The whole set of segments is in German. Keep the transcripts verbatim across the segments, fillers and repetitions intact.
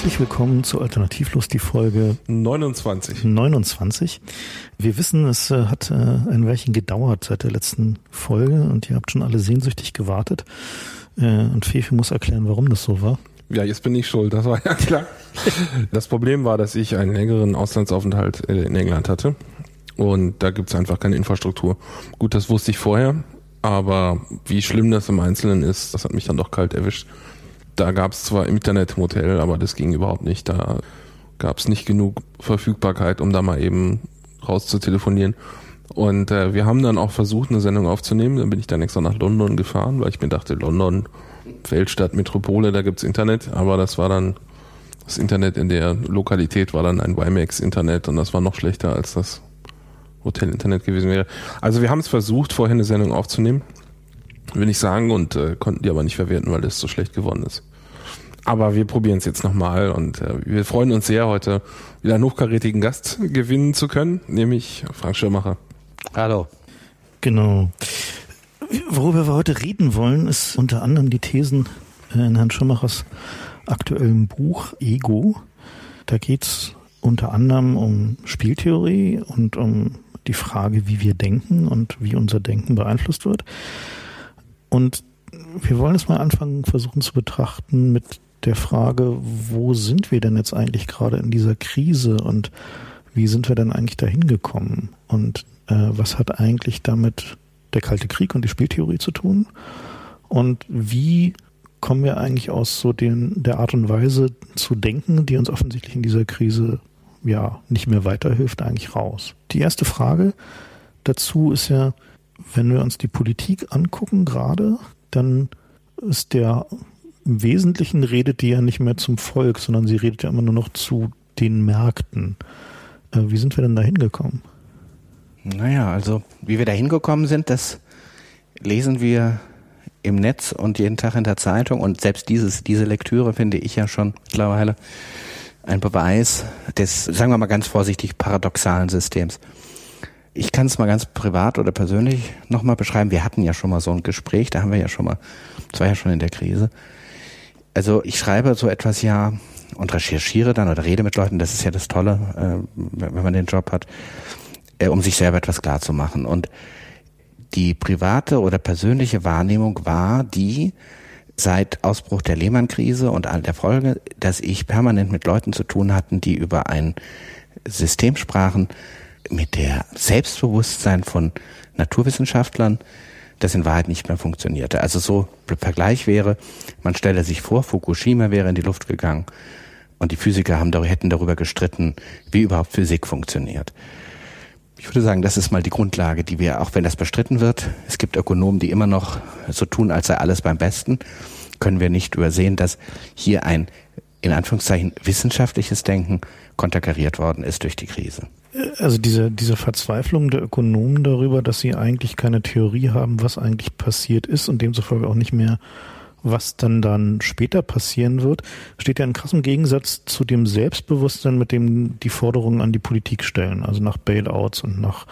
Herzlich willkommen zu Alternativlos, die Folge neunundzwanzig. neunundzwanzig. Wir wissen, es äh, hat äh, ein Weilchen gedauert seit der letzten Folge und ihr habt schon alle sehnsüchtig gewartet. Äh, und Fefe muss erklären, warum das so war. Ja, jetzt bin ich schuld, das war ja klar. Das Problem war, dass ich einen längeren Auslandsaufenthalt in England hatte und da gibt's einfach keine Infrastruktur. Gut, das wusste ich vorher, aber wie schlimm das im Einzelnen ist, das hat mich dann doch kalt erwischt. Da gab's zwar Internet im Hotel, aber das ging überhaupt nicht. Da gab's nicht genug Verfügbarkeit, um da mal eben raus zu telefonieren. Und äh, wir haben dann auch versucht, eine Sendung aufzunehmen. Dann bin ich dann extra nach London gefahren, weil ich mir dachte, London, Weltstadt, Metropole, da gibt's Internet. Aber das war dann, das Internet in der Lokalität war dann ein WiMAX-Internet und das war noch schlechter, als das Hotel-Internet gewesen wäre. Also wir haben es versucht, vorher eine Sendung aufzunehmen, will ich sagen, und äh, konnten die aber nicht verwerten, weil das so schlecht geworden ist. Aber wir probieren es jetzt nochmal und äh, wir freuen uns sehr, heute wieder einen hochkarätigen Gast gewinnen zu können, nämlich Frank Schirmacher. Hallo. Genau. Worüber wir heute reden wollen, ist unter anderem die Thesen in Herrn Schirmachers aktuellem Buch Ego. Da geht's unter anderem um Spieltheorie und um die Frage, wie wir denken und wie unser Denken beeinflusst wird. Und wir wollen es mal anfangen, versuchen zu betrachten mit der Frage, wo sind wir denn jetzt eigentlich gerade in dieser Krise und wie sind wir denn eigentlich dahin gekommen? Und äh, was hat eigentlich damit der Kalte Krieg und die Spieltheorie zu tun? Und wie kommen wir eigentlich aus so den, der Art und Weise zu denken, die uns offensichtlich in dieser Krise ja nicht mehr weiterhilft, eigentlich raus? Die erste Frage dazu ist ja, wenn wir uns die Politik angucken gerade, dann ist der im Wesentlichen redet die ja nicht mehr zum Volk, sondern sie redet ja immer nur noch zu den Märkten. Äh, wie sind wir denn da hingekommen? Naja, also wie wir da hingekommen sind, das lesen wir im Netz und jeden Tag in der Zeitung und selbst dieses, diese Lektüre finde ich ja schon mittlerweile ein Beweis des, sagen wir mal ganz vorsichtig, paradoxalen Systems. Ich kann es mal ganz privat oder persönlich nochmal beschreiben. Wir hatten ja schon mal so ein Gespräch, da haben wir ja schon mal, das war ja schon in der Krise. Also ich schreibe so etwas ja und recherchiere dann oder rede mit Leuten, das ist ja das Tolle, äh, wenn man den Job hat, äh, um sich selber etwas klarzumachen. Und die private oder persönliche Wahrnehmung war die, seit Ausbruch der Lehman-Krise und all der Folge, dass ich permanent mit Leuten zu tun hatte, die über ein System sprachen, mit der Selbstbewusstsein von Naturwissenschaftlern, das in Wahrheit nicht mehr funktionierte. Also so Vergleich wäre, man stelle sich vor, Fukushima wäre in die Luft gegangen und die Physiker haben, hätten darüber gestritten, wie überhaupt Physik funktioniert. Ich würde sagen, das ist mal die Grundlage, die wir, auch wenn das bestritten wird, es gibt Ökonomen, die immer noch so tun, als sei alles beim Besten, können wir nicht übersehen, dass hier ein, in Anführungszeichen, wissenschaftliches Denken konterkariert worden ist durch die Krise. Also diese, diese Verzweiflung der Ökonomen darüber, dass sie eigentlich keine Theorie haben, was eigentlich passiert ist und demzufolge auch nicht mehr, was dann dann später passieren wird, steht ja in krassem Gegensatz zu dem Selbstbewusstsein, mit dem die Forderungen an die Politik stellen, also nach Bailouts und nach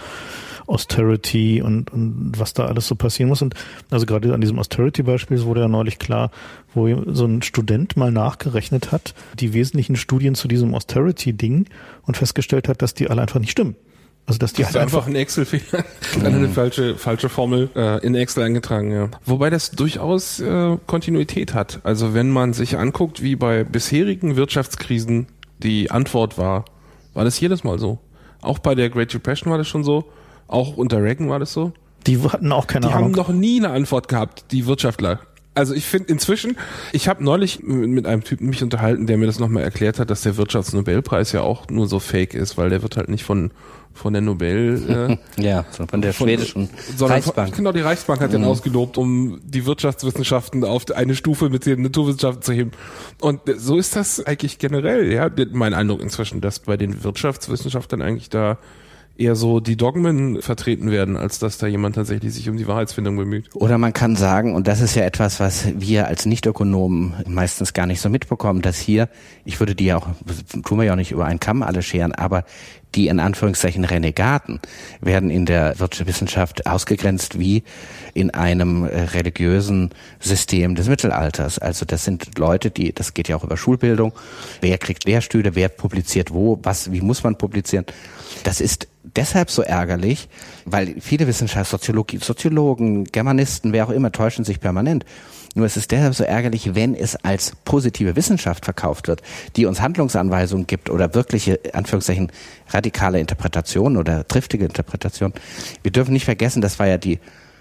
Austerity und, und was da alles so passieren muss. Und also gerade an diesem Austerity-Beispiel wurde ja neulich klar, wo so ein Student mal nachgerechnet hat, die wesentlichen Studien zu diesem Austerity-Ding und festgestellt hat, dass die alle einfach nicht stimmen. Also dass die das halt ist einfach ein Excel-Fehler, eine falsche falsche Formel äh, in Excel eingetragen, ja. Wobei das durchaus äh, Kontinuität hat. Also wenn man sich anguckt, wie bei bisherigen Wirtschaftskrisen die Antwort war, war das jedes Mal so. Auch bei der Great Depression war das schon so. Auch unter Reagan war das so. Die hatten auch keine die Ahnung. Die haben noch nie eine Antwort gehabt, die Wirtschaftler. Also ich finde inzwischen, ich habe neulich mit einem Typen mich unterhalten, der mir das nochmal erklärt hat, dass der Wirtschaftsnobelpreis ja auch nur so fake ist, weil der wird halt nicht von von der Nobel... Äh, ja, von der von, schwedischen Reichsbank. Von, genau, die Reichsbank hat mhm. den ausgelobt, um die Wirtschaftswissenschaften auf eine Stufe mit den Naturwissenschaften zu heben. Und so ist das eigentlich generell, ja, mein Eindruck inzwischen, dass bei den Wirtschaftswissenschaftlern eigentlich da eher so die Dogmen vertreten werden, als dass da jemand tatsächlich sich um die Wahrheitsfindung bemüht. Oder man kann sagen, und das ist ja etwas, was wir als Nicht-Ökonomen meistens gar nicht so mitbekommen, dass hier, ich würde die ja auch, tun wir ja auch nicht über einen Kamm alle scheren, aber die in Anführungszeichen Renegaten werden in der Wirtschaftswissenschaft ausgegrenzt wie in einem religiösen System des Mittelalters. Also das sind Leute, die, das geht ja auch über Schulbildung, wer kriegt Lehrstühle, wer publiziert wo, was, wie muss man publizieren. Das ist deshalb so ärgerlich, weil viele Wissenschaftler, Soziologie, Soziologen, Germanisten, wer auch immer, täuschen sich permanent. Nur es ist deshalb so ärgerlich, wenn es als positive Wissenschaft verkauft wird, die uns Handlungsanweisungen gibt oder wirkliche, Anführungszeichen, radikale Interpretationen oder triftige Interpretationen. Wir dürfen nicht vergessen, das war ja die,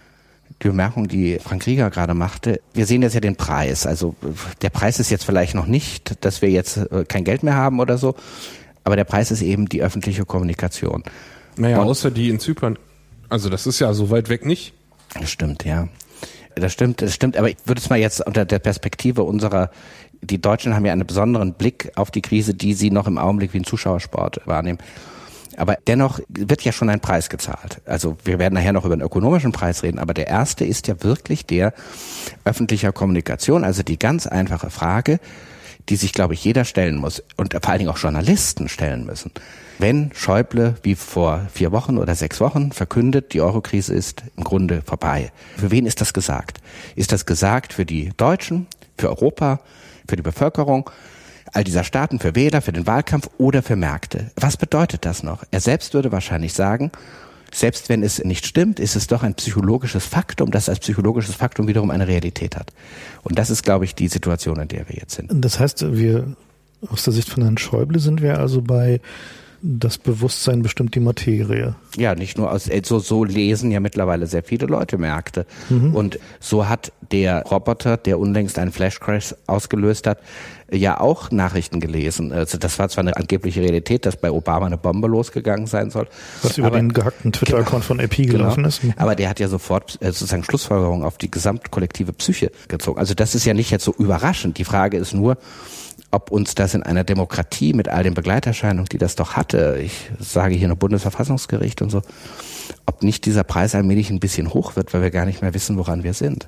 die Bemerkung, die Frank Rieger gerade machte. Wir sehen jetzt ja den Preis. Also der Preis ist jetzt vielleicht noch nicht, dass wir jetzt kein Geld mehr haben oder so, aber der Preis ist eben die öffentliche Kommunikation. Naja, Und, außer die in Zypern. Also das ist ja so weit weg nicht. Das stimmt, ja. Das stimmt, das stimmt, aber ich würde es mal jetzt unter der Perspektive unserer, die Deutschen haben ja einen besonderen Blick auf die Krise, die sie noch im Augenblick wie ein Zuschauersport wahrnehmen. Aber dennoch wird ja schon ein Preis gezahlt. Also wir werden nachher noch über einen ökonomischen Preis reden, aber der erste ist ja wirklich der öffentlicher Kommunikation, also die ganz einfache Frage, die sich, glaube ich, jeder stellen muss und vor allen Dingen auch Journalisten stellen müssen. Wenn Schäuble wie vor vier Wochen oder sechs Wochen verkündet, die Eurokrise ist im Grunde vorbei. Für wen ist das gesagt? Ist das gesagt für die Deutschen, für Europa, für die Bevölkerung, all dieser Staaten, für Wähler, für den Wahlkampf oder für Märkte? Was bedeutet das noch? Er selbst würde wahrscheinlich sagen, selbst wenn es nicht stimmt, ist es doch ein psychologisches Faktum, das als psychologisches Faktum wiederum eine Realität hat. Und das ist, glaube ich, die Situation, in der wir jetzt sind. Das heißt, wir aus der Sicht von Herrn Schäuble sind wir also bei das Bewusstsein bestimmt die Materie. Ja, nicht nur aus, so, so lesen ja mittlerweile sehr viele Leute Märkte. Mhm. Und so hat der Roboter, der unlängst einen Flashcrash ausgelöst hat, ja auch Nachrichten gelesen. Also das war zwar eine angebliche Realität, dass bei Obama eine Bombe losgegangen sein soll. Was über aber, den gehackten Twitter-Account von A P gelaufen genau, ist. Aber der hat ja sofort äh, sozusagen Schlussfolgerungen auf die gesamtkollektive Psyche gezogen. Also das ist ja nicht jetzt so überraschend. Die Frage ist nur, ob uns das in einer Demokratie mit all den Begleiterscheinungen, die das doch hatte, ich sage hier nur Bundesverfassungsgericht und so, ob nicht dieser Preis allmählich ein bisschen hoch wird, weil wir gar nicht mehr wissen, woran wir sind.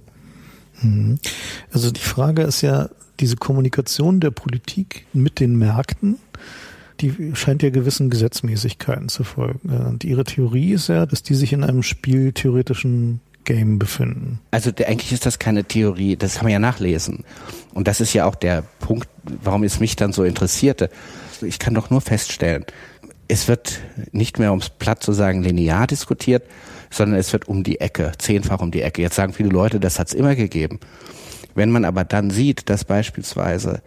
Also die Frage ist ja, diese Kommunikation der Politik mit den Märkten, die scheint ja gewissen Gesetzmäßigkeiten zu folgen. Und ihre Theorie ist ja, dass die sich in einem spieltheoretischen Game befinden. Also der, eigentlich ist das keine Theorie, das kann man ja nachlesen. Und das ist ja auch der Punkt, warum es mich dann so interessierte. Ich kann doch nur feststellen, es wird nicht mehr, um es platt zu sagen, linear diskutiert, sondern es wird um die Ecke, zehnfach um die Ecke. Jetzt sagen viele Leute, das hat es immer gegeben. Wenn man aber dann sieht, dass beispielsweise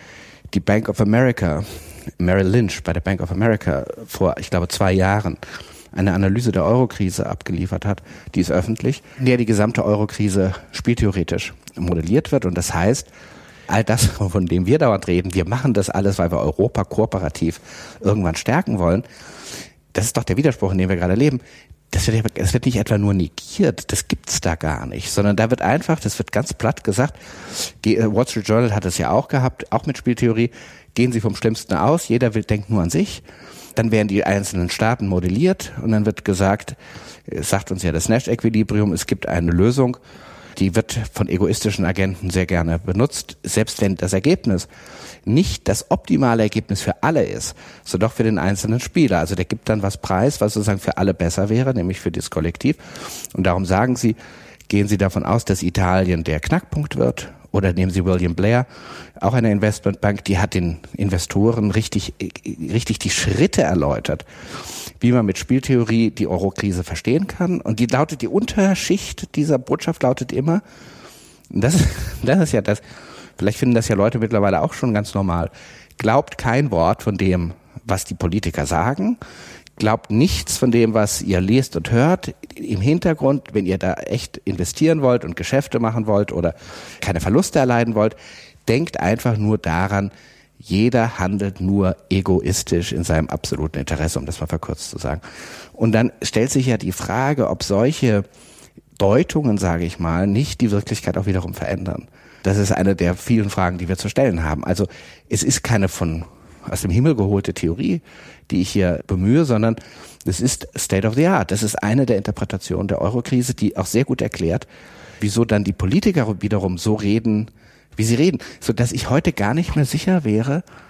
die Bank of America, Merrill Lynch bei der Bank of America vor, ich glaube, zwei Jahren eine Analyse der Eurokrise abgeliefert hat, die ist öffentlich, in der die gesamte Eurokrise spieltheoretisch modelliert wird. Und das heißt, all das, von dem wir dauernd reden, wir machen das alles, weil wir Europa kooperativ irgendwann stärken wollen, das ist doch der Widerspruch, in dem wir gerade leben. Das wird, das wird nicht etwa nur negiert, das gibt's da gar nicht, sondern da wird einfach, das wird ganz platt gesagt, Wall Street Journal hat es ja auch gehabt, auch mit Spieltheorie, gehen Sie vom Schlimmsten aus, jeder will, denkt nur an sich. Dann werden die einzelnen Staaten modelliert und dann wird gesagt, es sagt uns ja das Nash-Equilibrium, es gibt eine Lösung, die wird von egoistischen Agenten sehr gerne benutzt, selbst wenn das Ergebnis nicht das optimale Ergebnis für alle ist, so doch für den einzelnen Spieler. Also der gibt dann was preis, was sozusagen für alle besser wäre, nämlich für das Kollektiv. Und darum sagen sie, gehen Sie davon aus, dass Italien der Knackpunkt wird. Oder nehmen Sie William Blair, auch eine Investmentbank, die hat den Investoren richtig, richtig die Schritte erläutert, wie man mit Spieltheorie die Eurokrise verstehen kann. Und die lautet, die Unterschicht dieser Botschaft lautet immer, das, das ist ja das, vielleicht finden das ja Leute mittlerweile auch schon ganz normal, glaubt kein Wort von dem, was die Politiker sagen, glaubt nichts von dem, was ihr lest und hört. Im Hintergrund, wenn ihr da echt investieren wollt und Geschäfte machen wollt oder keine Verluste erleiden wollt, denkt einfach nur daran, jeder handelt nur egoistisch in seinem absoluten Interesse, um das mal verkürzt zu sagen. Und dann stellt sich ja die Frage, ob solche Deutungen, sage ich mal, nicht die Wirklichkeit auch wiederum verändern. Das ist eine der vielen Fragen, die wir zu stellen haben. Also es ist keine von aus dem Himmel geholte Theorie, die ich hier bemühe, sondern es ist State of the Art. Das ist eine der Interpretationen der Eurokrise, die auch sehr gut erklärt, wieso dann die Politiker wiederum so reden, wie sie reden, sodass ich heute gar nicht mehr sicher wäre,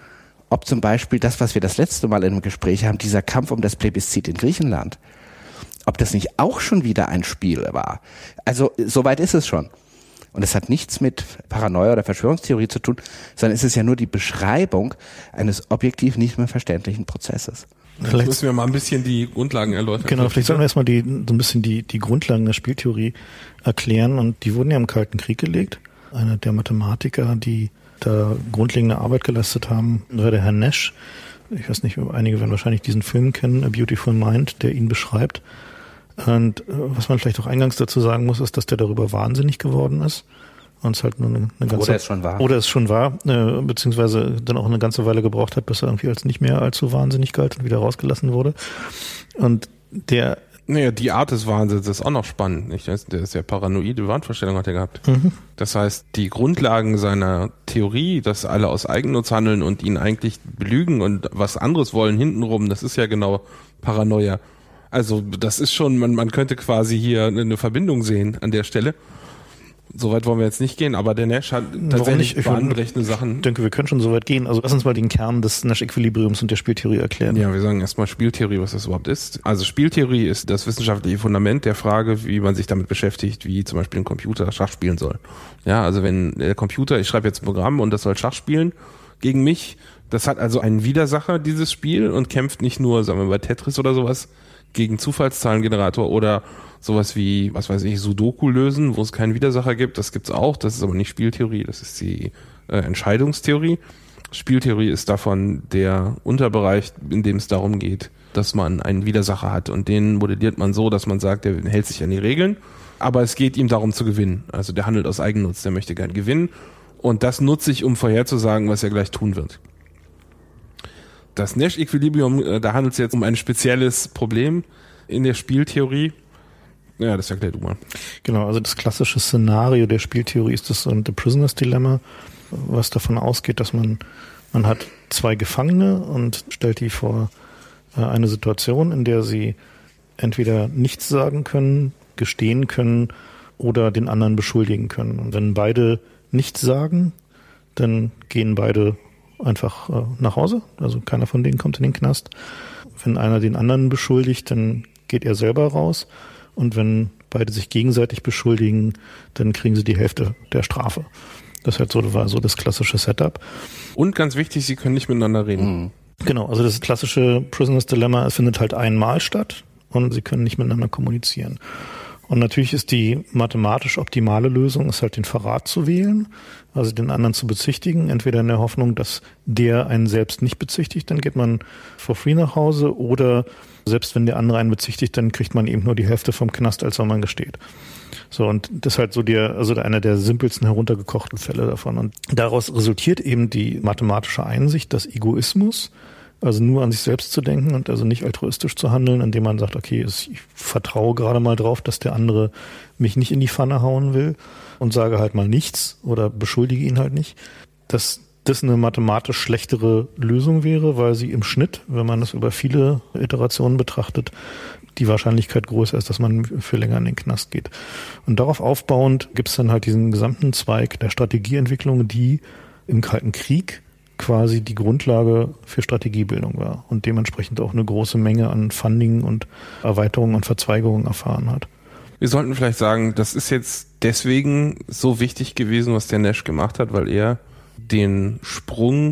ob zum Beispiel das, was wir das letzte Mal in einem Gespräch haben, dieser Kampf um das Plebiszit in Griechenland, ob das nicht auch schon wieder ein Spiel war. Also soweit ist es schon. Und es hat nichts mit Paranoia oder Verschwörungstheorie zu tun, sondern es ist ja nur die Beschreibung eines objektiv nicht mehr verständlichen Prozesses. Vielleicht müssen wir mal ein bisschen die Grundlagen erläutern. Genau, vielleicht sollen wir erstmal die, so ein bisschen die, die Grundlagen der Spieltheorie erklären. Und die wurden ja im Kalten Krieg gelegt. Einer der Mathematiker, die da grundlegende Arbeit geleistet haben, war der Herr Nash. Ich weiß nicht, einige werden wahrscheinlich diesen Film kennen, A Beautiful Mind, der ihn beschreibt. Und was man vielleicht auch eingangs dazu sagen muss, ist, dass der darüber wahnsinnig geworden ist. Und es halt nur eine, eine ganze, oder es schon war. Oder es schon war, äh, beziehungsweise dann auch eine ganze Weile gebraucht hat, bis er irgendwie als nicht mehr allzu wahnsinnig galt und wieder rausgelassen wurde. Und der... Naja, die Art des Wahnsinns ist auch noch spannend. Nicht? Der ist ja paranoide Wahnvorstellung hat er gehabt. Mhm. Das heißt, die Grundlagen seiner Theorie, dass alle aus Eigennutz handeln und ihn eigentlich belügen und was anderes wollen hintenrum, das ist ja genau Paranoia. Also das ist schon, man, man könnte quasi hier eine Verbindung sehen an der Stelle. Soweit wollen wir jetzt nicht gehen, aber der Nash hat tatsächlich bahnbrechende Sachen. Ich denke, wir können schon so weit gehen. Also lass uns mal den Kern des Nash-Equilibriums und der Spieltheorie erklären. Ja, wir sagen erstmal Spieltheorie, was das überhaupt ist. Also Spieltheorie ist das wissenschaftliche Fundament der Frage, wie man sich damit beschäftigt, wie zum Beispiel ein Computer Schach spielen soll. Ja, also wenn der Computer, ich schreibe jetzt ein Programm und das soll Schach spielen gegen mich, das hat also einen Widersacher, dieses Spiel, und kämpft nicht nur, sagen wir bei Tetris oder sowas, gegen Zufallszahlengenerator oder sowas wie, was weiß ich, Sudoku lösen, wo es keinen Widersacher gibt. Das gibt's auch. Das ist aber nicht Spieltheorie. Das ist die äh, Entscheidungstheorie. Spieltheorie ist davon der Unterbereich, in dem es darum geht, dass man einen Widersacher hat. Und den modelliert man so, dass man sagt, der hält sich an die Regeln. Aber es geht ihm darum zu gewinnen. Also der handelt aus Eigennutz. Der möchte gern gewinnen. Und das nutze ich, um vorherzusagen, was er gleich tun wird. Das Nash-Equilibrium, da handelt es jetzt um ein spezielles Problem in der Spieltheorie. Ja, das erklär du mal. Genau, also das klassische Szenario der Spieltheorie ist das The Prisoner's Dilemma, was davon ausgeht, dass man, man hat zwei Gefangene und stellt die vor eine Situation, in der sie entweder nichts sagen können, gestehen können oder den anderen beschuldigen können. Und wenn beide nichts sagen, dann gehen beide einfach äh, nach Hause, also keiner von denen kommt in den Knast. Wenn einer den anderen beschuldigt, dann geht er selber raus, und wenn beide sich gegenseitig beschuldigen, dann kriegen sie die Hälfte der Strafe. Das halt so, war so das klassische Setup. Und ganz wichtig, sie können nicht miteinander reden. Mhm. Genau, also das klassische Prisoner's Dilemma, es findet halt einmal statt und sie können nicht miteinander kommunizieren. Und natürlich ist die mathematisch optimale Lösung, ist halt den Verrat zu wählen, also den anderen zu bezichtigen, entweder in der Hoffnung, dass der einen selbst nicht bezichtigt, dann geht man for free nach Hause, oder selbst wenn der andere einen bezichtigt, dann kriegt man eben nur die Hälfte vom Knast, als wenn man gesteht. So, und das ist halt so der, also einer der simpelsten heruntergekochten Fälle davon. Und daraus resultiert eben die mathematische Einsicht, dass Egoismus, also nur an sich selbst zu denken und also nicht altruistisch zu handeln, indem man sagt, okay, ich vertraue gerade mal drauf, dass der andere mich nicht in die Pfanne hauen will und sage halt mal nichts oder beschuldige ihn halt nicht, dass das eine mathematisch schlechtere Lösung wäre, weil sie im Schnitt, wenn man das über viele Iterationen betrachtet, die Wahrscheinlichkeit größer ist, dass man für länger in den Knast geht. Und darauf aufbauend gibt es dann halt diesen gesamten Zweig der Strategieentwicklung, die im Kalten Krieg quasi die Grundlage für Strategiebildung war und dementsprechend auch eine große Menge an Funding und Erweiterungen und Verzweigungen erfahren hat. Wir sollten vielleicht sagen, das ist jetzt deswegen so wichtig gewesen, was der Nash gemacht hat, weil er den Sprung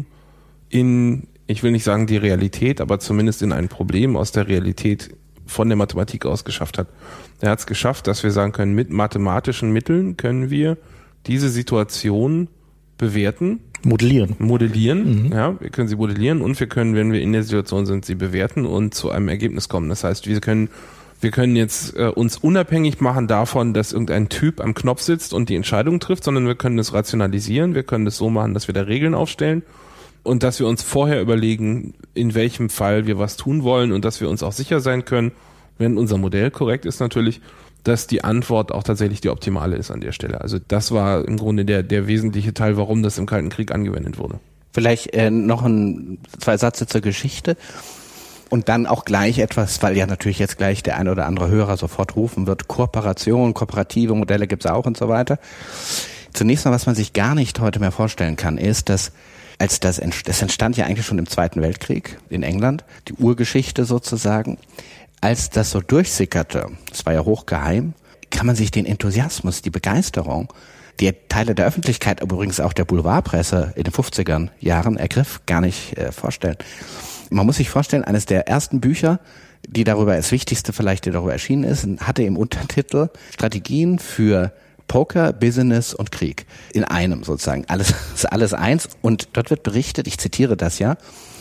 in, ich will nicht sagen die Realität, aber zumindest in ein Problem aus der Realität von der Mathematik aus geschafft hat. Er hat es geschafft, dass wir sagen können, mit mathematischen Mitteln können wir diese Situation bewerten. Modellieren. Modellieren, mhm. ja, wir können sie modellieren und wir können, wenn wir in der Situation sind, sie bewerten und zu einem Ergebnis kommen. Das heißt, wir können, wir können jetzt äh, uns unabhängig machen davon, dass irgendein Typ am Knopf sitzt und die Entscheidung trifft, sondern wir können es rationalisieren, wir können es so machen, dass wir da Regeln aufstellen und dass wir uns vorher überlegen, in welchem Fall wir was tun wollen und dass wir uns auch sicher sein können, wenn unser Modell korrekt ist natürlich, dass die Antwort auch tatsächlich die optimale ist an der Stelle. Also das war im Grunde der, der wesentliche Teil, warum das im Kalten Krieg angewendet wurde. Vielleicht äh, noch ein, zwei Sätze zur Geschichte und dann auch gleich etwas, weil ja natürlich jetzt gleich der ein oder andere Hörer sofort rufen wird, Kooperation, kooperative Modelle gibt's auch und so weiter. Zunächst mal, was man sich gar nicht heute mehr vorstellen kann, ist, dass als das, das entstand ja eigentlich schon im Zweiten Weltkrieg in England, die Urgeschichte sozusagen. Als das so durchsickerte, das war ja hochgeheim, kann man sich den Enthusiasmus, die Begeisterung, die Teile der Öffentlichkeit, aber übrigens auch der Boulevardpresse in den fünfziger Jahren ergriff, gar nicht äh, vorstellen. Man muss sich vorstellen, eines der ersten Bücher, die darüber, das wichtigste vielleicht, die darüber erschienen ist, hatte im Untertitel Strategien für Poker, Business und Krieg. In einem sozusagen. Alles, ist alles eins. Und dort wird berichtet, ich zitiere das ja,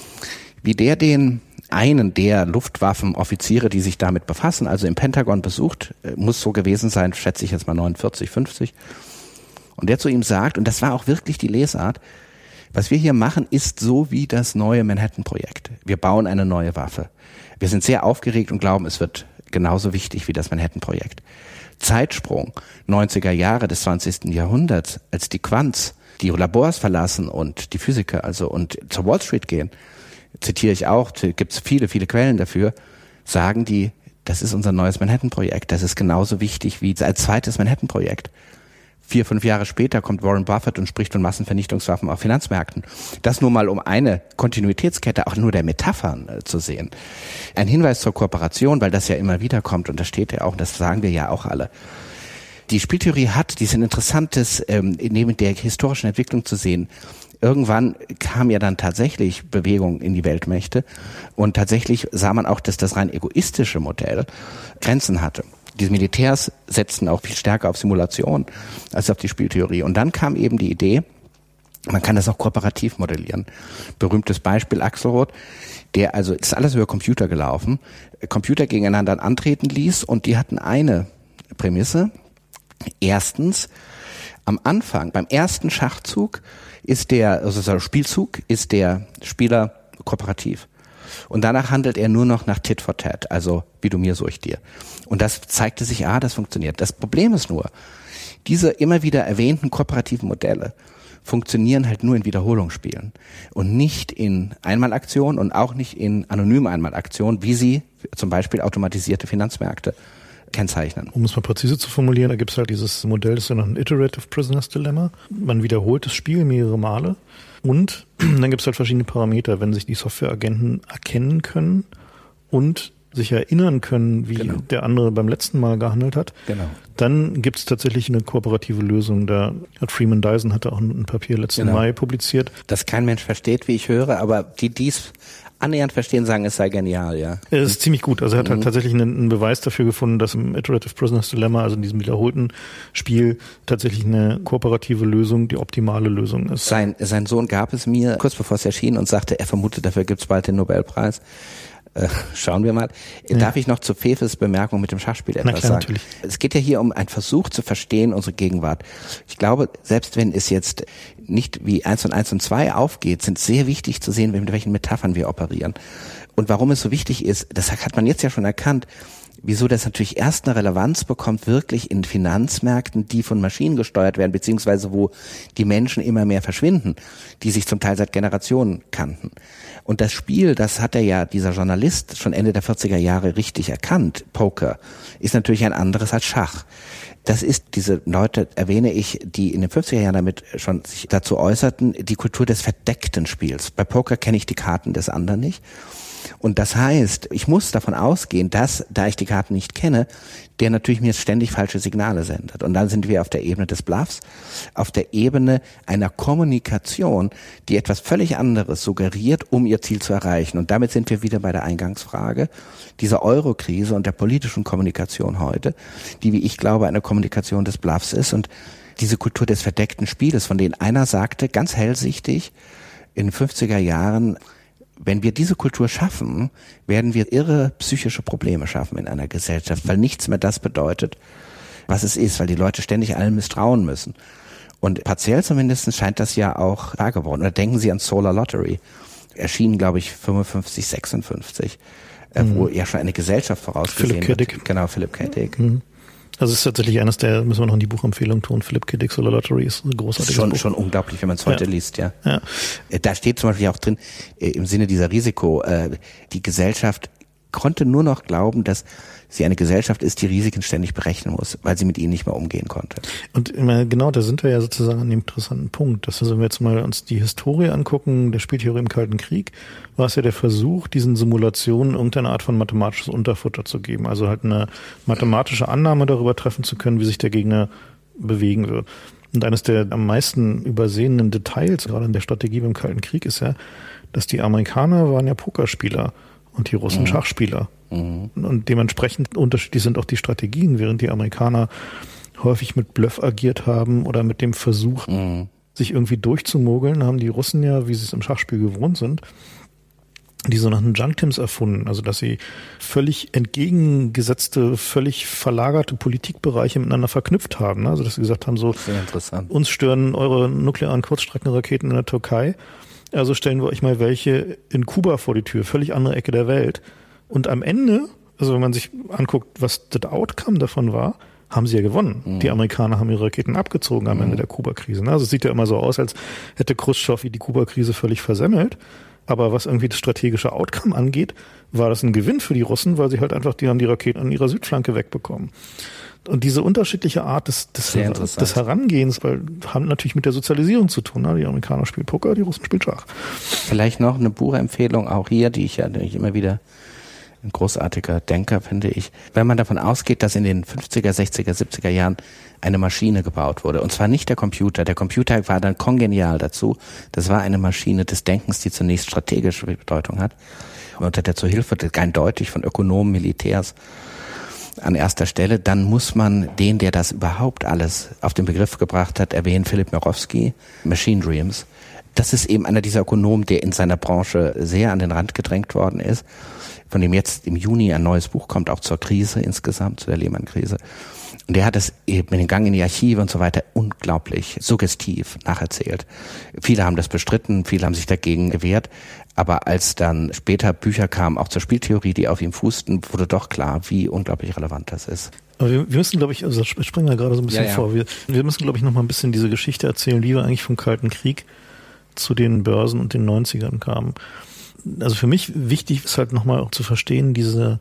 wie der den einen der Luftwaffenoffiziere, die sich damit befassen, also im Pentagon besucht, muss so gewesen sein, schätze ich jetzt mal neunundvierzig, fünfzig. Und der zu ihm sagt, und das war auch wirklich die Lesart, was wir hier machen, ist so wie das neue Manhattan-Projekt. Wir bauen eine neue Waffe. Wir sind sehr aufgeregt und glauben, es wird genauso wichtig wie das Manhattan-Projekt. Zeitsprung, neunziger Jahre des zwanzigsten Jahrhunderts, als die Quants die Labors verlassen und die Physiker also und zur Wall Street gehen, zitiere ich auch, gibt es viele, viele Quellen dafür, sagen die, das ist unser neues Manhattan-Projekt, das ist genauso wichtig wie als zweites Manhattan-Projekt. Vier, fünf Jahre später kommt Warren Buffett und spricht von Massenvernichtungswaffen auf Finanzmärkten. Das nur mal, um eine Kontinuitätskette auch nur der Metaphern äh, zu sehen. Ein Hinweis zur Kooperation, weil das ja immer wieder kommt und das steht ja auch, das sagen wir ja auch alle. Die Spieltheorie hat diesen interessantes, ähm, neben der historischen Entwicklung zu sehen. Irgendwann kam ja dann tatsächlich Bewegung in die Weltmächte und tatsächlich sah man auch, dass das rein egoistische Modell Grenzen hatte. Die Militärs setzten auch viel stärker auf Simulation als auf die Spieltheorie. Und dann kam eben die Idee, man kann das auch kooperativ modellieren. Berühmtes Beispiel Axelrod, der also, das ist alles über Computer gelaufen, Computer gegeneinander antreten ließ und die hatten eine Prämisse. Erstens, am Anfang, beim ersten Schachzug ist der, also der Spielzug, ist der Spieler kooperativ. Und danach handelt er nur noch nach Tit for Tat, also wie du mir, so ich dir. Und das zeigte sich, ah, das funktioniert. Das Problem ist nur, diese immer wieder erwähnten kooperativen Modelle funktionieren halt nur in Wiederholungsspielen und nicht in Einmalaktionen und auch nicht in anonymen Einmalaktionen, wie sie zum Beispiel automatisierte Finanzmärkte kennzeichnen. Um es mal präzise zu formulieren, da gibt es halt dieses Modell, das ist ja noch ein Iterative Prisoner's Dilemma. Man wiederholt das Spiel mehrere Male und dann gibt es halt verschiedene Parameter, wenn sich die Softwareagenten erkennen können und sich erinnern können, wie genau. der andere beim letzten Mal gehandelt hat, genau. dann gibt es tatsächlich eine kooperative Lösung. Da hat Freeman Dyson hatte auch ein Papier letzten genau. Mai publiziert. Das kein Mensch versteht, wie ich höre, aber die dies annähernd verstehen, sagen, es sei genial, ja. Es ist ziemlich gut. Also er hat halt mhm. tatsächlich einen, einen Beweis dafür gefunden, dass im Iterative Prisoner's Dilemma, also in diesem wiederholten Spiel, tatsächlich eine kooperative Lösung die optimale Lösung ist. Sein, sein Sohn gab es mir kurz bevor es erschien und sagte, er vermutet, dafür gibt es bald den Nobelpreis. Äh, schauen wir mal. Ja. Darf ich noch zu Fefes Bemerkung mit dem Schachspiel etwas Na klar, sagen? Natürlich. Es geht ja hier um einen Versuch zu verstehen, unsere Gegenwart. Ich glaube, selbst wenn es jetzt nicht wie eins und eins und zwei aufgeht, sind sehr wichtig zu sehen, mit welchen Metaphern wir operieren. Und warum es so wichtig ist, das hat man jetzt ja schon erkannt, wieso das natürlich erst eine Relevanz bekommt, wirklich in Finanzmärkten, die von Maschinen gesteuert werden, beziehungsweise wo die Menschen immer mehr verschwinden, die sich zum Teil seit Generationen kannten. Und das Spiel, das hat er ja, dieser Journalist, schon Ende der vierziger Jahre richtig erkannt, Poker, ist natürlich ein anderes als Schach. Das ist, diese Leute erwähne ich, die in den fünfziger Jahren damit schon sich dazu äußerten, die Kultur des verdeckten Spiels. Bei Poker kenne ich die Karten des anderen nicht. Und das heißt, ich muss davon ausgehen, dass, da ich die Karten nicht kenne, der natürlich mir ständig falsche Signale sendet. Und dann sind wir auf der Ebene des Bluffs, auf der Ebene einer Kommunikation, die etwas völlig anderes suggeriert, um ihr Ziel zu erreichen. Und damit sind wir wieder bei der Eingangsfrage dieser Euro-Krise und der politischen Kommunikation heute, die, wie ich glaube, eine Kommunikation des Bluffs ist. Und diese Kultur des verdeckten Spieles, von denen einer sagte, ganz hellsichtig, in den fünfziger Jahren, wenn wir diese Kultur schaffen, werden wir irre psychische Probleme schaffen in einer Gesellschaft, weil nichts mehr das bedeutet, was es ist, weil die Leute ständig allen misstrauen müssen. Und partiell zumindest scheint das ja auch wahr geworden. Oder denken Sie an Solar Lottery. Erschien, glaube ich, fünfundfünfzig, sechsundfünfzig, mhm. wo ja schon eine Gesellschaft vorausgesehen Philipp wird. K. Dick. Genau, Philipp K. Dick. Mhm. Also es ist tatsächlich eines der, müssen wir noch in die Buchempfehlung tun, Philipp K. Dick, Solar Lottery ist ein großartiges schon, Buch. Schon unglaublich, wenn man es heute ja. liest, ja. ja. Da steht zum Beispiel auch drin, im Sinne dieser Risiko, die Gesellschaft konnte nur noch glauben, dass sie eine Gesellschaft ist, die Risiken ständig berechnen muss, weil sie mit ihnen nicht mehr umgehen konnte. Und genau, da sind wir ja sozusagen an dem interessanten Punkt. Dass, wenn wir jetzt mal uns die Historie angucken, der Spieltheorie im Kalten Krieg, war es ja der Versuch, diesen Simulationen irgendeine Art von mathematisches Unterfutter zu geben. Also halt eine mathematische Annahme darüber treffen zu können, wie sich der Gegner bewegen wird. Und eines der am meisten übersehenen Details, gerade in der Strategie beim Kalten Krieg, ist ja, dass die Amerikaner waren ja Pokerspieler und die Russen mhm. Schachspieler. Mhm. Und dementsprechend unterschiedlich sind auch die Strategien, während die Amerikaner häufig mit Bluff agiert haben oder mit dem Versuch, mhm. sich irgendwie durchzumogeln, haben die Russen ja, wie sie es im Schachspiel gewohnt sind, die sogenannten Junktims erfunden, also dass sie völlig entgegengesetzte, völlig verlagerte Politikbereiche miteinander verknüpft haben. Also dass sie gesagt haben, so, sehr interessant. Uns stören eure nuklearen Kurzstreckenraketen in der Türkei, also stellen wir euch mal welche in Kuba vor die Tür, völlig andere Ecke der Welt. Und am Ende, also wenn man sich anguckt, was das Outcome davon war, haben sie ja gewonnen. Mhm. Die Amerikaner haben ihre Raketen abgezogen am mhm. Ende der Kuba-Krise. Also es sieht ja immer so aus, als hätte Khrushchev die Kuba-Krise völlig versemmelt. Aber was irgendwie das strategische Outcome angeht, war das ein Gewinn für die Russen, weil sie halt einfach, die haben die Raketen an ihrer Südflanke wegbekommen. Und diese unterschiedliche Art des, des, des Herangehens, weil haben natürlich mit der Sozialisierung zu tun. Ne? Die Amerikaner spielen Poker, die Russen spielen Schach. Vielleicht noch eine Buchempfehlung auch hier, die ich ja die ich immer wieder ein großartiger Denker, finde ich. Wenn man davon ausgeht, dass in den fünfziger, sechziger, siebziger Jahren eine Maschine gebaut wurde. Und zwar nicht der Computer. Der Computer war dann kongenial dazu. Das war eine Maschine des Denkens, die zunächst strategische Bedeutung hat. Unter der Zuhilfe eindeutig von Ökonomen, Militärs an erster Stelle. Dann muss man den, der das überhaupt alles auf den Begriff gebracht hat, erwähnen, Philipp Mirowski, Machine Dreams. Das ist eben einer dieser Ökonomen, der in seiner Branche sehr an den Rand gedrängt worden ist, von dem jetzt im Juni ein neues Buch kommt, auch zur Krise insgesamt, zu der Lehman-Krise. Und der hat es eben mit dem Gang in die Archive und so weiter unglaublich suggestiv nacherzählt. Viele haben das bestritten, viele haben sich dagegen gewehrt. Aber als dann später Bücher kamen, auch zur Spieltheorie, die auf ihm fußten, wurde doch klar, wie unglaublich relevant das ist. Aber wir, wir müssen, glaube ich, also wir springen da gerade so ein bisschen ja, ja. vor. Wir, wir müssen, glaube ich, noch mal ein bisschen diese Geschichte erzählen, wie wir eigentlich vom Kalten Krieg zu den Börsen und den neunzigern kamen. Also für mich wichtig ist halt nochmal auch zu verstehen, diese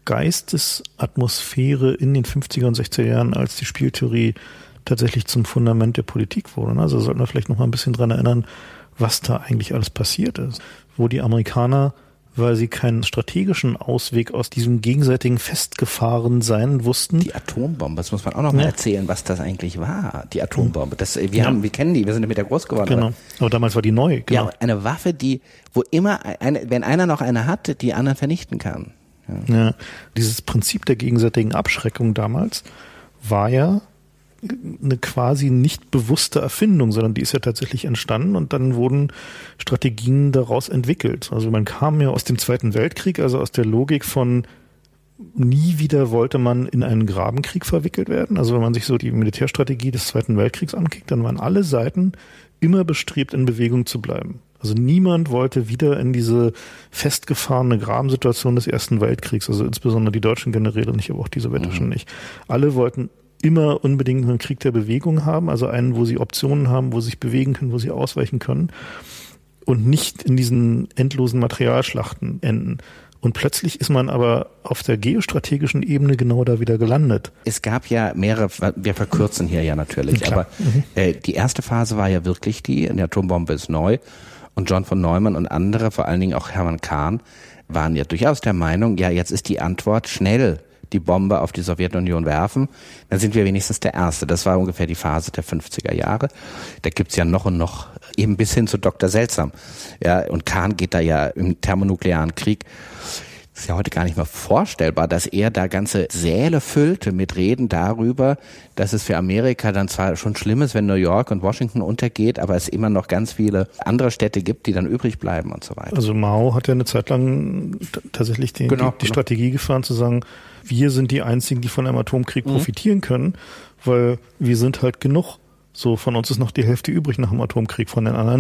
Geistesatmosphäre in den fünfziger und sechziger Jahren, als die Spieltheorie tatsächlich zum Fundament der Politik wurde. Also sollten wir vielleicht noch mal ein bisschen dran erinnern, was da eigentlich alles passiert ist. Wo die Amerikaner, weil sie keinen strategischen Ausweg aus diesem gegenseitigen Festgefahrensein wussten. Die Atombombe, das muss man auch noch mal ja. erzählen, was das eigentlich war, die Atombombe. Das, wir ja. haben, wir kennen die, wir sind mit der groß geworden. Genau, aber damals war die neu. Genau. Ja, eine Waffe, die, wo immer, eine, wenn einer noch eine hat, die anderen vernichten kann. Ja. ja, dieses Prinzip der gegenseitigen Abschreckung damals war ja eine quasi nicht bewusste Erfindung, sondern die ist ja tatsächlich entstanden und dann wurden Strategien daraus entwickelt. Also man kam ja aus dem Zweiten Weltkrieg, also aus der Logik von nie wieder wollte man in einen Grabenkrieg verwickelt werden. Also wenn man sich so die Militärstrategie des Zweiten Weltkriegs ankickt, dann waren alle Seiten immer bestrebt, in Bewegung zu bleiben. Also niemand wollte wieder in diese festgefahrene Grabensituation des Ersten Weltkriegs, also insbesondere die deutschen Generäle nicht, aber auch die sowjetischen mhm. nicht. Alle wollten immer unbedingt einen Krieg der Bewegung haben, also einen, wo sie Optionen haben, wo sie sich bewegen können, wo sie ausweichen können und nicht in diesen endlosen Materialschlachten enden. Und plötzlich ist man aber auf der geostrategischen Ebene genau da wieder gelandet. Es gab ja mehrere, wir verkürzen hier ja natürlich, Klar. aber mhm. äh, die erste Phase war ja wirklich die, die Atombombe ist neu und John von Neumann und andere, vor allen Dingen auch Hermann Kahn, waren ja durchaus der Meinung, ja, jetzt ist die Antwort schnell die Bombe auf die Sowjetunion werfen, dann sind wir wenigstens der Erste. Das war ungefähr die Phase der fünfziger Jahre. Da gibt's ja noch und noch, eben bis hin zu Doktor Seltsam. Ja, und Kahn geht da ja im thermonuklearen Krieg. Das ist ja heute gar nicht mehr vorstellbar, dass er da ganze Säle füllte mit Reden darüber, dass es für Amerika dann zwar schon schlimm ist, wenn New York und Washington untergeht, aber es immer noch ganz viele andere Städte gibt, die dann übrig bleiben und so weiter. Also Mao hat ja eine Zeit lang t- tatsächlich die, genau, die, die genau. Strategie gefahren, zu sagen, wir sind die Einzigen, die von einem Atomkrieg mhm. profitieren können, weil wir sind halt genug. So, von uns ist noch die Hälfte übrig nach dem Atomkrieg, von den anderen nicht.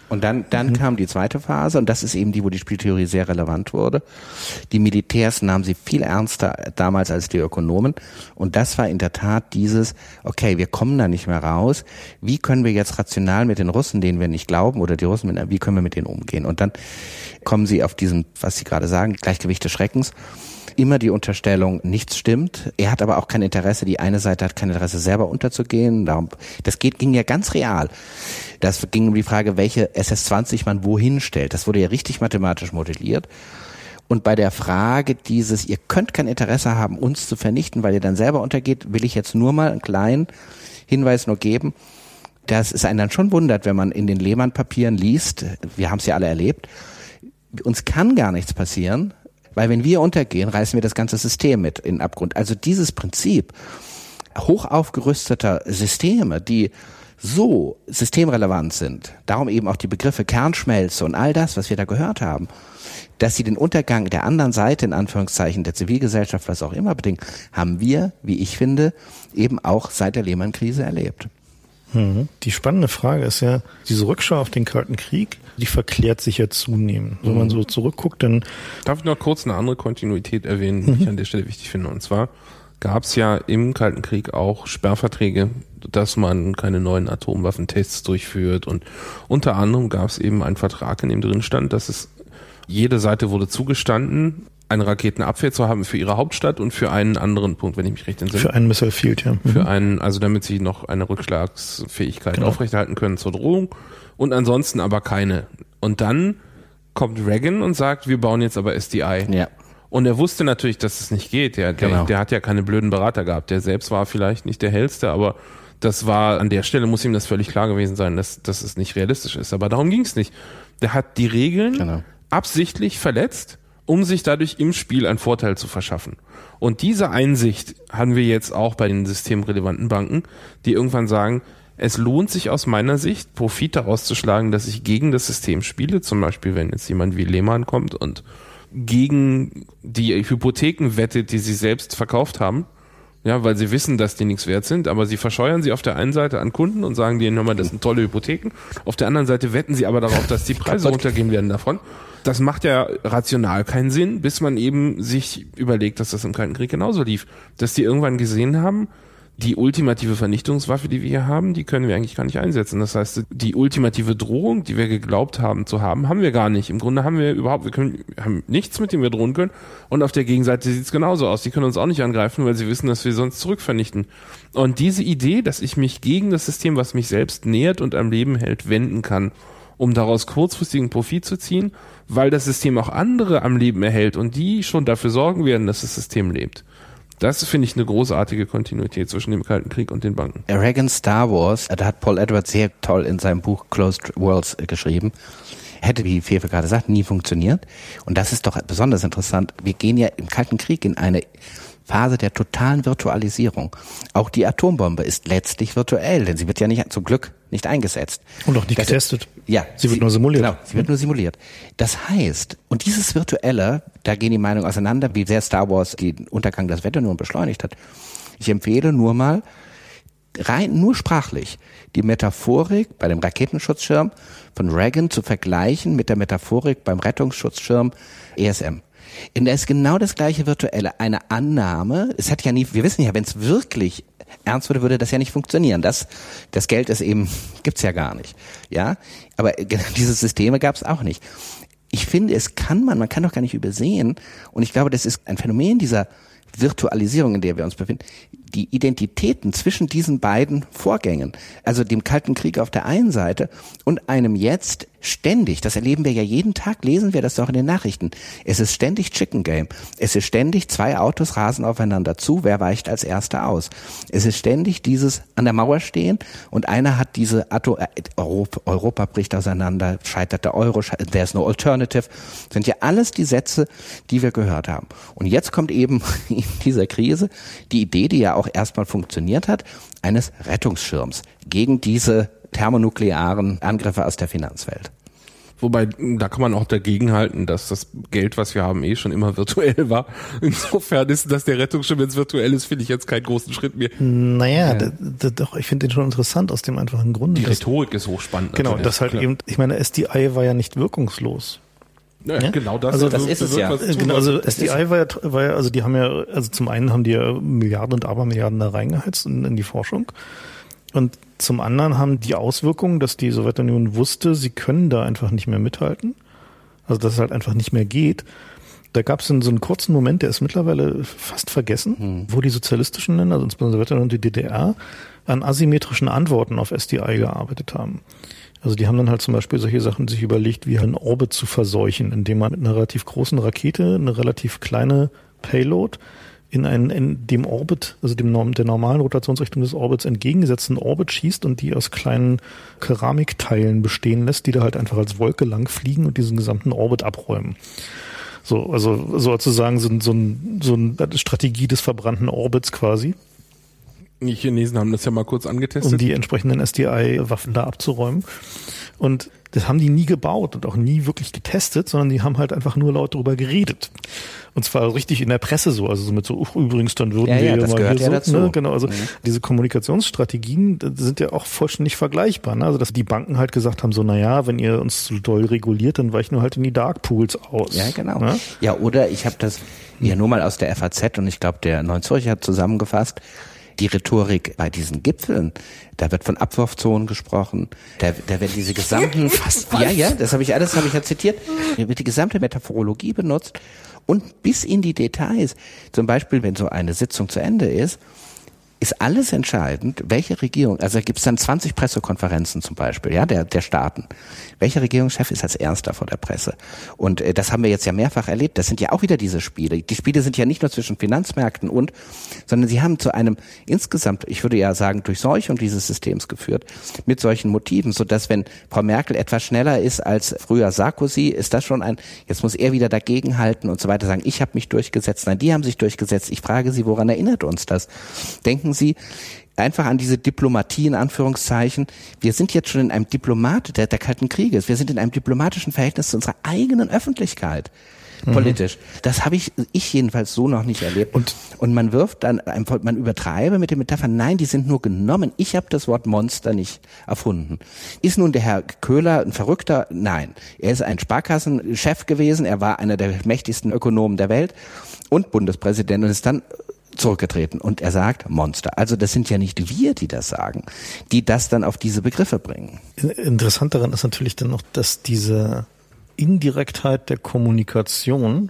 Und dann, dann mhm. kam die zweite Phase und das ist eben die, wo die Spieltheorie sehr relevant wurde. Die Militärs nahmen sie viel ernster damals als die Ökonomen und das war in der Tat dieses, okay, wir kommen da nicht mehr raus, wie können wir jetzt rational mit den Russen, denen wir nicht glauben, oder die Russen, wie können wir mit denen umgehen? Und dann kommen sie auf diesen, was Sie gerade sagen, Gleichgewicht des Schreckens. Immer die Unterstellung, nichts stimmt. Er hat aber auch kein Interesse, die eine Seite hat kein Interesse, selber unterzugehen. Darum, das geht, ging ja ganz real. Das ging um die Frage, welche S S zwanzig man wohin stellt. Das wurde ja richtig mathematisch modelliert. Und bei der Frage dieses, ihr könnt kein Interesse haben, uns zu vernichten, weil ihr dann selber untergeht, will ich jetzt nur mal einen kleinen Hinweis nur geben, dass es einen dann schon wundert, wenn man in den Lehmann-Papieren liest, wir haben es ja alle erlebt, uns kann gar nichts passieren, weil wenn wir untergehen, reißen wir das ganze System mit in den Abgrund. Also dieses Prinzip hoch aufgerüsteter Systeme, die so systemrelevant sind, darum eben auch die Begriffe Kernschmelze und all das, was wir da gehört haben, dass sie den Untergang der anderen Seite, in Anführungszeichen, der Zivilgesellschaft, was auch immer bedingt, haben wir, wie ich finde, eben auch seit der Lehman-Krise erlebt. Die spannende Frage ist ja, diese Rückschau auf den Kalten Krieg, die verklärt sich ja zunehmend. Wenn man so zurückguckt, dann... Darf ich noch kurz eine andere Kontinuität erwähnen, die mhm. ich an der Stelle wichtig finde? Und zwar gab es ja im Kalten Krieg auch Sperrverträge, dass man keine neuen Atomwaffentests durchführt. Und unter anderem gab es eben einen Vertrag, in dem drin stand, dass es jede Seite wurde zugestanden, eine Raketenabwehr zu haben für ihre Hauptstadt und für einen anderen Punkt, wenn ich mich recht entsinne. Für einen Missile Field, ja. Mhm. Für einen, also damit sie noch eine Rückschlagsfähigkeit genau. aufrechterhalten können zur Drohung und ansonsten aber keine. Und dann kommt Reagan und sagt, wir bauen jetzt aber S D I. Ja. Und er wusste natürlich, dass es nicht geht. Der, der, genau. der hat ja keine blöden Berater gehabt. Der selbst war vielleicht nicht der hellste, aber das war, an der Stelle muss ihm das völlig klar gewesen sein, dass, dass es nicht realistisch ist. Aber darum ging es nicht. Der hat die Regeln genau. absichtlich verletzt, um sich dadurch im Spiel einen Vorteil zu verschaffen. Und diese Einsicht haben wir jetzt auch bei den systemrelevanten Banken, die irgendwann sagen, es lohnt sich aus meiner Sicht, Profit daraus zu schlagen, dass ich gegen das System spiele, zum Beispiel wenn jetzt jemand wie Lehmann kommt und gegen die Hypotheken wettet, die sie selbst verkauft haben, ja, weil sie wissen, dass die nichts wert sind, aber sie verscheuern sie auf der einen Seite an Kunden und sagen denen, hör mal, das sind tolle Hypotheken. Auf der anderen Seite wetten sie aber darauf, dass die Preise runtergehen werden davon. Das macht ja rational keinen Sinn, bis man eben sich überlegt, dass das im Kalten Krieg genauso lief. Dass die irgendwann gesehen haben, die ultimative Vernichtungswaffe, die wir hier haben, die können wir eigentlich gar nicht einsetzen. Das heißt, die ultimative Drohung, die wir geglaubt haben zu haben, haben wir gar nicht. Im Grunde haben wir überhaupt, wir können, haben nichts, mit dem wir drohen können. Und auf der Gegenseite sieht es genauso aus. Die können uns auch nicht angreifen, weil sie wissen, dass wir sonst zurückvernichten. Und diese Idee, dass ich mich gegen das System, was mich selbst nährt und am Leben hält, wenden kann, um daraus kurzfristigen Profit zu ziehen, weil das System auch andere am Leben erhält und die schon dafür sorgen werden, dass das System lebt. Das finde ich eine großartige Kontinuität zwischen dem Kalten Krieg und den Banken. Reagan Star Wars, da hat Paul Edwards sehr toll in seinem Buch Closed Worlds geschrieben, hätte, wie Fefe gerade sagt, nie funktioniert. Und das ist doch besonders interessant. Wir gehen ja im Kalten Krieg in eine Phase der totalen Virtualisierung. Auch die Atombombe ist letztlich virtuell, denn sie wird ja nicht, zum Glück nicht eingesetzt. Und auch nicht das, getestet. Ja. Sie wird sie, nur simuliert. Genau, sie wird nur simuliert. Das heißt, und dieses Virtuelle, da gehen die Meinungen auseinander, wie sehr Star Wars den Untergang des Sowjetunion beschleunigt hat. Ich empfehle nur mal, rein nur sprachlich, die Metaphorik bei dem Raketenschutzschirm von Reagan zu vergleichen mit der Metaphorik beim Rettungsschutzschirm E S M. Und da ist genau das gleiche Virtuelle, eine Annahme. Es hat ja nie, wir wissen ja, wenn es wirklich ernst würde, würde das ja nicht funktionieren. Das, das Geld ist eben, gibt's ja gar nicht. Ja, aber diese Systeme gab's auch nicht. Ich finde, es kann man, man kann doch gar nicht übersehen. Und ich glaube, das ist ein Phänomen dieser Virtualisierung, in der wir uns befinden, die Identitäten zwischen diesen beiden Vorgängen, also dem Kalten Krieg auf der einen Seite und einem jetzt ständig, das erleben wir ja jeden Tag, lesen wir das doch in den Nachrichten, es ist ständig Chicken Game, es ist ständig zwei Autos rasen aufeinander zu, wer weicht als Erster aus, es ist ständig dieses an der Mauer stehen und einer hat diese Atom, äh, Europa, Europa bricht auseinander, scheitert der Euro, there's no alternative, sind ja alles die Sätze, die wir gehört haben. Und jetzt kommt eben in dieser Krise die Idee, die ja auch erstmal funktioniert hat, eines Rettungsschirms gegen diese thermonuklearen Angriffe aus der Finanzwelt. Wobei, da kann man auch dagegenhalten, dass das Geld, was wir haben, eh schon immer virtuell war. Insofern ist das der Rettungsschirm, wenn es virtuell ist, finde ich jetzt keinen großen Schritt mehr. Naja, ja. d- d- doch, ich finde den schon interessant aus dem einfachen Grund. Die Rhetorik ist hochspannend. Genau, das halt klar. eben, ich meine, S D I war ja nicht wirkungslos. Ja, Ja? genau das. Also das ist es ja. Genau, also S D I war ja, war ja, also die haben ja, also zum einen haben die ja Milliarden und Abermilliarden da reingeheizt in, in die Forschung. Und zum anderen haben die Auswirkungen, dass die Sowjetunion wusste, sie können da einfach nicht mehr mithalten. Also dass es halt einfach nicht mehr geht. Da gab es so einen kurzen Moment, der ist mittlerweile fast vergessen, hm. wo die sozialistischen Länder, also insbesondere Sowjetunion und die D D R, an asymmetrischen Antworten auf S D I gearbeitet haben. Also die haben dann halt zum Beispiel solche Sachen sich überlegt, wie einen Orbit zu verseuchen, indem man mit einer relativ großen Rakete eine relativ kleine Payload in einen, in dem Orbit, also dem der normalen Rotationsrichtung des Orbits entgegengesetzten Orbit schießt und die aus kleinen Keramikteilen bestehen lässt, die da halt einfach als Wolke lang fliegen und diesen gesamten Orbit abräumen. So, also sozusagen so, so, ein, so eine Strategie des verbrannten Orbits quasi. Die Chinesen haben das ja mal kurz angetestet. Um die entsprechenden S D I-Waffen da abzuräumen. Und das haben die nie gebaut und auch nie wirklich getestet, sondern die haben halt einfach nur laut darüber geredet. Und zwar richtig in der Presse so, also so mit so, ach, übrigens, dann würden ja, wir ja, ja das mal gehört hier ja so, dazu. ne, genau, also mhm. diese Kommunikationsstrategien sind ja auch vollständig vergleichbar, ne? Also dass die Banken halt gesagt haben, so, na ja, wenn ihr uns so doll reguliert, dann weichen wir halt in die Dark Pools aus. Ja, genau. Ne? Ja, oder ich habe das ja nur mal aus der F A Z und ich glaube, der Neuen Zürcher hat zusammengefasst, die Rhetorik bei diesen Gipfeln, da wird von Abwurfzonen gesprochen, da, da werden diese gesamten, ja, ja, das habe ich alles, habe ich ja zitiert, da wird die gesamte Metaphorologie benutzt und bis in die Details. Zum Beispiel, wenn so eine Sitzung zu Ende ist, ist alles entscheidend, welche Regierung, also da gibt es dann zwanzig Pressekonferenzen zum Beispiel, ja, der, der Staaten. Welcher Regierungschef ist als erster vor der Presse? Und äh, das haben wir jetzt ja mehrfach erlebt. Das sind ja auch wieder diese Spiele. Die Spiele sind ja nicht nur zwischen Finanzmärkten und, sondern sie haben zu einem insgesamt, ich würde ja sagen, Durchseuchung dieses Systems geführt, mit solchen Motiven, sodass wenn Frau Merkel etwas schneller ist als früher Sarkozy, ist das schon ein, jetzt muss er wieder dagegenhalten und so weiter sagen, ich habe mich durchgesetzt. Nein, die haben sich durchgesetzt. Ich frage Sie, woran erinnert uns das? Denken Sie einfach an diese Diplomatie in Anführungszeichen. Wir sind jetzt schon in einem Diplomat der, der Kalten Krieges. Wir sind in einem diplomatischen Verhältnis zu unserer eigenen Öffentlichkeit. Politisch. Mhm. Das habe ich, ich jedenfalls so noch nicht erlebt. Und, und man wirft dann, man übertreibe mit den Metaphern. Nein, die sind nur genommen. Ich habe das Wort Monster nicht erfunden. Ist nun der Herr Köhler ein Verrückter? Nein. Er ist ein Sparkassenchef gewesen. Er war einer der mächtigsten Ökonomen der Welt und Bundespräsident und ist dann zurückgetreten. Und er sagt Monster. Also das sind ja nicht wir, die das sagen, die das dann auf diese Begriffe bringen. Interessant daran ist natürlich dann noch, dass diese Indirektheit der Kommunikation,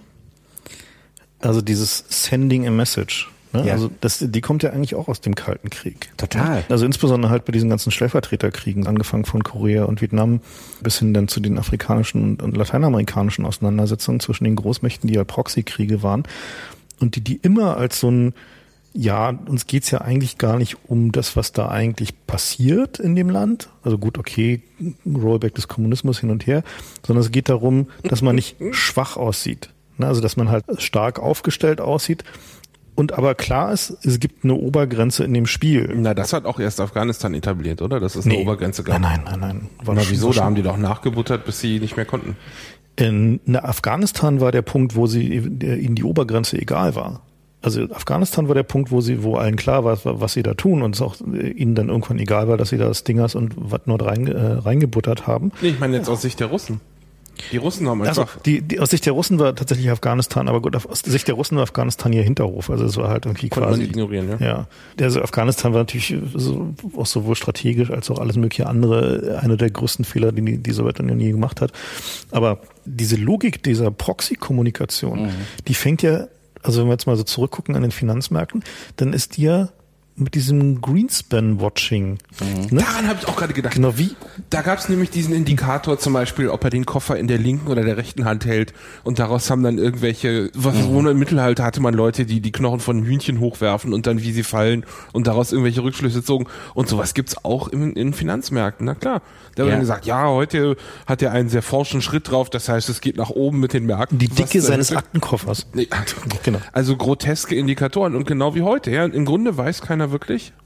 also dieses Sending a Message, ne? Ja. Also das, die kommt ja eigentlich auch aus dem Kalten Krieg. Total. Also insbesondere halt bei diesen ganzen Stellvertreterkriegen, angefangen von Korea und Vietnam bis hin dann zu den afrikanischen und, und lateinamerikanischen Auseinandersetzungen zwischen den Großmächten, die ja Proxykriege waren und die die immer als so ein, ja, uns geht's ja eigentlich gar nicht um das, was da eigentlich passiert in dem Land. Also gut, okay, Rollback des Kommunismus hin und her, sondern es geht darum, dass man nicht schwach aussieht. Also dass man halt stark aufgestellt aussieht. Und aber klar ist, es gibt eine Obergrenze in dem Spiel. Na, das hat auch erst Afghanistan etabliert, oder? Dass es eine Nee. Obergrenze gab. Nein, nein, nein, nein. War Na, schon- wieso? war Da schon- haben die doch nachgebuttert, bis sie nicht mehr konnten. In Afghanistan war der Punkt, wo sie ihnen die Obergrenze egal war. Also Afghanistan war der Punkt, wo sie, wo allen klar war, was sie da tun und es auch ihnen dann irgendwann egal war, dass sie da Stingers und Whatnot rein, äh, reingebuttert haben. Nee, ich meine jetzt aus Sicht der Russen. Die Russen haben Also einfach... die, die aus Sicht der Russen war tatsächlich Afghanistan, aber gut, aus Sicht der Russen war Afghanistan ihr Hinterhof. Also es war halt irgendwie Konnte man quasi ignorieren, ja. Ja, also Afghanistan war natürlich so, auch sowohl strategisch als auch alles mögliche andere einer der größten Fehler, die die Sowjetunion je gemacht hat. Aber diese Logik dieser Proxy-Kommunikation, mhm. die fängt ja, also wenn wir jetzt mal so zurückgucken an den Finanzmärkten, dann ist die ja mit diesem Greenspan-Watching. Mhm. Ne? Daran habe ich auch gerade gedacht. Genau, wie? Da gab es nämlich diesen Indikator zum Beispiel, ob er den Koffer in der linken oder der rechten Hand hält. Und daraus haben dann irgendwelche, was mhm. ohne Mittelalter hatte man Leute, die die Knochen von Hühnchen hochwerfen und dann wie sie fallen und daraus irgendwelche Rückschlüsse zogen. Und sowas gibt's auch in, in Finanzmärkten, na klar. Da wird ja. dann gesagt, ja, heute hat er einen sehr forschen Schritt drauf, das heißt, es geht nach oben mit den Märkten. Die Dicke was, seines äh, Aktenkoffers. Nee, genau. Also groteske Indikatoren und genau wie heute. Ja, im Grunde weiß keiner wirklich,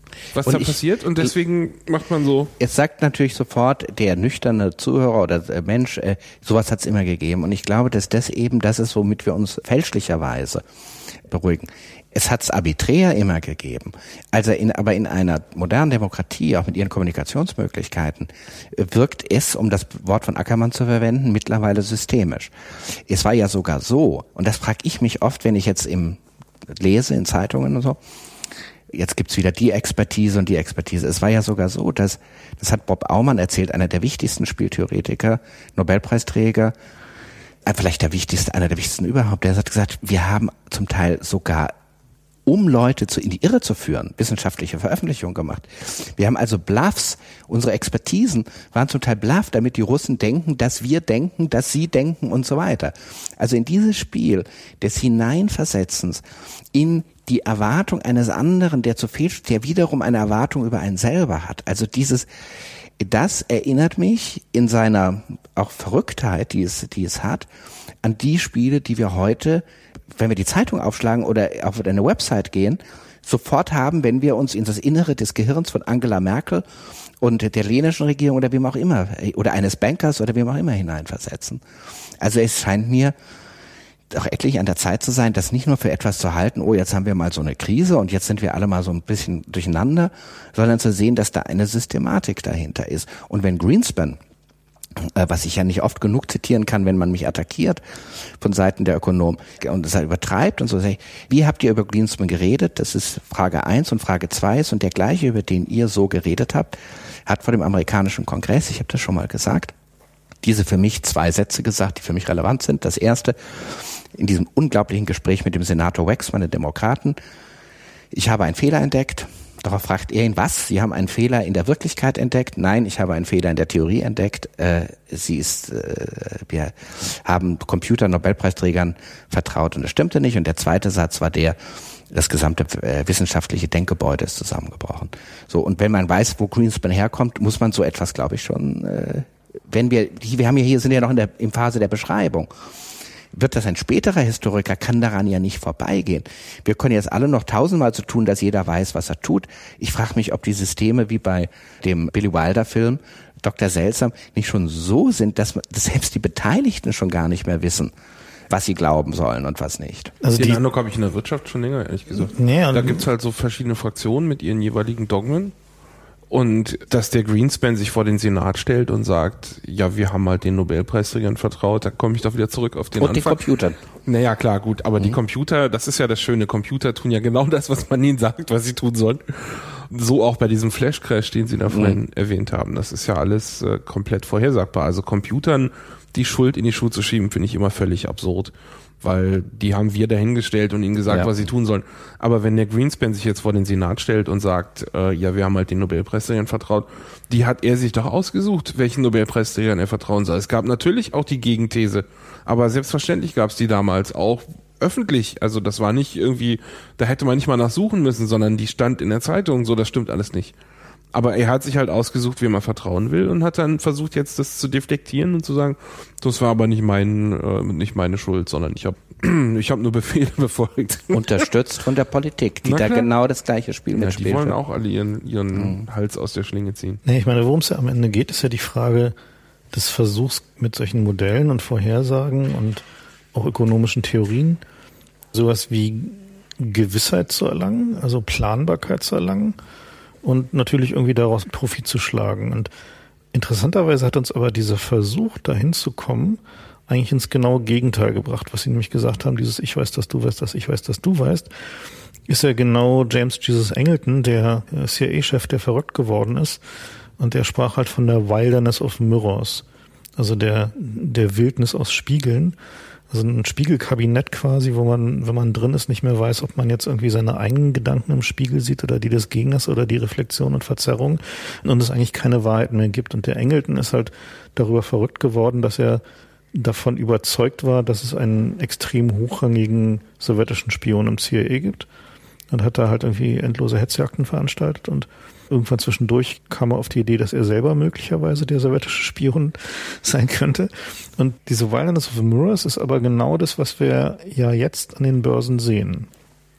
was und da ich, passiert und deswegen ich, macht man so. Jetzt sagt natürlich sofort der nüchterne Zuhörer oder Mensch, äh, sowas hat es immer gegeben und ich glaube, dass das eben das ist, womit wir uns fälschlicherweise beruhigen. Es hat es arbiträr immer gegeben. Also in, aber in einer modernen Demokratie, auch mit ihren Kommunikationsmöglichkeiten, wirkt es, um das Wort von Ackermann zu verwenden, mittlerweile systemisch. Es war ja sogar so, und das frage ich mich oft, wenn ich jetzt im lese in Zeitungen und so, jetzt gibt's wieder die Expertise und die Expertise. Es war ja sogar so, dass, das hat Bob Aumann erzählt, einer der wichtigsten Spieltheoretiker, Nobelpreisträger, vielleicht der wichtigste, einer der wichtigsten überhaupt, der hat gesagt, wir haben zum Teil sogar, um Leute zu, in die Irre zu führen, wissenschaftliche Veröffentlichungen gemacht. Wir haben also Bluffs, unsere Expertisen waren zum Teil Bluff, damit die Russen denken, dass wir denken, dass sie denken und so weiter. Also in dieses Spiel des Hineinversetzens in die Erwartung eines anderen, der zu viel, der wiederum eine Erwartung über einen selber hat. Also dieses, das erinnert mich in seiner auch Verrücktheit, die es, die es hat, an die Spiele, die wir heute, wenn wir die Zeitung aufschlagen oder auf eine Website gehen, sofort haben, wenn wir uns in das Innere des Gehirns von Angela Merkel und der lenischen Regierung oder wem auch immer, oder eines Bankers oder wem auch immer hineinversetzen. Also es scheint mir auch etlich an der Zeit zu sein, das nicht nur für etwas zu halten, oh, jetzt haben wir mal so eine Krise und jetzt sind wir alle mal so ein bisschen durcheinander, sondern zu sehen, dass da eine Systematik dahinter ist. Und wenn Greenspan, äh, was ich ja nicht oft genug zitieren kann, wenn man mich attackiert von Seiten der Ökonomen und das halt übertreibt und so, sag ich, wie habt ihr über Greenspan geredet? Das ist Frage eins und Frage zwei ist und der gleiche, über den ihr so geredet habt, hat vor dem amerikanischen Kongress, ich habe das schon mal gesagt, diese für mich zwei Sätze gesagt, die für mich relevant sind. Das erste, in diesem unglaublichen Gespräch mit dem Senator Waxman, den Demokraten, ich habe einen Fehler entdeckt. Darauf fragt er ihn, was? Sie haben einen Fehler in der Wirklichkeit entdeckt? Nein, ich habe einen Fehler in der Theorie entdeckt. Äh, sie ist, äh, wir haben Computer-Nobelpreisträgern vertraut und das stimmte nicht. Und der zweite Satz war der, das gesamte äh, wissenschaftliche Denkgebäude ist zusammengebrochen. So, und wenn man weiß, wo Greenspan herkommt, muss man so etwas, glaube ich, schon, äh, wenn wir, wir haben ja hier, sind ja noch in der, in Phase der Beschreibung. Wird das ein späterer Historiker, kann daran ja nicht vorbeigehen. Wir können jetzt alle noch tausendmal so tun, dass jeder weiß, was er tut. Ich frage mich, ob die Systeme wie bei dem Billy Wilder-Film Doktor Seltsam nicht schon so sind, dass, dass selbst die Beteiligten schon gar nicht mehr wissen, was sie glauben sollen und was nicht. Also den Eindruck habe ich in der Wirtschaft schon länger, ehrlich gesagt. Nee, da gibt's halt so verschiedene Fraktionen mit ihren jeweiligen Dogmen. Und dass der Greenspan sich vor den Senat stellt und sagt, ja, wir haben halt den Nobelpreisträgern vertraut, da komme ich doch wieder zurück auf den und Anfang. Und die Computer. Naja, klar, gut, aber mhm. die Computer, das ist ja das Schöne, Computer tun ja genau das, was man ihnen sagt, was sie tun sollen. So auch bei diesem Flash-Crash, den Sie da vorhin mhm. erwähnt haben. Das ist ja alles äh, komplett vorhersagbar. Also Computern die Schuld in die Schuhe zu schieben, finde ich immer völlig absurd. Weil die haben wir dahingestellt und ihnen gesagt, ja. was sie tun sollen. Aber wenn der Greenspan sich jetzt vor den Senat stellt und sagt, äh, ja, wir haben halt den Nobelpreisträgern vertraut, die hat er sich doch ausgesucht, welchen Nobelpreisträgern er vertrauen soll. Es gab natürlich auch die Gegenthese, aber selbstverständlich gab es die damals auch öffentlich. Also das war nicht irgendwie, da hätte man nicht mal nachsuchen müssen, sondern die stand in der Zeitung, so, das stimmt alles nicht. Aber er hat sich halt ausgesucht, wem er vertrauen will und hat dann versucht jetzt das zu deflektieren und zu sagen, das war aber nicht mein, äh, nicht meine Schuld, sondern ich habe ich habe nur Befehle befolgt. Unterstützt von der Politik, die da genau das gleiche Spiel ja, mitspielt. Die wollen auch alle ihren, ihren mhm. Hals aus der Schlinge ziehen. Nee, ich meine, worum es ja am Ende geht, ist ja die Frage des Versuchs mit solchen Modellen und Vorhersagen und auch ökonomischen Theorien sowas wie Gewissheit zu erlangen, also Planbarkeit zu erlangen. Und natürlich irgendwie daraus Profit zu schlagen. Und interessanterweise hat uns aber dieser Versuch, dahin zu kommen, eigentlich ins genaue Gegenteil gebracht. Was Sie nämlich gesagt haben, dieses Ich weiß, dass du weißt, dass ich weiß, dass du weißt, ist ja genau James Jesus Angleton, der C I A-Chef, der verrückt geworden ist. Und der sprach halt von der Wilderness of Mirrors, also der, der Wildnis aus Spiegeln. Also ein Spiegelkabinett quasi, wo man, wenn man drin ist, nicht mehr weiß, ob man jetzt irgendwie seine eigenen Gedanken im Spiegel sieht oder die des Gegners oder die Reflexion und Verzerrung und es eigentlich keine Wahrheit mehr gibt. Und der Angleton ist halt darüber verrückt geworden, dass er davon überzeugt war, dass es einen extrem hochrangigen sowjetischen Spion im C I A gibt und hat da halt irgendwie endlose Hetzjagden veranstaltet und irgendwann zwischendurch kam er auf die Idee, dass er selber möglicherweise der sowjetische Spion sein könnte. Und diese Wilderness of the Mirrors ist aber genau das, was wir ja jetzt an den Börsen sehen.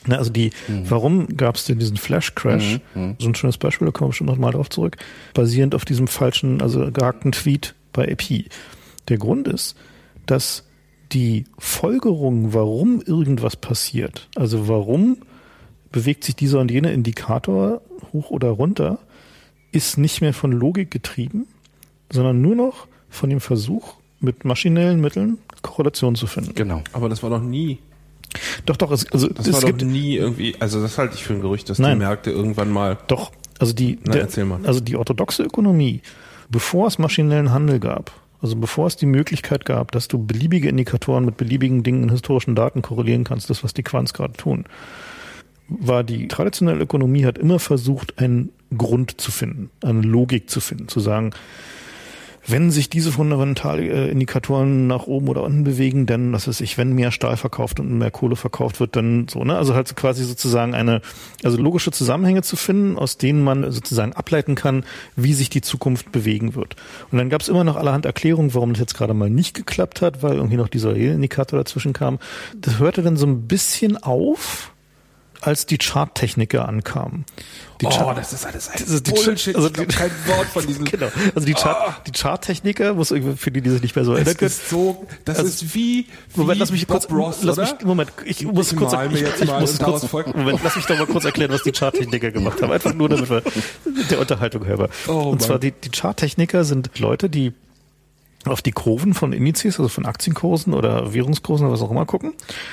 Na, also die, mhm. warum gab es denn diesen Flash-Crash? Mhm. So ein schönes Beispiel, da kommen wir bestimmt noch mal drauf zurück, basierend auf diesem falschen, also gehackten Tweet bei A P I. Der Grund ist, dass die Folgerung, warum irgendwas passiert, also warum bewegt sich dieser und jener Indikator hoch oder runter, ist nicht mehr von Logik getrieben, sondern nur noch von dem Versuch, mit maschinellen Mitteln Korrelation zu finden. Genau. Aber das war doch nie. Doch, doch. Es, also das es war gibt doch nie irgendwie, also das halte ich für ein Gerücht, dass nein. die Märkte irgendwann mal... Doch, also die, Na, der, erzähl mal. also die orthodoxe Ökonomie, bevor es maschinellen Handel gab, also bevor es die Möglichkeit gab, dass du beliebige Indikatoren mit beliebigen Dingen in historischen Daten korrelieren kannst, das, was die Quants gerade tun, war die traditionelle Ökonomie, hat immer versucht, einen Grund zu finden, eine Logik zu finden, zu sagen, wenn sich diese fundamentalen Indikatoren nach oben oder unten bewegen, dann, was weiß ich, wenn mehr Stahl verkauft und mehr Kohle verkauft wird, dann so, ne? Also halt quasi sozusagen eine, also logische Zusammenhänge zu finden, aus denen man sozusagen ableiten kann, wie sich die Zukunft bewegen wird. Und dann gab es immer noch allerhand Erklärungen, warum das jetzt gerade mal nicht geklappt hat, weil irgendwie noch dieser Indikator dazwischen kam. Das hörte dann so ein bisschen auf, als die Charttechniker ankamen. Die oh, Chart- das ist alles ein das ist die Bullshit. Char- also ich glaub, kein Wort von diesen... Genau. Also die, Chart- oh. die Charttechniker, muss irgendwie für die, die sich nicht mehr so erinnern Das können. ist so, das also, ist wie, wie Moment, lass mich Bob kurz, Ross, lass oder? mich, Moment, ich muss Ich kurz, mal mir ich, jetzt ich mal muss kurz, folgen. Moment, lass mich doch mal kurz erklären, was die Charttechniker gemacht haben. Einfach nur, damit wir der Unterhaltung halber. Oh, Und Mann. zwar die, die Charttechniker sind Leute, die auf die Kurven von Indizes, also von Aktienkursen oder Währungskursen oder was auch immer gucken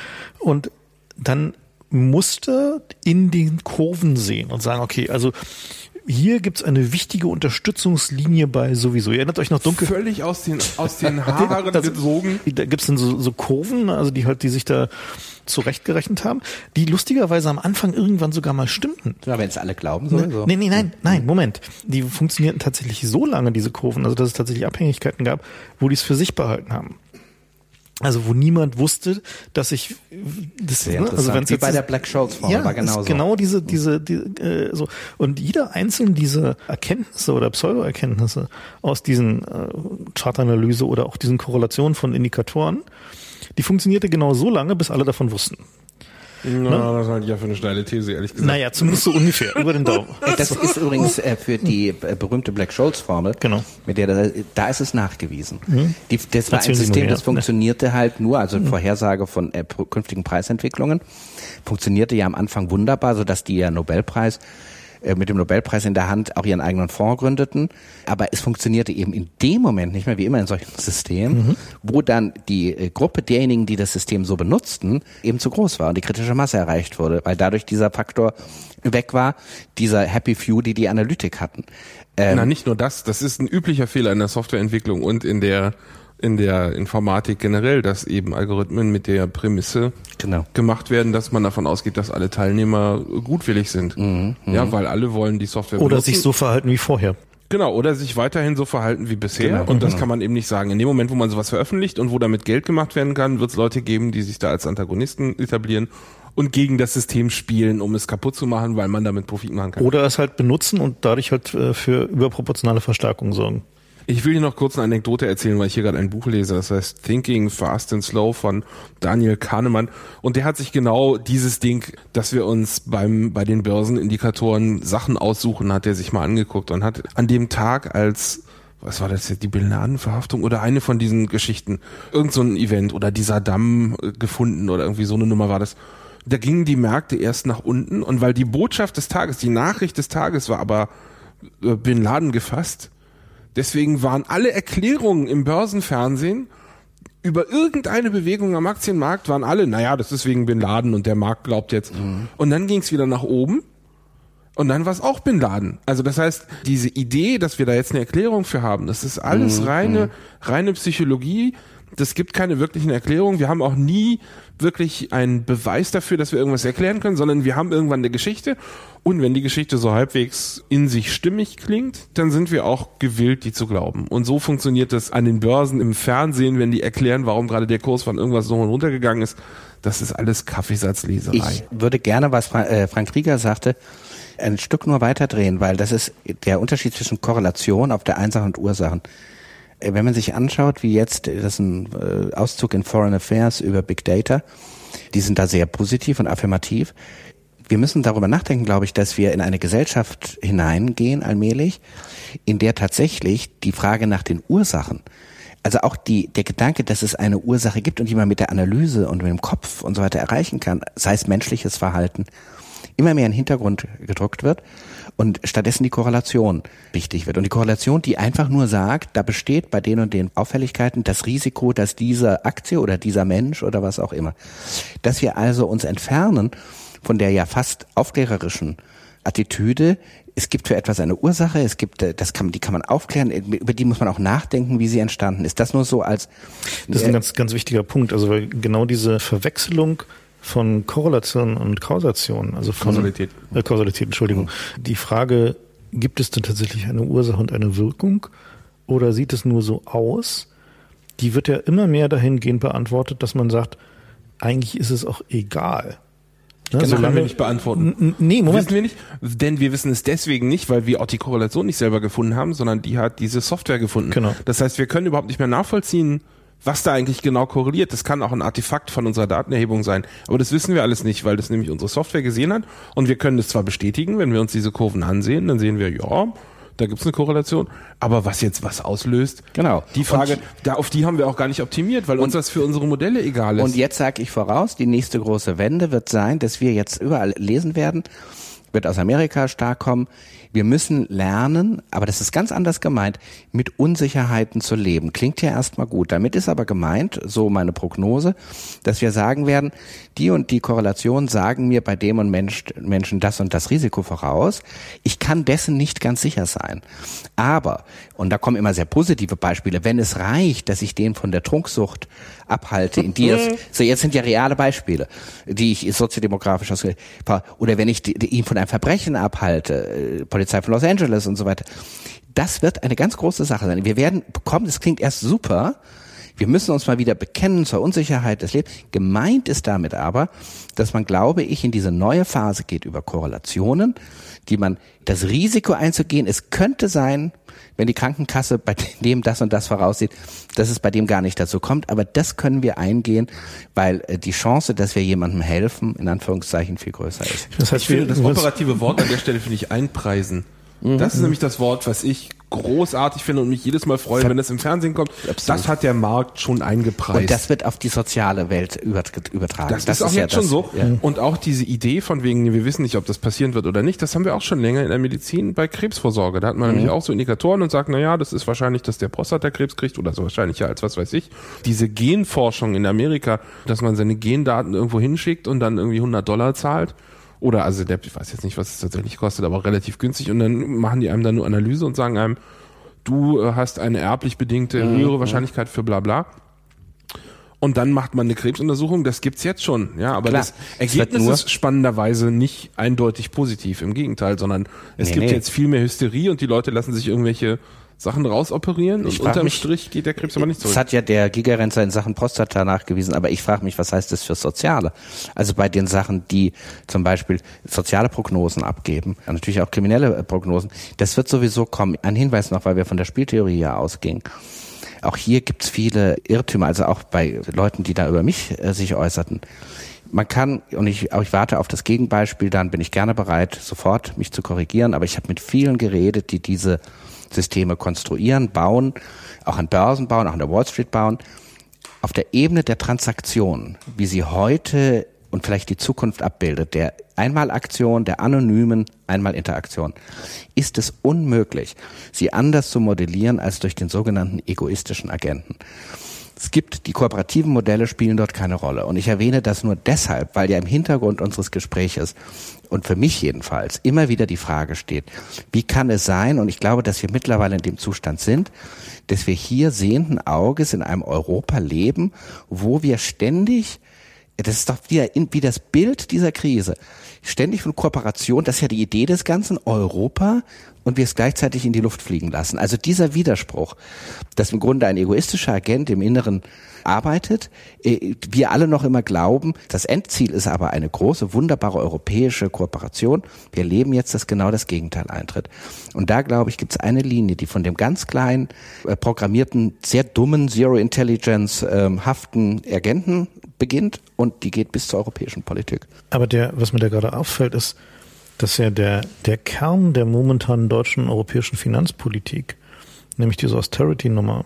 und dann Muster in den Kurven sehen und sagen, okay, also hier gibt's eine wichtige Unterstützungslinie bei sowieso. Ihr erinnert euch noch dunkel? Völlig aus den, aus den Haaren gezogen. Da gibt's dann so, so Kurven, also die halt, die sich da zurechtgerechnet haben, die lustigerweise am Anfang irgendwann sogar mal stimmten. Ja, wenn es alle glauben sowieso. Nee, nee, nein, nein, Moment. Die funktionierten tatsächlich so lange, diese Kurven, also dass es tatsächlich Abhängigkeiten gab, wo die es für sich behalten haben. Also wo niemand wusste, dass ich das Sehr ne, also wenn's wie jetzt bei der Black-Scholes-Formel ja, war genauso. Genau diese diese die, äh, so und jeder einzelne diese Erkenntnisse oder Pseudo-Erkenntnisse aus diesen äh, Chartanalyse oder auch diesen Korrelationen von Indikatoren, die funktionierte genau so lange, bis alle davon wussten. Na, ne? Das halte ich ja für eine steile These, ehrlich gesagt. Naja, zumindest so ungefähr, über den Daumen. Das ist übrigens äh, für die äh, berühmte Black-Scholes-Formel, genau. mit der das, da ist es nachgewiesen. Mhm. Die, das war Erzählen ein System, das ja. funktionierte halt nur, also mhm. Vorhersage von äh, künftigen Preisentwicklungen, funktionierte ja am Anfang wunderbar, sodass die ja Nobelpreis mit dem Nobelpreis in der Hand auch ihren eigenen Fonds gründeten. Aber es funktionierte eben in dem Moment nicht mehr, wie immer in solchen Systemen, mhm. wo dann die äh, Gruppe derjenigen, die das System so benutzten, eben zu groß war und die kritische Masse erreicht wurde, weil dadurch dieser Faktor weg war, dieser Happy Few, die die Analytik hatten. Ähm, Na, nicht nur das, das ist ein üblicher Fehler in der Softwareentwicklung und in der in der Informatik generell, dass eben Algorithmen mit der Prämisse genau. gemacht werden, dass man davon ausgeht, dass alle Teilnehmer gutwillig sind. Mhm, ja, weil alle wollen die Software oder benutzen. sich so verhalten wie vorher. Genau, oder sich weiterhin so verhalten wie bisher. Genau, und das genau. kann man eben nicht sagen. In dem Moment, wo man sowas veröffentlicht und wo damit Geld gemacht werden kann, wird es Leute geben, die sich da als Antagonisten etablieren und gegen das System spielen, um es kaputt zu machen, weil man damit Profit machen kann. Oder es halt benutzen und dadurch halt äh, für überproportionale Verstärkung sorgen. Ich will dir noch kurz eine Anekdote erzählen, weil ich hier gerade ein Buch lese, das heißt Thinking Fast and Slow von Daniel Kahnemann. Und der hat sich genau dieses Ding, dass wir uns beim bei den Börsenindikatoren Sachen aussuchen, hat er sich mal angeguckt und hat an dem Tag, als, was war das jetzt, die Bin Laden-Verhaftung oder eine von diesen Geschichten, irgend so ein Event oder dieser Damm gefunden oder irgendwie so eine Nummer war das, da gingen die Märkte erst nach unten und weil die Botschaft des Tages, die Nachricht des Tages war aber Bin Laden gefasst, deswegen waren alle Erklärungen im Börsenfernsehen über irgendeine Bewegung am Aktienmarkt, waren alle, naja, das ist wegen Bin Laden und der Markt glaubt jetzt. Mhm. Und dann ging es wieder nach oben und dann war es auch Bin Laden. Also das heißt, diese Idee, dass wir da jetzt eine Erklärung für haben, das ist alles mhm. reine, reine Psychologie. Das gibt keine wirklichen Erklärungen. Wir haben auch nie wirklich einen Beweis dafür, dass wir irgendwas erklären können, sondern wir haben irgendwann eine Geschichte. Und wenn die Geschichte so halbwegs in sich stimmig klingt, dann sind wir auch gewillt, die zu glauben. Und so funktioniert das an den Börsen, im Fernsehen, wenn die erklären, warum gerade der Kurs von irgendwas so runtergegangen ist. Das ist alles Kaffeesatzleserei. Ich würde gerne, was Frank Rieger sagte, ein Stück nur weiter drehen, weil das ist der Unterschied zwischen Korrelation auf der einen Seite und Ursachen. wenn man sich anschaut, wie jetzt, das ist ein äh, Auszug in Foreign Affairs über Big Data, die sind da sehr positiv und affirmativ. Wir müssen darüber nachdenken, glaube ich, dass wir in eine Gesellschaft hineingehen allmählich, in der tatsächlich die Frage nach den Ursachen, also auch die, der Gedanke, dass es eine Ursache gibt und die man mit der Analyse und mit dem Kopf und so weiter erreichen kann, sei es menschliches Verhalten, immer mehr in den Hintergrund gedrückt wird und stattdessen die Korrelation wichtig wird. Und die Korrelation, die einfach nur sagt, da besteht bei den und den Auffälligkeiten das Risiko, dass diese Aktie oder dieser Mensch oder was auch immer, dass wir also uns entfernen von der ja fast aufklärerischen Attitüde, es gibt für etwas eine Ursache, es gibt, das kann, die kann man aufklären, über die muss man auch nachdenken, wie sie entstanden ist. Das nur so als... Das ist ein ganz, ganz wichtiger Punkt, also weil genau diese Verwechslung von Korrelation und Kausation, also von Kausalität. Äh, Kausalität, Entschuldigung. Die Frage, gibt es denn tatsächlich eine Ursache und eine Wirkung oder sieht es nur so aus? Die wird ja immer mehr dahingehend beantwortet, dass man sagt, eigentlich ist es auch egal. Ja, das können wir nicht beantworten. N- nee, Moment. Wissen wir nicht, denn wir wissen es deswegen nicht, weil wir auch die Korrelation nicht selber gefunden haben, sondern die hat diese Software gefunden. Genau. Das heißt, wir können überhaupt nicht mehr nachvollziehen, was da eigentlich genau korreliert. Das kann auch ein Artefakt von unserer Datenerhebung sein. Aber das wissen wir alles nicht, weil das nämlich unsere Software gesehen hat. Und wir können das zwar bestätigen, wenn wir uns diese Kurven ansehen, dann sehen wir, ja, da gibt's eine Korrelation. Aber was jetzt was auslöst, genau. Die Frage, da, auf die haben wir auch gar nicht optimiert, weil uns das für unsere Modelle egal ist. Und jetzt sage ich voraus, die nächste große Wende wird sein, dass wir jetzt überall lesen werden, wird aus Amerika stark kommen. Wir müssen lernen, aber das ist ganz anders gemeint, mit Unsicherheiten zu leben. Klingt ja erstmal gut. Damit ist aber gemeint, so meine Prognose, dass wir sagen werden, die und die Korrelationen sagen mir bei dem und Mensch, Menschen das und das Risiko voraus. Ich kann dessen nicht ganz sicher sein. Aber, und da kommen immer sehr positive Beispiele, wenn es reicht, dass ich den von der Trunksucht abhalte, in die es, so jetzt sind ja reale Beispiele, die ich soziodemografisch ausgehe, oder wenn ich die, die, ihn von einem Verbrechen abhalte, Polizei von Los Angeles und so weiter. Das wird eine ganz große Sache sein. Wir werden bekommen, das klingt erst super, wir müssen uns mal wieder bekennen zur Unsicherheit des Lebens. Gemeint ist damit aber, dass man, glaube ich, in diese neue Phase geht über Korrelationen, die man, das Risiko einzugehen, es könnte sein, wenn die Krankenkasse bei dem das und das voraussieht, dass es bei dem gar nicht dazu kommt, aber das können wir eingehen, weil die Chance, dass wir jemandem helfen, in Anführungszeichen viel größer ist. Das heißt, ich finde das operative Wort an der Stelle finde ich einpreisen. Mhm. Das ist nämlich das Wort, was ich großartig finde und mich jedes Mal freue, wenn das im Fernsehen kommt. Absolut. Das hat der Markt schon eingepreist. Und das wird auf die soziale Welt übertragen. Das, das ist auch ist jetzt ja schon das, so. Ja. Und auch diese Idee von wegen, wir wissen nicht, ob das passieren wird oder nicht, das haben wir auch schon länger in der Medizin bei Krebsvorsorge. Da hat man mhm. nämlich auch so Indikatoren und sagt, na ja, das ist wahrscheinlich, dass der Prostatakrebs kriegt oder so wahrscheinlicher als was weiß ich. Diese Genforschung in Amerika, dass man seine Gendaten irgendwo hinschickt und dann irgendwie hundert Dollar zahlt. Oder, also der, ich weiß jetzt nicht, was es tatsächlich kostet, aber relativ günstig. Und dann machen die einem dann nur Analyse und sagen einem, du hast eine erblich bedingte mhm. höhere Wahrscheinlichkeit für bla bla. Und dann macht man eine Krebsuntersuchung, das gibt's jetzt schon. Ja, aber Klar, das Ergebnis ist spannenderweise nicht eindeutig positiv, im Gegenteil, sondern es nee, gibt nee. jetzt viel mehr Hysterie und die Leute lassen sich irgendwelche Sachen rausoperieren und unterm mich, Strich geht der Krebs aber nicht zurück. Das hat ja der Gigerenzer in Sachen Prostata nachgewiesen, aber ich frage mich, was heißt das für Soziale? Also bei den Sachen, die zum Beispiel soziale Prognosen abgeben, natürlich auch kriminelle Prognosen, das wird sowieso kommen. Ein Hinweis noch, weil wir von der Spieltheorie ja ausgingen. Auch hier gibt's viele Irrtümer, also auch bei Leuten, die da über mich äh, sich äußerten. Man kann, und ich, auch ich warte auf das Gegenbeispiel, dann bin ich gerne bereit, sofort mich zu korrigieren, aber ich habe mit vielen geredet, die diese Systeme konstruieren, bauen, auch an Börsen bauen, auch an der Wall Street bauen, auf der Ebene der Transaktionen, wie sie heute und vielleicht die Zukunft abbildet, der Einmalaktion, der anonymen Einmalinteraktion, ist es unmöglich, sie anders zu modellieren als durch den sogenannten egoistischen Agenten. Es gibt, die kooperativen Modelle spielen dort keine Rolle. Und ich erwähne das nur deshalb, weil ja im Hintergrund unseres Gespräches und für mich jedenfalls immer wieder die Frage steht, wie kann es sein, und ich glaube, dass wir mittlerweile in dem Zustand sind, dass wir hier sehenden Auges in einem Europa leben, wo wir ständig, das ist doch wieder wie das Bild dieser Krise, ständig von Kooperation, das ist ja die Idee des Ganzen, Europa, und wir es gleichzeitig in die Luft fliegen lassen. Also dieser Widerspruch, dass im Grunde ein egoistischer Agent im Inneren arbeitet, wir alle noch immer glauben, das Endziel ist aber eine große, wunderbare europäische Kooperation. Wir erleben jetzt, dass genau das Gegenteil eintritt. Und da, glaube ich, gibt es eine Linie, die von dem ganz kleinen, äh, programmierten, sehr dummen, Zero-Intelligence-haften ähm, Agenten beginnt und die geht bis zur europäischen Politik. Aber der, was mir da gerade auffällt, ist, dass ja der, der Kern der momentanen deutschen europäischen Finanzpolitik, nämlich diese Austerity-Nummer,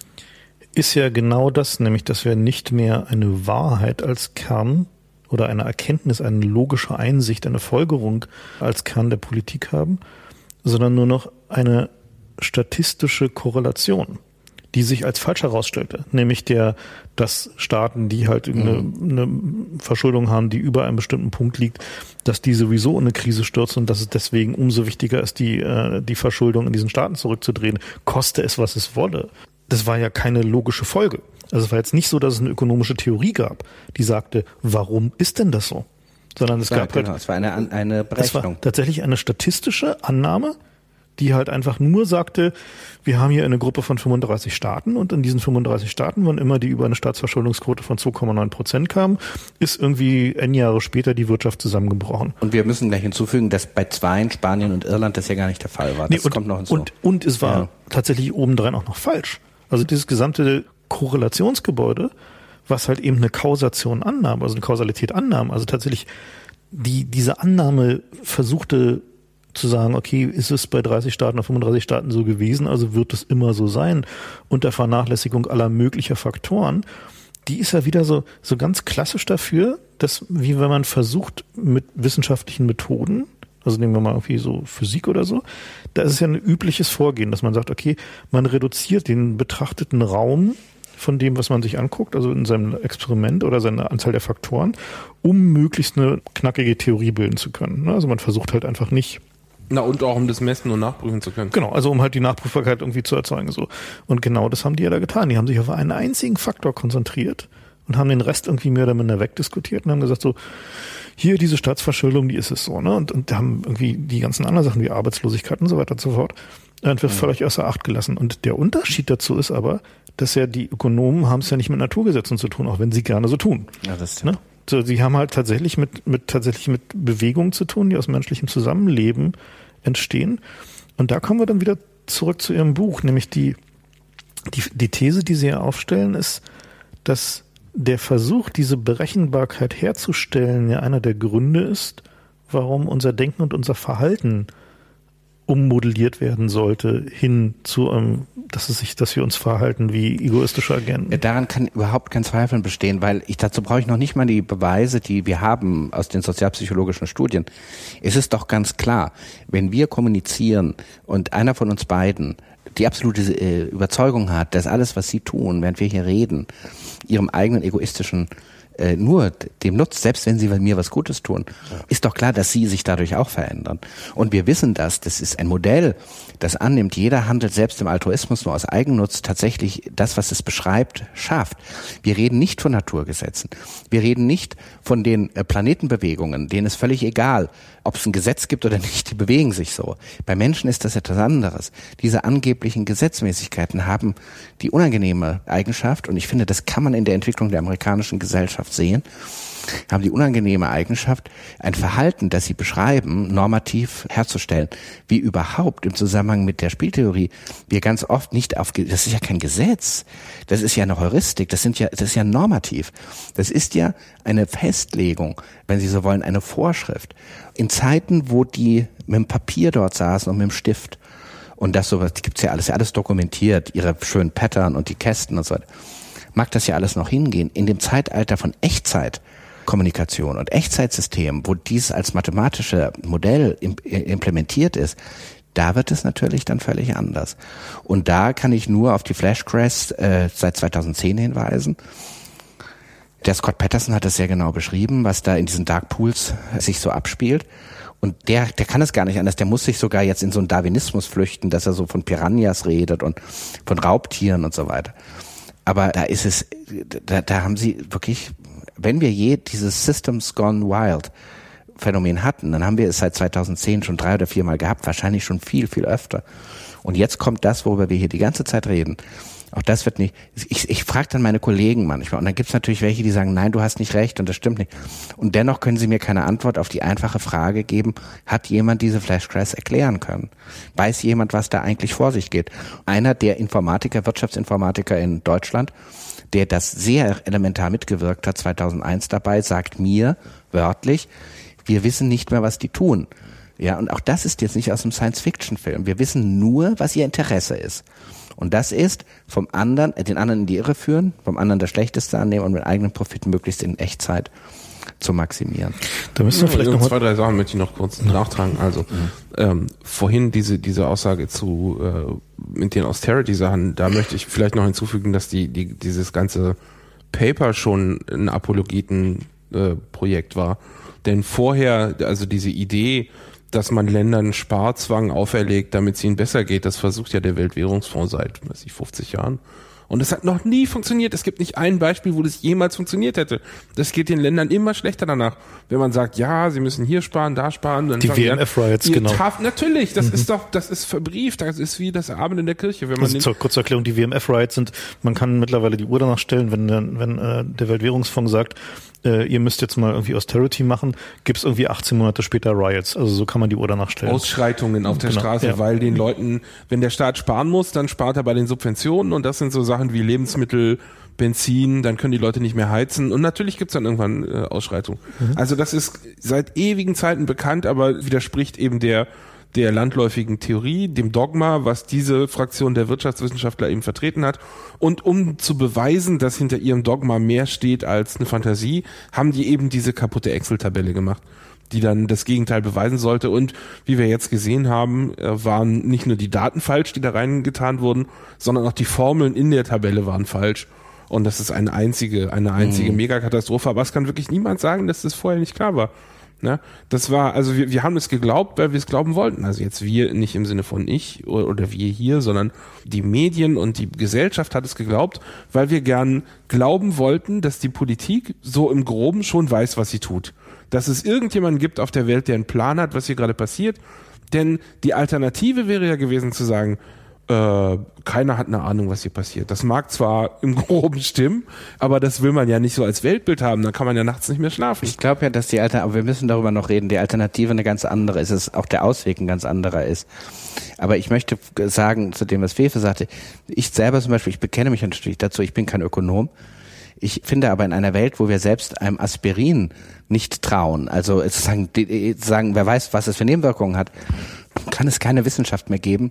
ist ja genau das, nämlich dass wir nicht mehr eine Wahrheit als Kern oder eine Erkenntnis, eine logische Einsicht, eine Folgerung als Kern der Politik haben, sondern nur noch eine statistische Korrelation, die sich als falsch herausstellte, nämlich der, dass Staaten, die halt eine, eine Verschuldung haben, die über einem bestimmten Punkt liegt, dass die sowieso in eine Krise stürzen und dass es deswegen umso wichtiger ist, die, die Verschuldung in diesen Staaten zurückzudrehen, koste es, was es wolle. Das war ja keine logische Folge. Also es war jetzt nicht so, dass es eine ökonomische Theorie gab, die sagte, warum ist denn das so? Sondern es ja, gab genau, halt, es war eine, eine Berechnung. Es war tatsächlich eine statistische Annahme, die halt einfach nur sagte, wir haben hier eine Gruppe von fünfunddreißig Staaten und in diesen fünfunddreißig Staaten, wann immer die über eine Staatsverschuldungsquote von zwei Komma neun Prozent kamen, ist irgendwie n Jahre später die Wirtschaft zusammengebrochen. Und wir müssen gleich hinzufügen, dass bei Zweien, Spanien und Irland das ja gar nicht der Fall war. Das nee, und, kommt noch hinzu. Und, und es war ja. tatsächlich obendrein auch noch falsch. Also dieses gesamte Korrelationsgebäude, was halt eben eine Kausation annahm, also eine Kausalität annahm, also tatsächlich die diese Annahme versuchte zu sagen, okay, ist es bei dreißig Staaten oder fünfunddreißig Staaten so gewesen, also wird es immer so sein, unter Vernachlässigung aller möglicher Faktoren, die ist ja wieder so so ganz klassisch dafür, dass, wie wenn man versucht, mit wissenschaftlichen Methoden, also nehmen wir mal irgendwie so Physik oder so, da ist es ja ein übliches Vorgehen, dass man sagt, okay, man reduziert den betrachteten Raum von dem, was man sich anguckt, also in seinem Experiment oder seine Anzahl der Faktoren, um möglichst eine knackige Theorie bilden zu können. Also man versucht halt einfach nicht. Na, und auch um das messen und nachprüfen zu können. Genau, also um halt die Nachprüfbarkeit irgendwie zu erzeugen. So. Und genau das haben die ja da getan. Die haben sich auf einen einzigen Faktor konzentriert und haben den Rest irgendwie mehr oder minder wegdiskutiert und haben gesagt so, hier diese Staatsverschuldung, die ist es so, ne? Und, und haben irgendwie die ganzen anderen Sachen wie Arbeitslosigkeit und so weiter und so fort einfach ja. völlig außer Acht gelassen. Und der Unterschied dazu ist aber, dass ja die Ökonomen haben es ja nicht mit Naturgesetzen zu tun, auch wenn sie gerne so tun. Ja, das ne? So, sie haben halt tatsächlich mit, mit tatsächlich mit Bewegungen zu tun, die aus menschlichem Zusammenleben entstehen. Und da kommen wir dann wieder zurück zu Ihrem Buch, nämlich die, die, die These, die Sie ja aufstellen, ist, dass der Versuch, diese Berechenbarkeit herzustellen, ja einer der Gründe ist, warum unser Denken und unser Verhalten ummodelliert werden sollte, hin zu einem, dass es sich, dass wir uns verhalten wie egoistische Agenten. Ja, daran kann überhaupt kein Zweifel bestehen, weil ich dazu brauche ich noch nicht mal die Beweise, die wir haben aus den sozialpsychologischen Studien. Es ist doch ganz klar, wenn wir kommunizieren und einer von uns beiden die absolute äh, Überzeugung hat, dass alles, was sie tun, während wir hier reden, ihrem eigenen egoistischen äh, nur dem nutzt, selbst wenn sie mir was Gutes tun, ja. ist doch klar, dass sie sich dadurch auch verändern. Und wir wissen das, das ist ein Modell, das annimmt, jeder handelt selbst im Altruismus nur aus Eigennutz tatsächlich das, was es beschreibt, schafft. Wir reden nicht von Naturgesetzen. Wir reden nicht von den äh, Planetenbewegungen, denen ist völlig egal, ob es ein Gesetz gibt oder nicht, die bewegen sich so. Bei Menschen ist das etwas anderes. Diese angeblichen Gesetzmäßigkeiten haben die unangenehme Eigenschaft, und ich finde, das kann man in der Entwicklung der amerikanischen Gesellschaft sehen, haben die unangenehme Eigenschaft, ein Verhalten, das sie beschreiben, normativ herzustellen. Wie überhaupt im Zusammenhang mit der Spieltheorie wir ganz oft nicht auf, das ist ja kein Gesetz, das ist ja eine Heuristik, das sind ja, das ist ja normativ. Das ist ja eine Festlegung, wenn Sie so wollen, eine Vorschrift. In Zeiten, wo die mit dem Papier dort saßen und mit dem Stift, und das sowas, gibt's ja alles, ja alles dokumentiert, ihre schönen Pattern und die Kästen und so weiter, mag das ja alles noch hingehen. In dem Zeitalter von Echtzeitkommunikation und Echtzeitsystemen, wo dies als mathematische Modell implementiert ist, da wird es natürlich dann völlig anders. Und da kann ich nur auf die Flash Crash äh, seit zweitausendzehn hinweisen. Der Scott Patterson hat das sehr genau beschrieben, was da in diesen Dark Pools sich so abspielt. Und der, der kann es gar nicht anders. Der muss sich sogar jetzt in so einen Darwinismus flüchten, dass er so von Piranhas redet und von Raubtieren und so weiter. Aber da ist es, da, da haben sie wirklich, wenn wir je dieses Systems Gone Wild, Phänomen hatten, dann haben wir es seit zweitausendzehn schon drei oder viermal gehabt, wahrscheinlich schon viel, viel öfter. Und jetzt kommt das, worüber wir hier die ganze Zeit reden. Auch das wird nicht, ich, ich frage dann meine Kollegen manchmal und dann gibt es natürlich welche, die sagen, nein, du hast nicht recht und das stimmt nicht. Und dennoch können sie mir keine Antwort auf die einfache Frage geben, hat jemand diese Flash Crash erklären können? Weiß jemand, was da eigentlich vor sich geht? Einer der Informatiker, Wirtschaftsinformatiker in Deutschland, der das sehr elementar mitgewirkt hat, zweitausendeins dabei, sagt mir wörtlich, wir wissen nicht mehr, was die tun. Ja, und auch das ist jetzt nicht aus einem Science-Fiction-Film. Wir wissen nur, was ihr Interesse ist. Und das ist, vom anderen, den anderen in die Irre führen, vom anderen das Schlechteste annehmen und mit eigenen Profit möglichst in Echtzeit zu maximieren. Da müssen wir vielleicht noch zwei, drei Sachen möchte ich noch kurz ja. nachtragen. Also mhm. ähm, vorhin diese diese Aussage zu äh, mit den Austerity-Sachen, da möchte ich vielleicht noch hinzufügen, dass die die dieses ganze Paper schon ein Apologeten-Projekt äh, war. Denn vorher, also diese Idee, dass man Ländern Sparzwang auferlegt, damit es ihnen besser geht, das versucht ja der Weltwährungsfonds seit, weiß ich, fünfzig Jahren. Und es hat noch nie funktioniert. Es gibt nicht ein Beispiel, wo das jemals funktioniert hätte. Das geht den Ländern immer schlechter danach. Wenn man sagt, ja, sie müssen hier sparen, da sparen. Dann die W M F-Riots, genau. Taf- natürlich, das mhm. ist doch, das ist verbrieft. Das ist wie das Abend in der Kirche. Wenn man also zur kurzen Erklärung, die W M F-Riots sind, man kann mittlerweile die Uhr danach stellen, wenn, wenn äh, der Weltwährungsfonds sagt, äh, ihr müsst jetzt mal irgendwie Austerity machen, gibt es irgendwie achtzehn Monate später Riots. Also so kann man die Uhr danach stellen. Ausschreitungen auf der genau, Straße, ja. weil den Leuten, wenn der Staat sparen muss, dann spart er bei den Subventionen und das sind so Sachen wie Lebensmittel, Benzin, dann können die Leute nicht mehr heizen und natürlich gibt's dann irgendwann äh, Ausschreitungen. Mhm. Also das ist seit ewigen Zeiten bekannt, aber widerspricht eben der der landläufigen Theorie, dem Dogma, was diese Fraktion der Wirtschaftswissenschaftler eben vertreten hat. Und um zu beweisen, dass hinter ihrem Dogma mehr steht als eine Fantasie, haben die eben diese kaputte Excel-Tabelle gemacht, die dann das Gegenteil beweisen sollte. Und wie wir jetzt gesehen haben, waren nicht nur die Daten falsch, die da reingetan wurden, sondern auch die Formeln in der Tabelle waren falsch. Und das ist eine einzige, eine einzige mhm. Megakatastrophe. Aber es kann wirklich niemand sagen, dass das vorher nicht klar war. Ne? Das war, also wir, wir haben es geglaubt, weil wir es glauben wollten. Also jetzt wir, nicht im Sinne von ich oder, oder wir hier, sondern die Medien und die Gesellschaft hat es geglaubt, weil wir gern glauben wollten, dass die Politik so im Groben schon weiß, was sie tut. Dass es irgendjemanden gibt auf der Welt, der einen Plan hat, was hier gerade passiert. Denn die Alternative wäre ja gewesen zu sagen, Äh, keiner hat eine Ahnung, was hier passiert. Das mag zwar im Groben stimmen, aber das will man ja nicht so als Weltbild haben. Dann kann man ja nachts nicht mehr schlafen. Ich glaube ja, dass die Alternative, aber wir müssen darüber noch reden, die Alternative eine ganz andere ist, es auch der Ausweg ein ganz anderer ist. Aber ich möchte sagen, zu dem, was Fefe sagte, ich selber zum Beispiel, ich bekenne mich natürlich dazu, ich bin kein Ökonom. Ich finde aber in einer Welt, wo wir selbst einem Aspirin nicht trauen, also sagen, sagen, wer weiß, was es für Nebenwirkungen hat, kann es keine Wissenschaft mehr geben,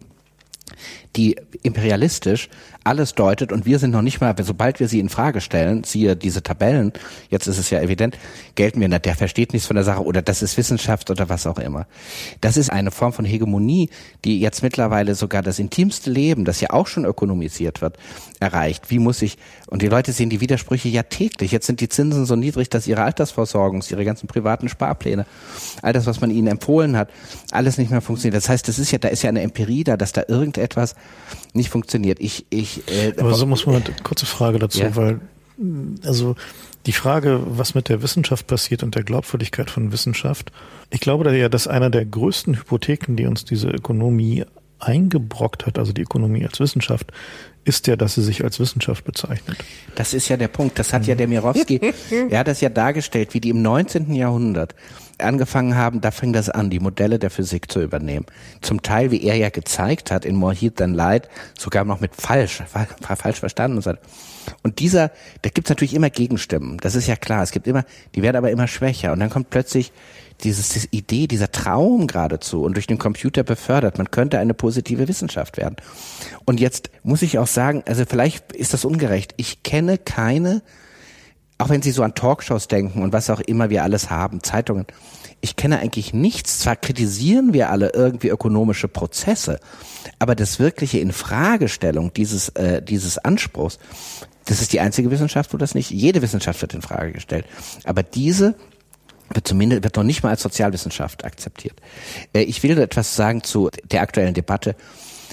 die imperialistisch alles deutet und wir sind noch nicht mal, sobald wir sie in Frage stellen, siehe diese Tabellen, jetzt ist es ja evident, gelten wir nicht, der versteht nichts von der Sache oder das ist Wissenschaft oder was auch immer. Das ist eine Form von Hegemonie, die jetzt mittlerweile sogar das intimste Leben, das ja auch schon ökonomisiert wird, erreicht. Wie muss ich, und die Leute sehen die Widersprüche ja täglich, jetzt sind die Zinsen so niedrig, dass ihre Altersversorgung, ihre ganzen privaten Sparpläne, all das, was man ihnen empfohlen hat, alles nicht mehr funktioniert. Das heißt, das ist ja, da ist ja eine Empirie da, dass da irgendetwas nicht funktioniert. Ich, ich, äh, aber so muss man, kurze Frage dazu, ja. weil, also, die Frage, was mit der Wissenschaft passiert und der Glaubwürdigkeit von Wissenschaft, ich glaube da ja, dass einer der größten Hypotheken, die uns diese Ökonomie eingebrockt hat, also die Ökonomie als Wissenschaft, ist ja, dass sie sich als Wissenschaft bezeichnet. Das ist ja der Punkt. Das hat ja der Mirowski, er hat das ja dargestellt, wie die im neunzehnten Jahrhundert angefangen haben, da fing das an, die Modelle der Physik zu übernehmen. Zum Teil, wie er ja gezeigt hat, in More Heat Than Light, sogar noch mit falsch, falsch verstanden. Und dieser, da gibt's natürlich immer Gegenstimmen. Das ist ja klar. Es gibt immer, die werden aber immer schwächer. Und dann kommt plötzlich dieses, diese Idee, dieser Traum geradezu und durch den Computer befördert. Man könnte eine positive Wissenschaft werden. Und jetzt muss ich auch sagen, also vielleicht ist das ungerecht. Ich kenne keine, auch wenn Sie so an Talkshows denken und was auch immer wir alles haben, Zeitungen, ich kenne eigentlich nichts. Zwar kritisieren wir alle irgendwie ökonomische Prozesse, aber das wirkliche Infragestellung dieses, äh, dieses Anspruchs, das ist die einzige Wissenschaft, wo das nicht, jede Wissenschaft wird in Frage gestellt. Aber diese wird zumindest, wird noch nicht mal als Sozialwissenschaft akzeptiert. Äh, ich will etwas sagen zu der aktuellen Debatte.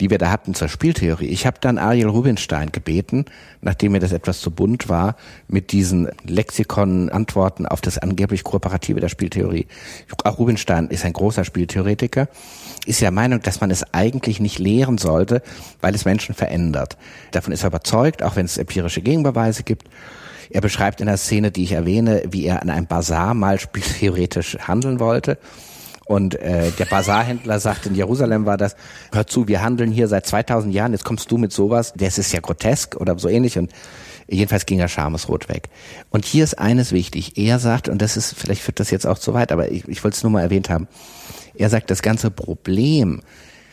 die wir da hatten zur Spieltheorie. Ich habe dann Ariel Rubinstein gebeten, nachdem mir das etwas zu bunt war, mit diesen Lexikon-Antworten auf das angeblich Kooperative der Spieltheorie. Auch Rubinstein ist ein großer Spieltheoretiker, ist ja der Meinung, dass man es eigentlich nicht lehren sollte, weil es Menschen verändert. Davon ist er überzeugt, auch wenn es empirische Gegenbeweise gibt. Er beschreibt in der Szene, die ich erwähne, wie er an einem Bazar mal spieltheoretisch handeln wollte. Und äh, der Bazarhändler sagt, in Jerusalem war das, hör zu, wir handeln hier seit zweitausend Jahren, jetzt kommst du mit sowas, das ist ja grotesk oder so ähnlich. Und jedenfalls ging er schamesrot weg. Und hier ist eines wichtig. Er sagt, und das ist, vielleicht führt das jetzt auch zu weit, aber ich, ich wollte es nur mal erwähnt haben, er sagt, das ganze Problem,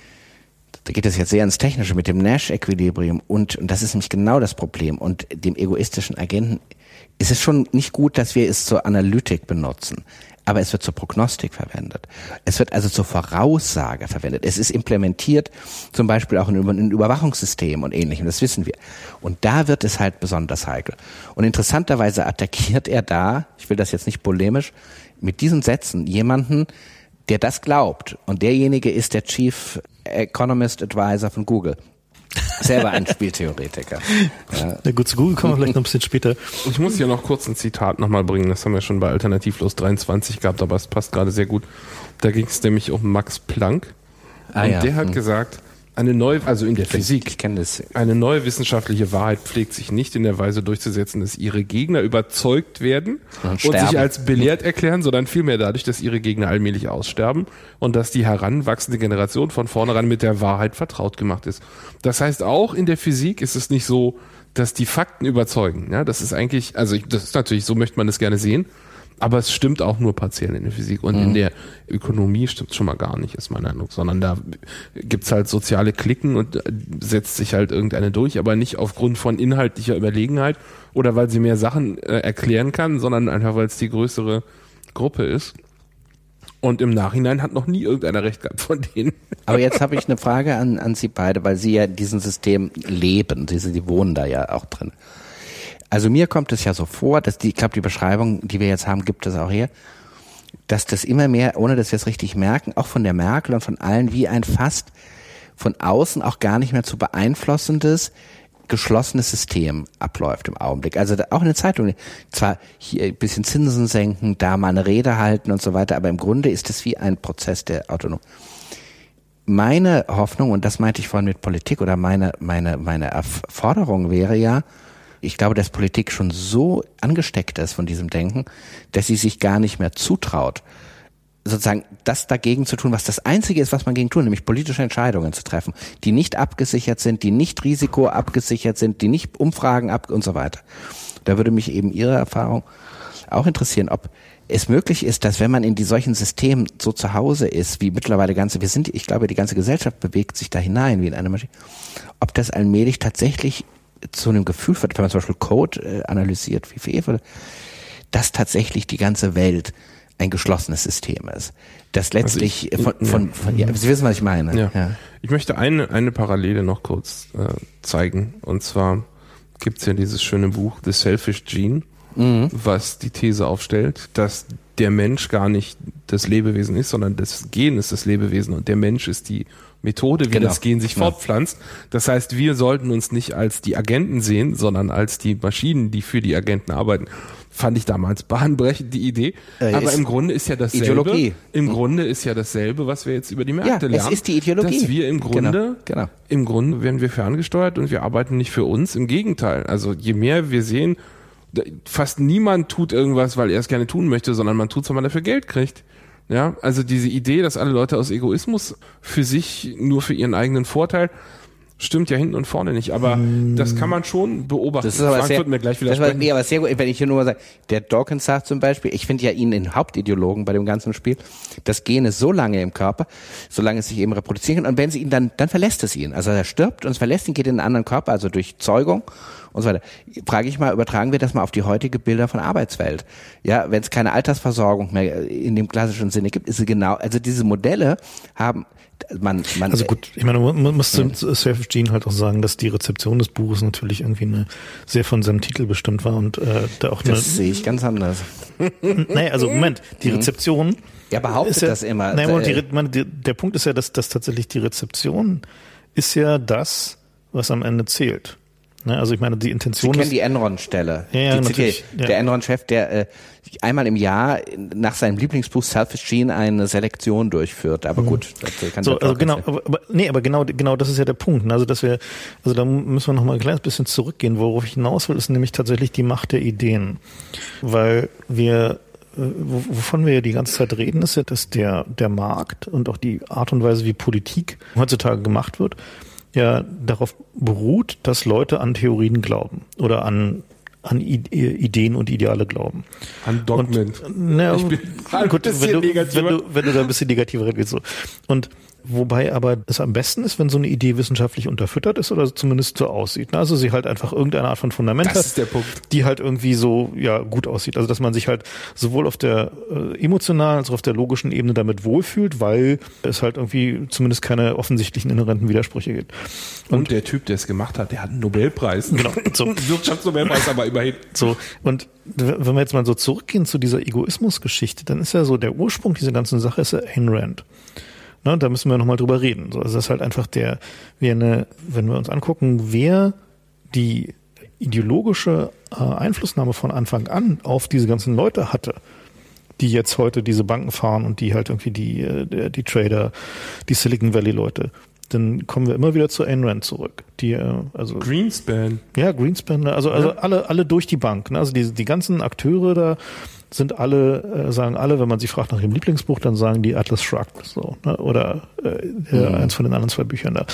da geht es jetzt sehr ins Technische mit dem Nash-Equilibrium und, und das ist nämlich genau das Problem und dem egoistischen Agenten ist es schon nicht gut, dass wir es zur Analytik benutzen, aber es wird zur Prognostik verwendet. Es wird also zur Voraussage verwendet. Es ist implementiert zum Beispiel auch in ein Überwachungssystem und Ähnlichem, das wissen wir. Und da wird es halt besonders heikel. Und interessanterweise attackiert er da, ich will das jetzt nicht polemisch, mit diesen Sätzen jemanden, der das glaubt. Und derjenige ist der Chief Economist Advisor von Google. Selber ein Spieltheoretiker. Ja. Na gut, zu Google kommen wir vielleicht noch ein bisschen später. Ich muss hier noch kurz ein Zitat nochmal bringen. Das haben wir schon bei Alternativlos dreiundzwanzig gehabt, aber es passt gerade sehr gut. Da ging es nämlich um Max Planck. Ah, und ja. der hat hm. gesagt, eine neue, also in der Physik, ich kenne das. eine neue wissenschaftliche Wahrheit pflegt sich nicht in der Weise durchzusetzen, dass ihre Gegner überzeugt werden und, und sich als belehrt erklären, sondern vielmehr dadurch, dass ihre Gegner allmählich aussterben und dass die heranwachsende Generation von vornherein mit der Wahrheit vertraut gemacht ist. Das heißt, auch in der Physik ist es nicht so, dass die Fakten überzeugen. Ja, das ist eigentlich, also das ist natürlich, so möchte man es gerne sehen. Aber es stimmt auch nur partiell in der Physik. Und mhm. in der Ökonomie stimmt es schon mal gar nicht, ist mein Eindruck. Sondern da gibt's halt soziale Klicken und setzt sich halt irgendeine durch, aber nicht aufgrund von inhaltlicher Überlegenheit oder weil sie mehr Sachen äh, erklären kann, sondern einfach, weil es die größere Gruppe ist. Und im Nachhinein hat noch nie irgendeiner recht gehabt von denen. Aber jetzt habe ich eine Frage an, an Sie beide, weil Sie ja in diesem System leben. Sie, Sie wohnen da ja auch drin. Also mir kommt es ja so vor, dass die, ich glaube, die Beschreibung, die wir jetzt haben, gibt es auch hier, dass das immer mehr, ohne dass wir es richtig merken, auch von der Merkel und von allen, wie ein fast von außen auch gar nicht mehr zu beeinflussendes, geschlossenes System abläuft im Augenblick. Also auch in den Zeitungen, zwar hier ein bisschen Zinsen senken, da mal eine Rede halten und so weiter, aber im Grunde ist es wie ein Prozess der Autonomie. Meine Hoffnung, und das meinte ich vorhin mit Politik, oder meine, meine, meine Forderung wäre ja, ich glaube, dass Politik schon so angesteckt ist von diesem Denken, dass sie sich gar nicht mehr zutraut, sozusagen das dagegen zu tun, was das Einzige ist, was man gegen tun, nämlich politische Entscheidungen zu treffen, die nicht abgesichert sind, die nicht risikoabgesichert sind, die nicht Umfragen ab und so weiter. Da würde mich eben Ihre Erfahrung auch interessieren, ob es möglich ist, dass wenn man in die solchen Systemen so zu Hause ist, wie mittlerweile ganze, wir sind, ich glaube, die ganze Gesellschaft bewegt sich da hinein wie in eine Maschine, ob das allmählich tatsächlich zu einem Gefühl führt, wenn man zum Beispiel Code äh, analysiert, wie viel, dass tatsächlich die ganze Welt ein geschlossenes System ist. Das letztlich also ich, von, von, von, ja, Sie wissen, was ich meine. Ja. Ja. Ich möchte eine, eine Parallele noch kurz äh, zeigen. Und zwar gibt's ja dieses schöne Buch The Selfish Gene, mhm. was die These aufstellt, dass der Mensch gar nicht das Lebewesen ist, sondern das Gen ist das Lebewesen und der Mensch ist die Methode, wie genau. das Gen sich genau. fortpflanzt. Das heißt, wir sollten uns nicht als die Agenten sehen, sondern als die Maschinen, die für die Agenten arbeiten. Fand ich damals bahnbrechend, die Idee. Äh, Aber im Grunde ist ja dasselbe. Ideologie. Im Grunde ist ja dasselbe, was wir jetzt über die Märkte ja, lernen. Es ist die Ideologie. Dass wir im Grunde, genau. Genau. im Grunde werden wir ferngesteuert und wir arbeiten nicht für uns. Im Gegenteil. Also je mehr wir sehen, fast niemand tut irgendwas, weil er es gerne tun möchte, sondern man tut es, weil man dafür Geld kriegt. Ja, also diese Idee, dass alle Leute aus Egoismus für sich, nur für ihren eigenen Vorteil, stimmt ja hinten und vorne nicht. Aber mm. das kann man schon beobachten. Das ist aber Frank sehr, wird mir gleich das war, nee, aber sehr gut, wenn ich hier nur mal sage, der Dawkins sagt zum Beispiel, ich finde ja ihn den Hauptideologen bei dem ganzen Spiel, das Gen ist so lange im Körper, solange es sich eben reproduzieren kann, und wenn sie ihn dann, dann verlässt es ihn. Also er stirbt und es verlässt ihn, geht in einen anderen Körper, also durch Zeugung und so weiter. Frage ich mal, übertragen wir das mal auf die heutige Bilder von Arbeitswelt. Ja, wenn es keine Altersversorgung mehr in dem klassischen Sinne gibt, ist es genau, also diese Modelle haben, man, man. Also gut, ich meine, man muss zum Selfish Gene halt auch sagen, dass die Rezeption des Buches natürlich irgendwie eine, sehr von seinem Titel bestimmt war und äh, da auch eine. Das sehe ich ganz anders. Naja, also Moment, die Rezeption. Ja, behauptet ja, das immer. Nein, die, meine, die, der Punkt ist ja, dass, dass tatsächlich die Rezeption ist ja das, was am Ende zählt. Ne? Also ich meine, die Intention Sie kennen ist, die Enron-Stelle. Ja, ja, die natürlich, der ja. der Enron-Chef, der äh, einmal im Jahr nach seinem Lieblingsbuch Selfish Gene eine Selektion durchführt. Aber gut, das kann so, der also Talk genau, erzählen. aber, aber nee, aber genau, genau, das ist ja der Punkt. Ne? Also dass wir, also da müssen wir noch mal ein kleines bisschen zurückgehen. Worauf ich hinaus will, ist nämlich tatsächlich die Macht der Ideen, weil wir wovon wir ja die ganze Zeit reden, ist ja, dass der, der Markt und auch die Art und Weise, wie Politik heutzutage gemacht wird, ja darauf beruht, dass Leute an Theorien glauben oder an, an Ideen und Ideale glauben. An Dogmen. Und, na, ich bin ein gut, bisschen wenn du, negativer. wenn du, wenn du da ein bisschen negativer redest. So. Und wobei aber es am besten ist, wenn so eine Idee wissenschaftlich unterfüttert ist oder zumindest so aussieht. Also sie halt einfach irgendeine Art von Fundament Das hat, ist der Punkt. die halt irgendwie so ja gut aussieht. Also dass man sich halt sowohl auf der äh, emotionalen als auch auf der logischen Ebene damit wohlfühlt, weil es halt irgendwie zumindest keine offensichtlichen inhärenten Widersprüche gibt. Und, und der Typ, der es gemacht hat, der hat einen Nobelpreis. Genau. So. Wirtschaftsnobelpreis, aber immerhin. So. Und wenn wir jetzt mal so zurückgehen zu dieser Egoismusgeschichte, dann ist ja so der Ursprung dieser ganzen Sache ist ja Ayn Rand. Ne, da müssen wir nochmal drüber reden. So, also das ist halt einfach der, wie eine, wenn wir uns angucken, wer die ideologische äh, Einflussnahme von Anfang an auf diese ganzen Leute hatte, die jetzt heute diese Banken fahren und die halt irgendwie die, äh, die Trader, die Silicon Valley Leute, dann kommen wir immer wieder zu Ayn Rand zurück. Die, äh, also Greenspan. Ja, Greenspan, also, also Ja. alle, alle durch die Bank. Ne? Also die, die ganzen Akteure da sind alle, äh, sagen alle, wenn man sie fragt nach ihrem Lieblingsbuch, dann sagen die Atlas Shrugged, so, ne? Oder äh, mhm. eins von den anderen zwei Büchern da.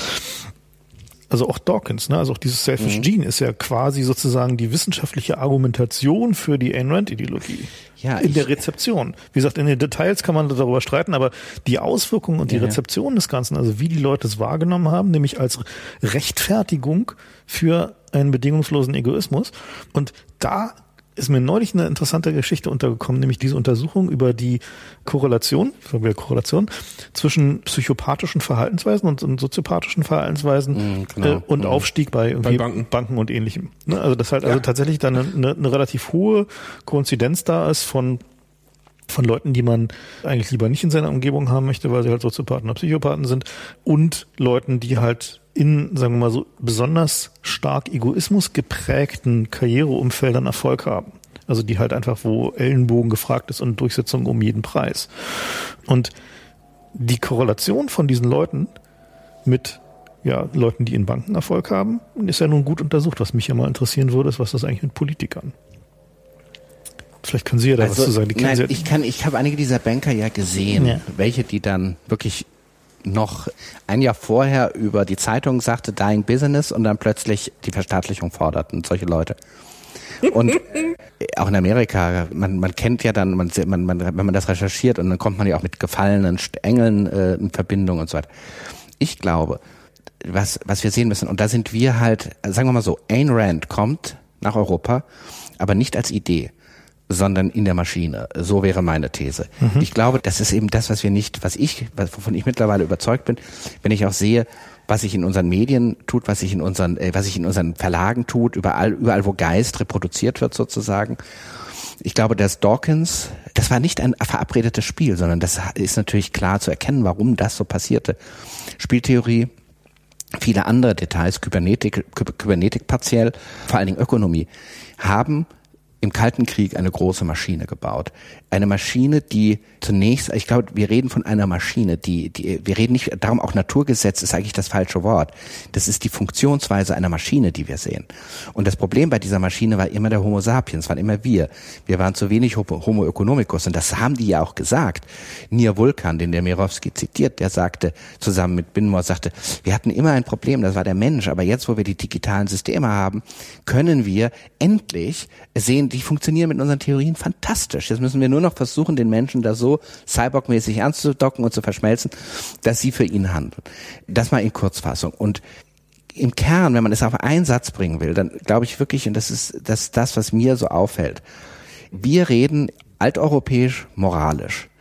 Also auch Dawkins, ne? Also auch dieses Selfish Mhm. Gene ist ja quasi sozusagen die wissenschaftliche Argumentation für die Ayn Rand Ideologie. Ja, in ich- der Rezeption. Wie gesagt, in den Details kann man darüber streiten, aber die Auswirkungen und die Ja, ja. Rezeption des Ganzen, also wie die Leute es wahrgenommen haben, nämlich als Rechtfertigung für einen bedingungslosen Egoismus. Und da ist mir neulich eine interessante Geschichte untergekommen, nämlich diese Untersuchung über die Korrelation, sagen wir Korrelation, zwischen psychopathischen Verhaltensweisen und, und soziopathischen Verhaltensweisen Mhm, genau. äh, und Mhm. Aufstieg bei, irgendwie Bei Banken. Banken und Ähnlichem. Ne? Also das halt also Ja. tatsächlich dann eine, eine, eine relativ hohe Koinzidenz da ist von von Leuten, die man eigentlich lieber nicht in seiner Umgebung haben möchte, weil sie halt Soziopathen oder Psychopathen sind, und Leuten, die halt in, sagen wir mal so, besonders stark Egoismus geprägten Karriereumfeldern Erfolg haben. Also die halt einfach, wo Ellenbogen gefragt ist und Durchsetzung um jeden Preis. Und die Korrelation von diesen Leuten mit ja, Leuten, die in Banken Erfolg haben, ist ja nun gut untersucht. Was mich ja mal interessieren würde, ist, was das eigentlich mit Politikern. Vielleicht können Sie ja da was zu sagen. Die kennen nein, Sie ja, ich kann, ich habe einige dieser Banker ja gesehen, Ja. welche die dann wirklich noch ein Jahr vorher über die Zeitung sagte, Dying Business, und dann plötzlich die Verstaatlichung forderten, solche Leute. Und auch in Amerika, man, man kennt ja dann, man, man, man, wenn man das recherchiert, und dann kommt man ja auch mit gefallenen Engeln äh, in Verbindung und so weiter. Ich glaube, was, was wir sehen müssen, und da sind wir halt, sagen wir mal so, Ayn Rand kommt nach Europa, aber nicht als Idee, sondern in der Maschine. So wäre meine These. Mhm. Ich glaube, das ist eben das, was wir nicht, was ich, wovon ich mittlerweile überzeugt bin, wenn ich auch sehe, was sich in unseren Medien tut, was sich in unseren, äh, was sich in unseren Verlagen tut, überall, überall, wo Geist reproduziert wird sozusagen. Ich glaube, dass Dawkins, das war nicht ein verabredetes Spiel, sondern das ist natürlich klar zu erkennen, warum das so passierte. Spieltheorie, viele andere Details, Kybernetik, Kybernetik partiell, vor allen Dingen Ökonomie, haben im Kalten Krieg eine große Maschine gebaut. Eine Maschine, die zunächst, ich glaube, wir reden von einer Maschine, die, die, wir reden nicht, darum auch Naturgesetz ist eigentlich das falsche Wort. Das ist die Funktionsweise einer Maschine, die wir sehen. Und das Problem bei dieser Maschine war immer der Homo sapiens, waren immer wir. Wir waren zu wenig Homo economicus, und das haben die ja auch gesagt. Nir Vulkan, den der Mirowski zitiert, der sagte, zusammen mit Binmore, sagte, wir hatten immer ein Problem, das war der Mensch, aber jetzt, wo wir die digitalen Systeme haben, können wir endlich sehen, die funktionieren mit unseren Theorien fantastisch. Jetzt müssen wir nur noch versuchen, den Menschen da so cyborgmäßig anzudocken und zu verschmelzen, dass sie für ihn handeln. Das mal in Kurzfassung. Und im Kern, wenn man es auf einen Satz bringen will, dann glaube ich wirklich, und das ist das, das, was mir so auffällt, wir reden alteuropäisch moralisch.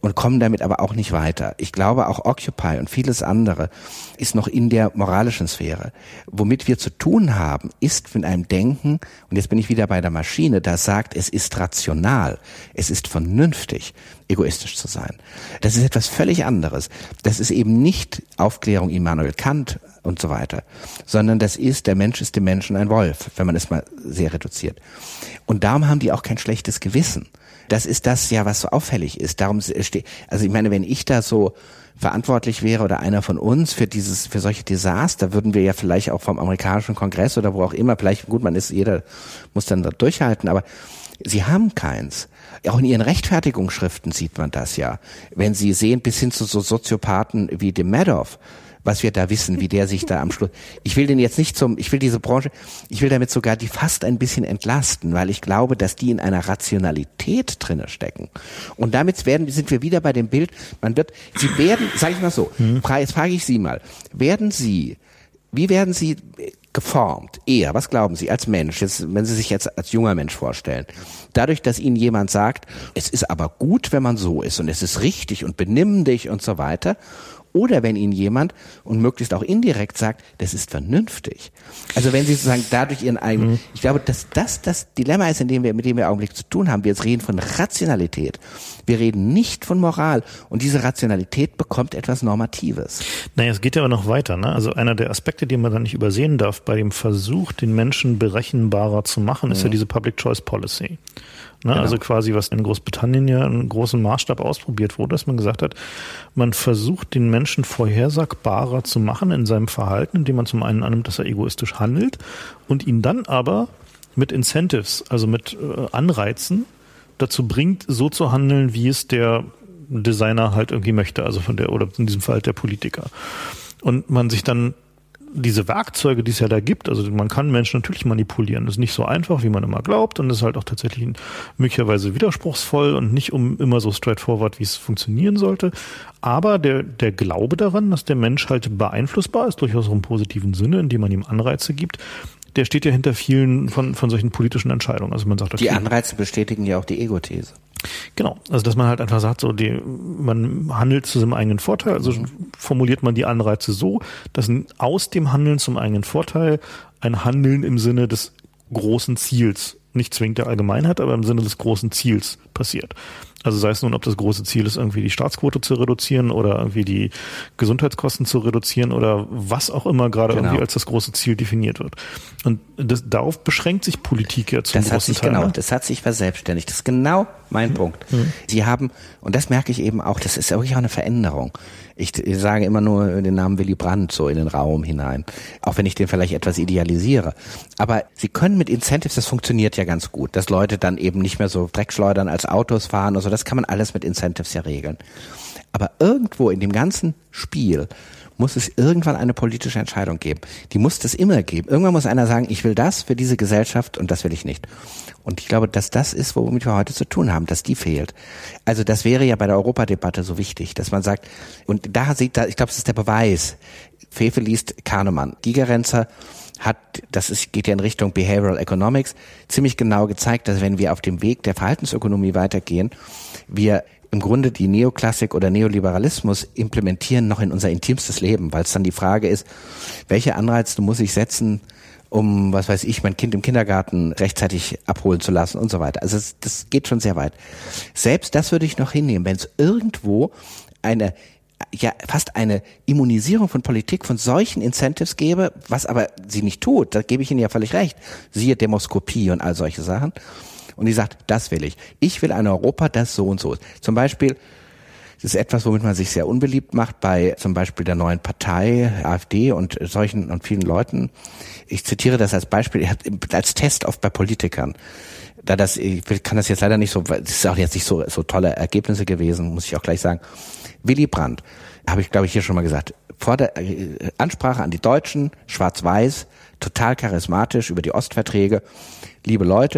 und kommen damit aber auch nicht weiter. Ich glaube, auch Occupy und vieles andere ist noch in der moralischen Sphäre. Womit wir zu tun haben, ist mit einem Denken, und jetzt bin ich wieder bei der Maschine, das sagt, es ist rational, es ist vernünftig, egoistisch zu sein. Das ist etwas völlig anderes. Das ist eben nicht Aufklärung Immanuel Kant und so weiter, sondern das ist, der Mensch ist dem Menschen ein Wolf, wenn man es mal sehr reduziert. Und darum haben die auch kein schlechtes Gewissen. Das ist das ja, was so auffällig ist. Darum steht, also ich meine, wenn ich da so verantwortlich wäre oder einer von uns für dieses, für solche Desaster, würden wir ja vielleicht auch vom amerikanischen Kongress oder wo auch immer, vielleicht, gut, man ist, jeder muss dann da durchhalten, aber sie haben keins. Auch in ihren Rechtfertigungsschriften sieht man das ja. Wenn Sie sehen, bis hin zu so Soziopathen wie dem Madoff, was wir da wissen, wie der sich da am Schluss, ich will den jetzt nicht zum, ich will diese Branche, ich will damit sogar die fast ein bisschen entlasten, weil ich glaube, dass die in einer Rationalität drinne stecken. Und damit werden, sind wir wieder bei dem Bild, man wird, sie werden, sage ich mal so, hm. jetzt frage ich Sie mal, werden Sie, wie werden Sie geformt, eher, was glauben Sie, als Mensch, jetzt, wenn Sie sich jetzt als junger Mensch vorstellen, dadurch, dass Ihnen jemand sagt, es ist aber gut, wenn man so ist und es ist richtig und benimm dich und so weiter, oder wenn Ihnen jemand und möglichst auch indirekt sagt, das ist vernünftig. Also wenn Sie sozusagen dadurch Ihren eigenen, mhm. ich glaube, dass das das Dilemma ist, in dem wir, mit dem wir im Augenblick zu tun haben. Wir jetzt reden von Rationalität. Wir reden nicht von Moral. Und diese Rationalität bekommt etwas Normatives. Naja, es geht ja aber noch weiter, ne? Also einer der Aspekte, die man da nicht übersehen darf, bei dem Versuch, den Menschen berechenbarer zu machen, ist mhm. ja diese Public Choice Policy. Ne, genau. Also quasi, was in Großbritannien ja in großem Maßstab ausprobiert wurde, dass man gesagt hat, man versucht, den Menschen vorhersagbarer zu machen in seinem Verhalten, indem man zum einen annimmt, dass er egoistisch handelt und ihn dann aber mit Incentives, also mit äh, Anreizen dazu bringt, so zu handeln, wie es der Designer halt irgendwie möchte, also von der, oder in diesem Fall halt der Politiker. Und man sich dann diese Werkzeuge, die es ja da gibt, also man kann Menschen natürlich manipulieren. Das ist nicht so einfach, wie man immer glaubt, und ist halt auch tatsächlich möglicherweise widerspruchsvoll und nicht um immer so straightforward, wie es funktionieren sollte. Aber der, der Glaube daran, dass der Mensch halt beeinflussbar ist, durchaus auch im positiven Sinne, indem man ihm Anreize gibt, der steht ja hinter vielen von, von solchen politischen Entscheidungen. Also man sagt, okay, die Anreize bestätigen ja auch die Ego-These. Genau, also dass man halt einfach sagt, so die, man handelt zu seinem eigenen Vorteil, also mhm. formuliert man die Anreize so, dass aus dem Handeln zum eigenen Vorteil ein Handeln im Sinne des großen Ziels, nicht zwingend der Allgemeinheit, aber im Sinne des großen Ziels passiert. Also sei es nun, ob das große Ziel ist, irgendwie die Staatsquote zu reduzieren oder irgendwie die Gesundheitskosten zu reduzieren oder was auch immer gerade genau. irgendwie als das große Ziel definiert wird. Und das, darauf beschränkt sich Politik ja zum das großen hat sich, Teil. Genau, das hat sich verselbstständigt. Das ist genau mein mhm. Punkt. Mhm. Sie haben, und das merke ich eben auch, das ist ja wirklich auch eine Veränderung. Ich, ich sage immer nur den Namen Willy Brandt so in den Raum hinein, auch wenn ich den vielleicht etwas idealisiere. Aber Sie können mit Incentives, das funktioniert ja ganz gut, dass Leute dann eben nicht mehr so Dreckschleudern als Autos fahren und so, das kann man alles mit Incentives ja regeln. Aber irgendwo in dem ganzen Spiel muss es irgendwann eine politische Entscheidung geben. Die muss es immer geben. Irgendwann muss einer sagen, ich will das für diese Gesellschaft und das will ich nicht. Und ich glaube, dass das ist, womit wir heute zu tun haben, dass die fehlt. Also das wäre ja bei der Europadebatte so wichtig, dass man sagt, und da sieht, da, ich glaube, das ist der Beweis. Fefe liest Kahnemann. Gigerenzer hat, das ist, geht ja in Richtung Behavioral Economics, ziemlich genau gezeigt, dass wenn wir auf dem Weg der Verhaltensökonomie weitergehen, wir im Grunde die Neoklassik oder Neoliberalismus implementieren noch in unser intimstes Leben, weil es dann die Frage ist, welche Anreize muss ich setzen, um, was weiß ich, mein Kind im Kindergarten rechtzeitig abholen zu lassen und so weiter. Also das, das geht schon sehr weit. Selbst das würde ich noch hinnehmen, wenn es irgendwo eine, ja, fast eine Immunisierung von Politik von solchen Incentives gäbe, was aber sie nicht tut, da gebe ich Ihnen ja völlig recht. Siehe Demoskopie und all solche Sachen. Und die sagt, das will ich. Ich will ein Europa, das so und so ist. Zum Beispiel, das ist etwas, womit man sich sehr unbeliebt macht bei zum Beispiel der neuen Partei, AfD und solchen und vielen Leuten. Ich zitiere das als Beispiel, als Test oft bei Politikern. Da das, ich kann das jetzt leider nicht so, das ist auch jetzt nicht so, so tolle Ergebnisse gewesen, muss ich auch gleich sagen. Willy Brandt, habe ich glaube ich hier schon mal gesagt, vor der Ansprache an die Deutschen, schwarz-weiß, total charismatisch über die Ostverträge. Liebe Leute,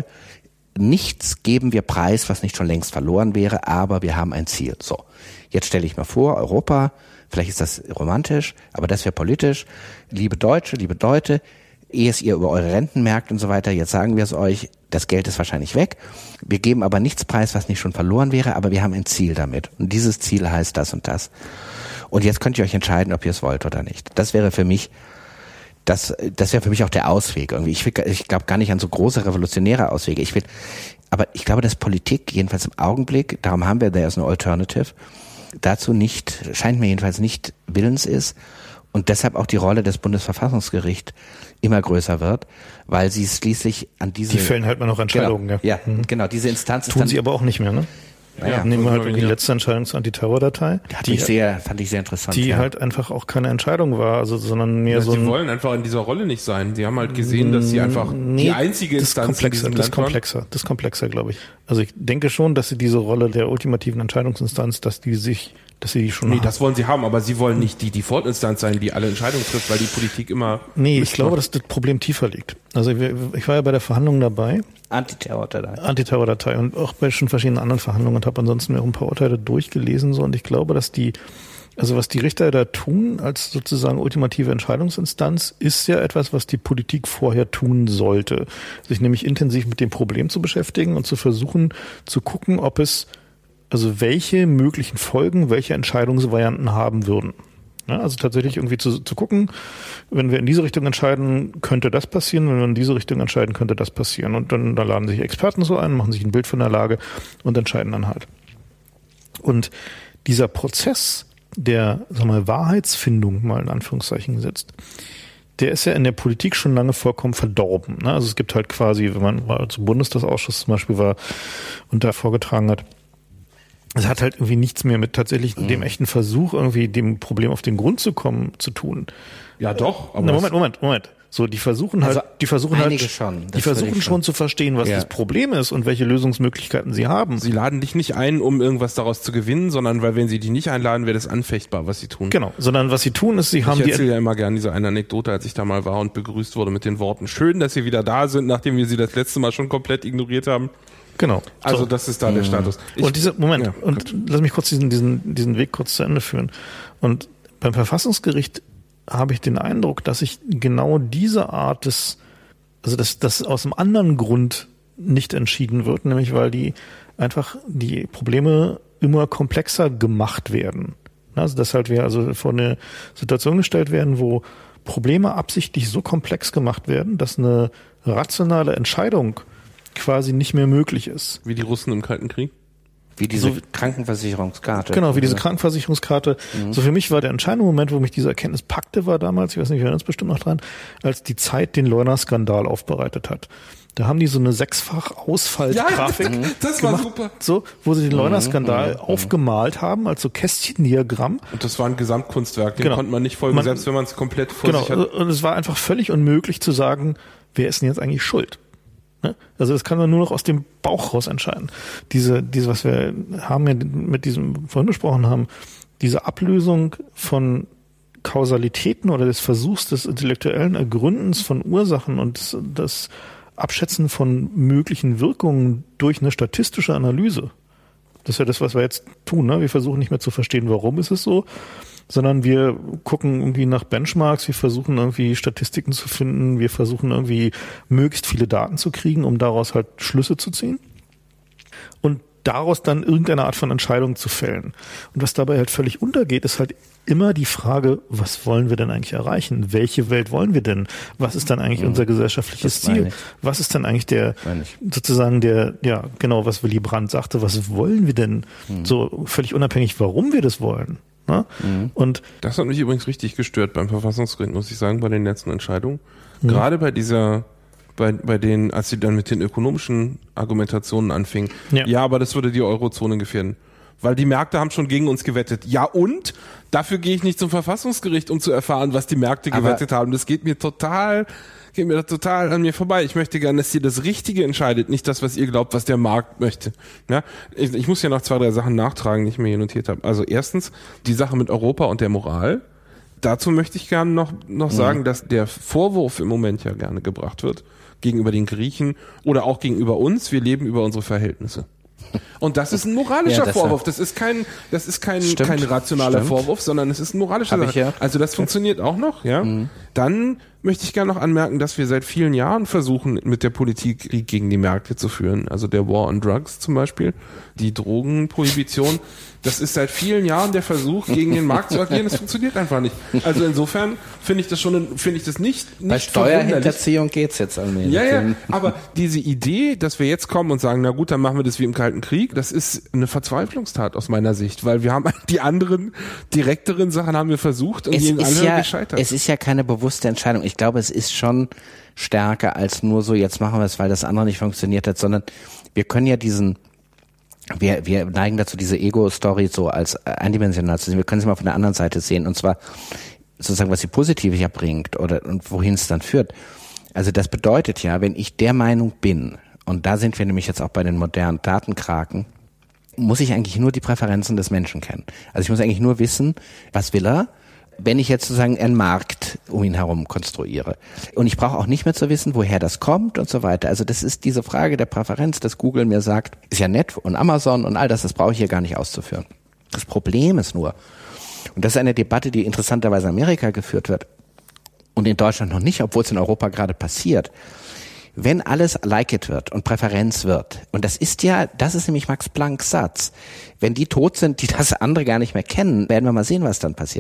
nichts geben wir preis, was nicht schon längst verloren wäre, aber wir haben ein Ziel. So, jetzt stelle ich mir vor, Europa, vielleicht ist das romantisch, aber das wäre politisch. Liebe Deutsche, liebe Leute, ehe es ihr über eure Renten merkt und so weiter, jetzt sagen wir es euch, das Geld ist wahrscheinlich weg. Wir geben aber nichts preis, was nicht schon verloren wäre, aber wir haben ein Ziel damit. Und dieses Ziel heißt das und das. Und jetzt könnt ihr euch entscheiden, ob ihr es wollt oder nicht. Das wäre für mich, das, das wäre für mich auch der Ausweg irgendwie. Ich, ich glaube gar nicht an so große revolutionäre Auswege. Ich will, aber ich glaube, dass Politik, jedenfalls im Augenblick, darum haben wir There's no Alternative, dazu nicht, scheint mir jedenfalls nicht willens ist und deshalb auch die Rolle des Bundesverfassungsgerichts immer größer wird, weil sie schließlich an diese... Die fällen halt mal noch Entscheidungen, genau, ja. Ja, mhm. genau, diese Instanz... Tun sie aber auch nicht mehr, ne? Ja, nehmen wir halt die letzte Entscheidung zur Antiterror-Datei. Die ich sehr, fand ich sehr interessant. Die ja. halt einfach auch keine Entscheidung war, also sondern mehr ja, so. Sie ein, wollen einfach in dieser Rolle nicht sein. Sie haben halt gesehen, dass sie einfach nee, die einzige das Instanz in diesem das Land komplexer, waren. Das ist komplexer, glaube ich. Also ich denke schon, dass sie diese Rolle der ultimativen Entscheidungsinstanz, dass die sich, dass sie die schon Nee, haben. das wollen sie haben, aber sie wollen nicht die Default-Instanz sein, die alle Entscheidungen trifft, weil die Politik immer... Nee, ich glaube, dass das Problem tiefer liegt. Also ich war ja bei der Verhandlung dabei. Antiterror-Datei. Antiterror-Datei und auch bei schon verschiedenen anderen Verhandlungen und habe ansonsten mir auch ein paar Urteile durchgelesen so und ich glaube, dass die, also was die Richter da tun als sozusagen ultimative Entscheidungsinstanz, ist ja etwas, was die Politik vorher tun sollte. Sich nämlich intensiv mit dem Problem zu beschäftigen und zu versuchen zu gucken, ob es, also welche möglichen Folgen, welche Entscheidungsvarianten haben würden. Ja, also tatsächlich irgendwie zu, zu gucken, wenn wir in diese Richtung entscheiden, könnte das passieren, wenn wir in diese Richtung entscheiden, könnte das passieren. Und dann da laden sich Experten so ein, machen sich ein Bild von der Lage und entscheiden dann halt. Und dieser Prozess der, sagen wir mal, Wahrheitsfindung, mal in Anführungszeichen gesetzt, der ist ja in der Politik schon lange vollkommen verdorben. Ne? Also es gibt halt quasi, wenn man mal zum Bundestagsausschuss zum Beispiel war und da vorgetragen hat, es hat halt irgendwie nichts mehr mit tatsächlich dem echten Versuch, irgendwie dem Problem auf den Grund zu kommen, zu tun. Ja, doch. Aber Na, Moment, Moment, Moment. So, die versuchen halt, also die versuchen halt, schon, die versuchen schon. schon zu verstehen, was ja. das Problem ist und welche Lösungsmöglichkeiten sie haben. Sie laden dich nicht ein, um irgendwas daraus zu gewinnen, sondern weil wenn sie dich nicht einladen, wäre das anfechtbar, was sie tun. Genau, sondern was sie tun, ist, sie ich haben die... Ich erzähle ja immer gerne diese eine Anekdote, als ich da mal war und begrüßt wurde mit den Worten, schön, dass Sie wieder da sind, nachdem wir Sie das letzte Mal schon komplett ignoriert haben. Genau. Also so. Das ist da der Status. Ich, und diese, Moment, ja, und lass mich kurz diesen, diesen, diesen Weg kurz zu Ende führen. Und beim Verfassungsgericht habe ich den Eindruck, dass ich genau diese Art des, also dass das aus einem anderen Grund nicht entschieden wird, nämlich weil die einfach die Probleme immer komplexer gemacht werden. Also dass halt wir also vor eine Situation gestellt werden, wo Probleme absichtlich so komplex gemacht werden, dass eine rationale Entscheidung quasi nicht mehr möglich ist. Wie die Russen im Kalten Krieg? Wie diese so, Krankenversicherungskarte. Genau, wie diese Krankenversicherungskarte. Mhm. So für mich war der entscheidende Moment, wo mich diese Erkenntnis packte, war damals, ich weiß nicht, wir erinnern uns bestimmt noch dran, als die Zeit den Leuna-Skandal aufbereitet hat. Da haben die so eine sechsfach Ausfallgrafik ja, das gemacht, war super. So, wo sie den Leuna-Skandal mhm. aufgemalt haben, als so Kästchendiagramm. Und das war ein Gesamtkunstwerk, dem genau. konnte man nicht folgen, man, selbst wenn man es komplett vor genau. sich hat. Und es war einfach völlig unmöglich zu sagen, wer ist denn jetzt eigentlich schuld? Also das kann man nur noch aus dem Bauch raus entscheiden. Diese, diese, was wir haben ja mit diesem vorhin besprochen haben, diese Ablösung von Kausalitäten oder des Versuchs des intellektuellen Ergründens von Ursachen und das, das Abschätzen von möglichen Wirkungen durch eine statistische Analyse. Das ist ja das, was wir jetzt tun. Ne? Wir versuchen nicht mehr zu verstehen, warum ist es so, sondern wir gucken irgendwie nach Benchmarks, wir versuchen irgendwie Statistiken zu finden, wir versuchen irgendwie möglichst viele Daten zu kriegen, um daraus halt Schlüsse zu ziehen und daraus dann irgendeine Art von Entscheidung zu fällen. Und was dabei halt völlig untergeht, ist halt immer die Frage, was wollen wir denn eigentlich erreichen? Welche Welt wollen wir denn? Was ist dann eigentlich mhm. unser gesellschaftliches Ziel? Was ist dann eigentlich der, sozusagen der, ja, genau, was Willy Brandt sagte, was wollen wir denn? Mhm. So völlig unabhängig, warum wir das wollen. Ne? Mhm. Und das hat mich übrigens richtig gestört beim Verfassungsgericht, muss ich sagen, bei den letzten Entscheidungen. Mhm. Gerade bei dieser, bei, bei den, als sie dann mit den ökonomischen Argumentationen anfingen. Ja. ja, aber das würde die Eurozone gefährden. Weil die Märkte haben schon gegen uns gewettet. Ja und? Dafür gehe ich nicht zum Verfassungsgericht, um zu erfahren, was die Märkte aber gewettet haben. Das geht mir total, geht mir total an mir vorbei. Ich möchte gerne, dass ihr das Richtige entscheidet, nicht das, was ihr glaubt, was der Markt möchte. Ja? Ich, ich muss ja noch zwei, drei Sachen nachtragen, die ich mir hier notiert habe. Also erstens, die Sache mit Europa und der Moral. Dazu möchte ich gerne noch, noch mhm. sagen, dass der Vorwurf im Moment ja gerne gebracht wird, gegenüber den Griechen oder auch gegenüber uns, wir leben über unsere Verhältnisse. Und das ist ein moralischer ja, das Vorwurf. Das ist kein, das ist kein, kein rationaler stimmt. Vorwurf, sondern es ist ein moralischer Vorwurf. Ja. Also das funktioniert auch noch, ja. Mhm. Dann möchte ich gerne noch anmerken, dass wir seit vielen Jahren versuchen, mit der Politik Krieg gegen die Märkte zu führen. Also der War on Drugs zum Beispiel, die Drogenprohibition. Das ist seit vielen Jahren der Versuch, gegen den Markt zu agieren. Das funktioniert einfach nicht. Also insofern finde ich das schon, finde ich das nicht, nicht Bei Steuerhinterziehung geht's jetzt allmählich. Ja, ja, aber diese Idee, dass wir jetzt kommen und sagen, na gut, dann machen wir das wie im Kalten Krieg, das ist eine Verzweiflungstat aus meiner Sicht, weil wir haben die anderen, direkteren Sachen haben wir versucht und es die sind alle ja, gescheitert. Es ist ja keine bewusste Entscheidung. Ich glaube, es ist schon stärker als nur so, jetzt machen wir es, weil das andere nicht funktioniert hat, sondern wir können ja diesen Wir, wir neigen dazu, diese Ego-Story so als eindimensional zu sehen. Wir können sie mal von der anderen Seite sehen. Und zwar sozusagen, was sie positiv ja bringt oder und wohin es dann führt. Also das bedeutet ja, wenn ich der Meinung bin, und da sind wir nämlich jetzt auch bei den modernen Datenkraken, muss ich eigentlich nur die Präferenzen des Menschen kennen. Also ich muss eigentlich nur wissen, was will er, wenn ich jetzt sozusagen einen Markt um ihn herum konstruiere. Und ich brauche auch nicht mehr zu wissen, woher das kommt und so weiter. Also das ist diese Frage der Präferenz, dass Google mir sagt, ist ja nett und Amazon und all das, das brauche ich hier gar nicht auszuführen. Das Problem ist nur, und das ist eine Debatte, die interessanterweise in Amerika geführt wird und in Deutschland noch nicht, obwohl es in Europa gerade passiert, wenn alles like it wird und Präferenz wird, und das ist ja, das ist nämlich Max Plancks Satz, wenn die tot sind, die das andere gar nicht mehr kennen, werden wir mal sehen, was dann passiert.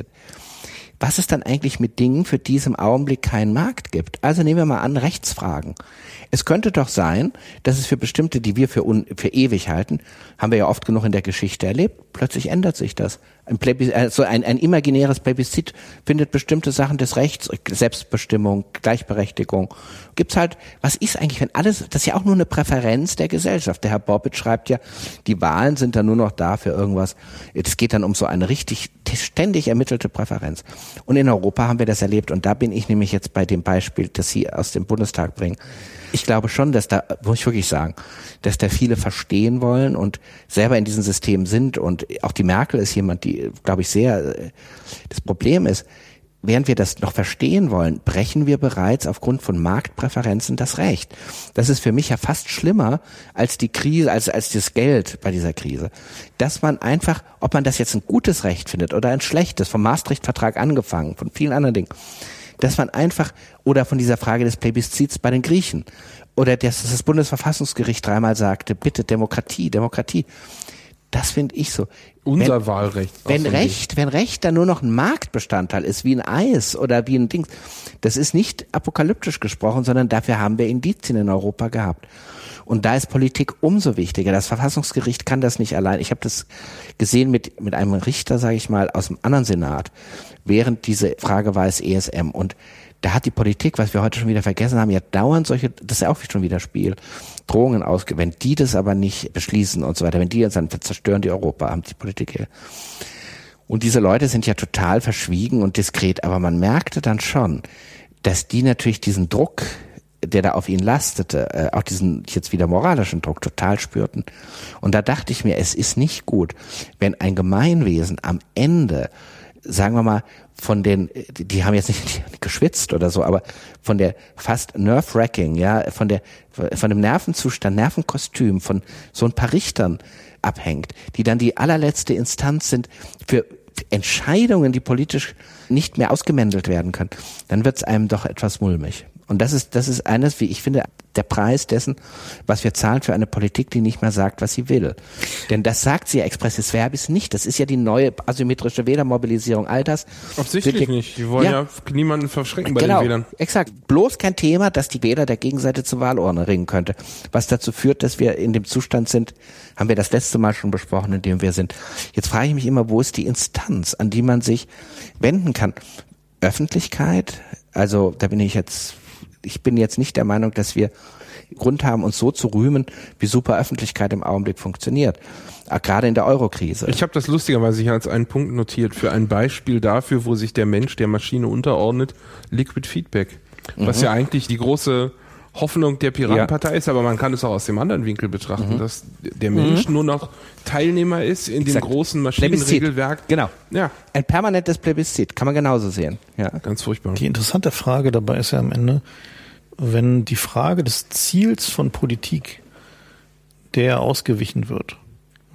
Was ist dann eigentlich mit Dingen, für die es im Augenblick keinen Markt gibt? Also nehmen wir mal an, Rechtsfragen. Es könnte doch sein, dass es für bestimmte, die wir für, un, für ewig halten, haben wir ja oft genug in der Geschichte erlebt, plötzlich ändert sich das. Ein, Plebis, also ein, ein imaginäres Plebiszit findet bestimmte Sachen des Rechts, Selbstbestimmung, Gleichberechtigung. Gibt's halt, was ist eigentlich, wenn alles, das ist ja auch nur eine Präferenz der Gesellschaft. Der Herr Bobbit schreibt ja, die Wahlen sind dann nur noch da für irgendwas. Es geht dann um so eine richtig ständig ermittelte Präferenz. Und in Europa haben wir das erlebt, und da bin ich nämlich jetzt bei dem Beispiel, das Sie aus dem Bundestag bringen. Ich glaube schon, dass da, muss ich wirklich sagen, dass da viele verstehen wollen und selber in diesem System sind, und auch die Merkel ist jemand, die, glaube ich, sehr, das Problem ist, während wir das noch verstehen wollen, brechen wir bereits aufgrund von Marktpräferenzen das Recht. Das ist für mich ja fast schlimmer als die Krise, als, als das Geld bei dieser Krise. Dass man einfach, ob man das jetzt ein gutes Recht findet oder ein schlechtes, vom Maastricht-Vertrag angefangen, von vielen anderen Dingen, dass man einfach, oder von dieser Frage des Plebiszits bei den Griechen, oder dass das Bundesverfassungsgericht dreimal sagte, bitte Demokratie, Demokratie. Das finde ich so. Unser wenn, Wahlrecht. Wenn Recht, wenn Recht dann nur noch ein Marktbestandteil ist, wie ein Eis oder wie ein Ding, das ist nicht apokalyptisch gesprochen, sondern dafür haben wir Indizien in Europa gehabt. Und da ist Politik umso wichtiger. Das Verfassungsgericht kann das nicht allein. Ich habe das gesehen mit mit einem Richter, sage ich mal, aus dem anderen Senat, während diese Frage war es E S M. Und da hat die Politik, was wir heute schon wieder vergessen haben, ja dauernd solche, das ist ja auch schon wieder Spiel, Drohungen ausge, wenn die das aber nicht beschließen und so weiter, wenn die jetzt dann zerstören die Europa, haben die Politik hier. Und diese Leute sind ja total verschwiegen und diskret, aber man merkte dann schon, dass die natürlich diesen Druck, der da auf ihn lastete, äh, auch diesen jetzt wieder moralischen Druck total spürten. Und da dachte ich mir, es ist nicht gut, wenn ein Gemeinwesen am Ende, sagen wir mal, von den, die haben jetzt nicht geschwitzt oder so, aber von der fast nerve-wracking, ja, von der, von dem Nervenzustand, Nervenkostüm, von so ein paar Richtern abhängt, die dann die allerletzte Instanz sind für Entscheidungen, die politisch nicht mehr ausgemändelt werden können, dann wird es einem doch etwas mulmig. Und das ist, das ist eines, wie ich finde, der Preis dessen, was wir zahlen für eine Politik, die nicht mehr sagt, was sie will. Denn das sagt sie ja expressis verbis nicht. Das ist ja die neue asymmetrische Wählermobilisierung. All das. Offensichtlich nicht. Die wollen ja, ja niemanden verschrecken bei genau, den Wählern. Exakt. Bloß kein Thema, dass die Wähler der Gegenseite zur Wahlurne ringen könnte. Was dazu führt, dass wir in dem Zustand sind, haben wir das letzte Mal schon besprochen, in dem wir sind. Jetzt frage ich mich immer, wo ist die Instanz, an die man sich wenden kann? Öffentlichkeit? Also, da bin ich jetzt, ich bin jetzt nicht der Meinung, dass wir Grund haben, uns so zu rühmen, wie super Öffentlichkeit im Augenblick funktioniert. Gerade in der Eurokrise. Ich habe das lustigerweise hier als einen Punkt notiert für ein Beispiel dafür, wo sich der Mensch der Maschine unterordnet, Liquid Feedback. Was mhm. ja eigentlich die große Hoffnung der Piratenpartei ja. ist, aber man kann es auch aus dem anderen Winkel betrachten, mhm. dass der Mensch mhm. nur noch Teilnehmer ist in Exakt. dem großen Maschinenregelwerk. Genau. Ja. Ein permanentes Plebiszit, kann man genauso sehen. Ja. Ganz furchtbar. Die interessante Frage dabei ist ja am Ende, wenn die Frage des Ziels von Politik der ausgewichen wird.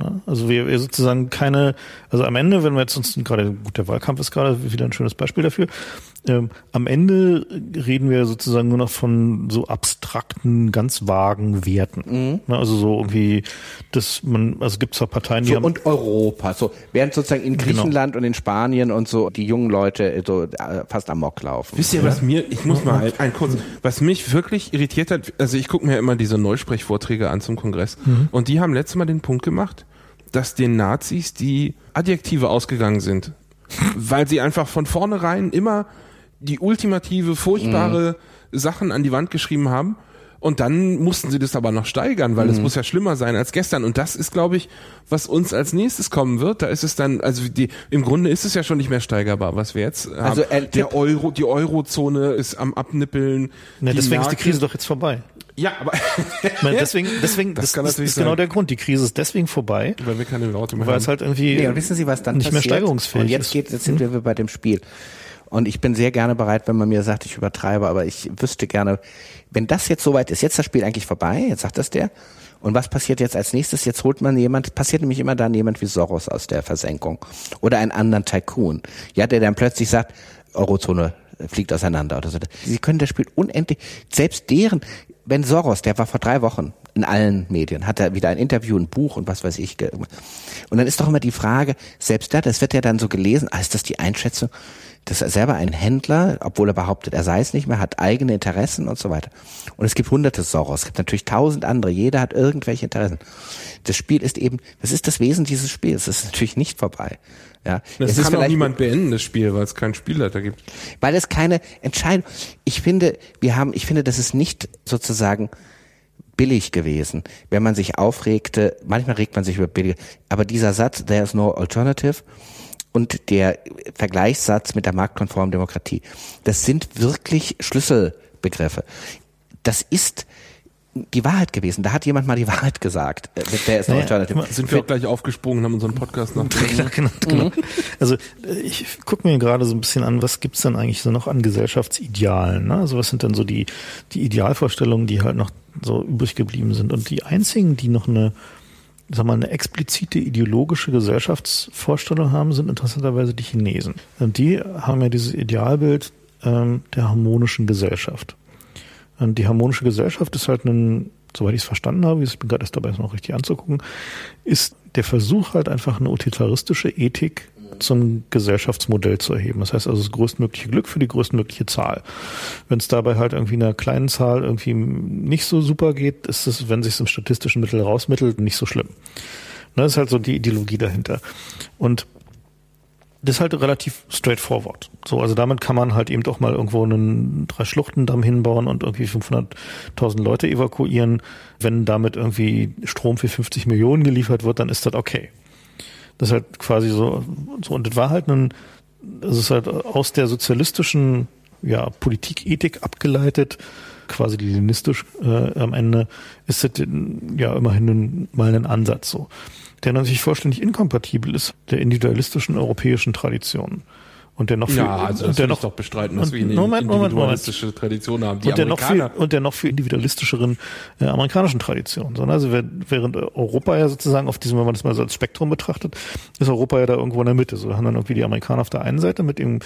Also wir, wir sozusagen keine, also am Ende, wenn wir jetzt uns gerade, gut, der Wahlkampf ist gerade wieder ein schönes Beispiel dafür, ähm, am Ende reden wir sozusagen nur noch von so abstrakten, ganz vagen Werten. Mhm. Also so irgendwie, dass man, also gibt zwar Parteien, die so, haben... Und Europa, so, während sozusagen in Griechenland genau. und in Spanien und so die jungen Leute so fast amok laufen. Wisst ihr, was mir, ich muss mal ein kurz, was mich wirklich irritiert hat, also ich gucke mir immer diese Neusprechvorträge an zum Kongress mhm. und die haben letztes Mal den Punkt gemacht, dass den Nazis die Adjektive ausgegangen sind, weil sie einfach von vornherein immer die ultimative, furchtbare mhm. Sachen an die Wand geschrieben haben und dann mussten sie das aber noch steigern, weil es mhm. muss ja schlimmer sein als gestern und das ist, glaube ich, was uns als nächstes kommen wird. Da ist es dann, also die, im Grunde ist es ja schon nicht mehr steigerbar, was wir jetzt haben. Also äh, der Euro, die Eurozone ist am Abnippeln. Na, deswegen Märkte, ist die Krise doch jetzt vorbei. Ja, aber meine, deswegen, deswegen, das, das, das ist genau der Grund. Die Krise ist deswegen vorbei, weil wir keine Laute mehr weil haben. es halt irgendwie nee, und wissen Sie, was dann nicht passiert? mehr steigerungsfähig und jetzt ist. Geht, jetzt sind wir bei dem Spiel. Und ich bin sehr gerne bereit, wenn man mir sagt, ich übertreibe, aber ich wüsste gerne, wenn das jetzt soweit ist, jetzt ist das Spiel eigentlich vorbei, jetzt sagt das der. Und was passiert jetzt als nächstes? Jetzt holt man jemand, passiert nämlich immer dann jemand wie Soros aus der Versenkung. Oder einen anderen Tycoon. Ja, der dann plötzlich sagt, Eurozone fliegt auseinander oder so. Sie können das Spiel unendlich, selbst deren, wenn Soros, der war vor drei Wochen in allen Medien, hat er wieder ein Interview, ein Buch und was weiß ich. Und dann ist doch immer die Frage, selbst da, das wird ja dann so gelesen, ah, ist das die Einschätzung, dass er selber ein Händler, obwohl er behauptet, er sei es nicht mehr, hat eigene Interessen und so weiter. Und es gibt hunderte Soros, es gibt natürlich tausend andere, jeder hat irgendwelche Interessen. Das Spiel ist eben, das ist das Wesen dieses Spiels, es ist natürlich nicht vorbei. Ja, das kann auch niemand beenden, das Spiel, weil es keinen Spielleiter gibt. Weil es keine Entscheidung, ich finde, wir haben, ich finde, das ist nicht sozusagen billig gewesen, wenn man sich aufregte, manchmal regt man sich über billige, aber dieser Satz, there's no alternative, und der Vergleichssatz mit der marktkonformen Demokratie, das sind wirklich Schlüsselbegriffe. Das ist die Wahrheit gewesen. Da hat jemand mal die Wahrheit gesagt. Der ist naja, Alternative. Sind wir auch gleich aufgesprungen und haben unseren Podcast noch. Ja, genau, genau. Mhm. Also ich gucke mir gerade so ein bisschen an, was gibt's denn eigentlich so noch an Gesellschaftsidealen? Ne? Also was sind denn so die, die Idealvorstellungen, die halt noch so übrig geblieben sind? Und die einzigen, die noch eine sag mal, eine explizite ideologische Gesellschaftsvorstellung haben, sind interessanterweise die Chinesen. Und die haben ja dieses Idealbild ähm, der harmonischen Gesellschaft. Und die harmonische Gesellschaft ist halt ein, soweit ich es verstanden habe, ich bin gerade erst dabei, es noch richtig anzugucken, ist der Versuch halt einfach eine utilitaristische Ethik zum Gesellschaftsmodell zu erheben. Das heißt also das größtmögliche Glück für die größtmögliche Zahl. Wenn es dabei halt irgendwie einer kleinen Zahl irgendwie nicht so super geht, ist es, wenn sich es im statistischen Mittel rausmittelt, nicht so schlimm. Das ist halt so die Ideologie dahinter. Und das ist halt relativ straightforward. So, also damit kann man halt eben doch mal irgendwo einen Drei-Schluchtendamm hinbauen und irgendwie fünfhunderttausend Leute evakuieren. Wenn damit irgendwie Strom für fünfzig Millionen geliefert wird, dann ist das okay. Das ist halt quasi so, so, und das war halt ein, das ist halt aus der sozialistischen, ja, Politikethik abgeleitet, quasi leninistisch, äh, am Ende ist das, ja, immerhin ein, mal ein Ansatz, so. Der natürlich vollständig inkompatibel ist, der individualistischen europäischen Tradition. Und der noch viel, ja, also das der will noch, ich doch bestreiten, dass und, wir eine Moment, individualistische Moment, Tradition haben. Die und der noch viel, Amerikaner. und der noch viel individualistischeren äh, amerikanischen Tradition. So, also während Europa ja sozusagen auf diesem, wenn man das mal so als Spektrum betrachtet, ist Europa ja da irgendwo in der Mitte. So haben dann irgendwie die Amerikaner auf der einen Seite mit dem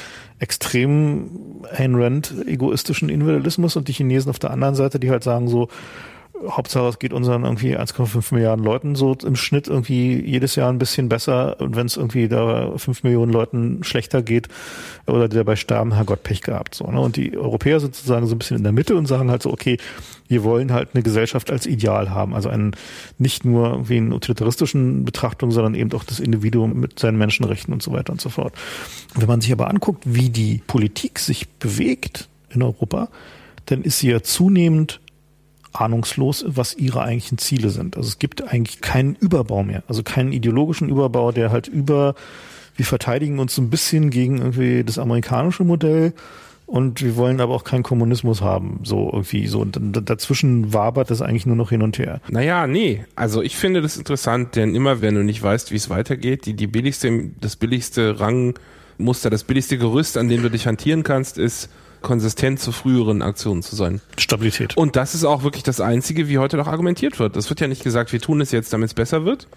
extrem Ayn Rand egoistischen Individualismus und die Chinesen auf der anderen Seite, die halt sagen so, Hauptsache es geht unseren irgendwie eins Komma fünf Milliarden Leuten so im Schnitt irgendwie jedes Jahr ein bisschen besser, und wenn es irgendwie da fünf Millionen Leuten schlechter geht oder die dabei sterben, Herrgott, Pech gehabt. So, ne? Und die Europäer sind sozusagen so ein bisschen in der Mitte und sagen halt so, okay, wir wollen halt eine Gesellschaft als Ideal haben, also einen, nicht nur irgendwie eine utilitaristischen Betrachtung, sondern eben auch das Individuum mit seinen Menschenrechten und so weiter und so fort. Und wenn man sich aber anguckt, wie die Politik sich bewegt in Europa, dann ist sie ja zunehmend ahnungslos, was ihre eigentlichen Ziele sind. Also es gibt eigentlich keinen Überbau mehr, also keinen ideologischen Überbau, der halt über, wir verteidigen uns so ein bisschen gegen irgendwie das amerikanische Modell und wir wollen aber auch keinen Kommunismus haben, so irgendwie so. Und dazwischen wabert das eigentlich nur noch hin und her. Naja, nee, also ich finde das interessant, denn immer wenn du nicht weißt, wie es weitergeht, die, die billigste, das billigste Rangmuster, das billigste Gerüst, an dem du dich hantieren kannst, ist konsistent zu früheren Aktionen zu sein. Stabilität. Und das ist auch wirklich das Einzige, wie heute noch argumentiert wird. Es wird ja nicht gesagt, wir tun es jetzt, damit es besser wird,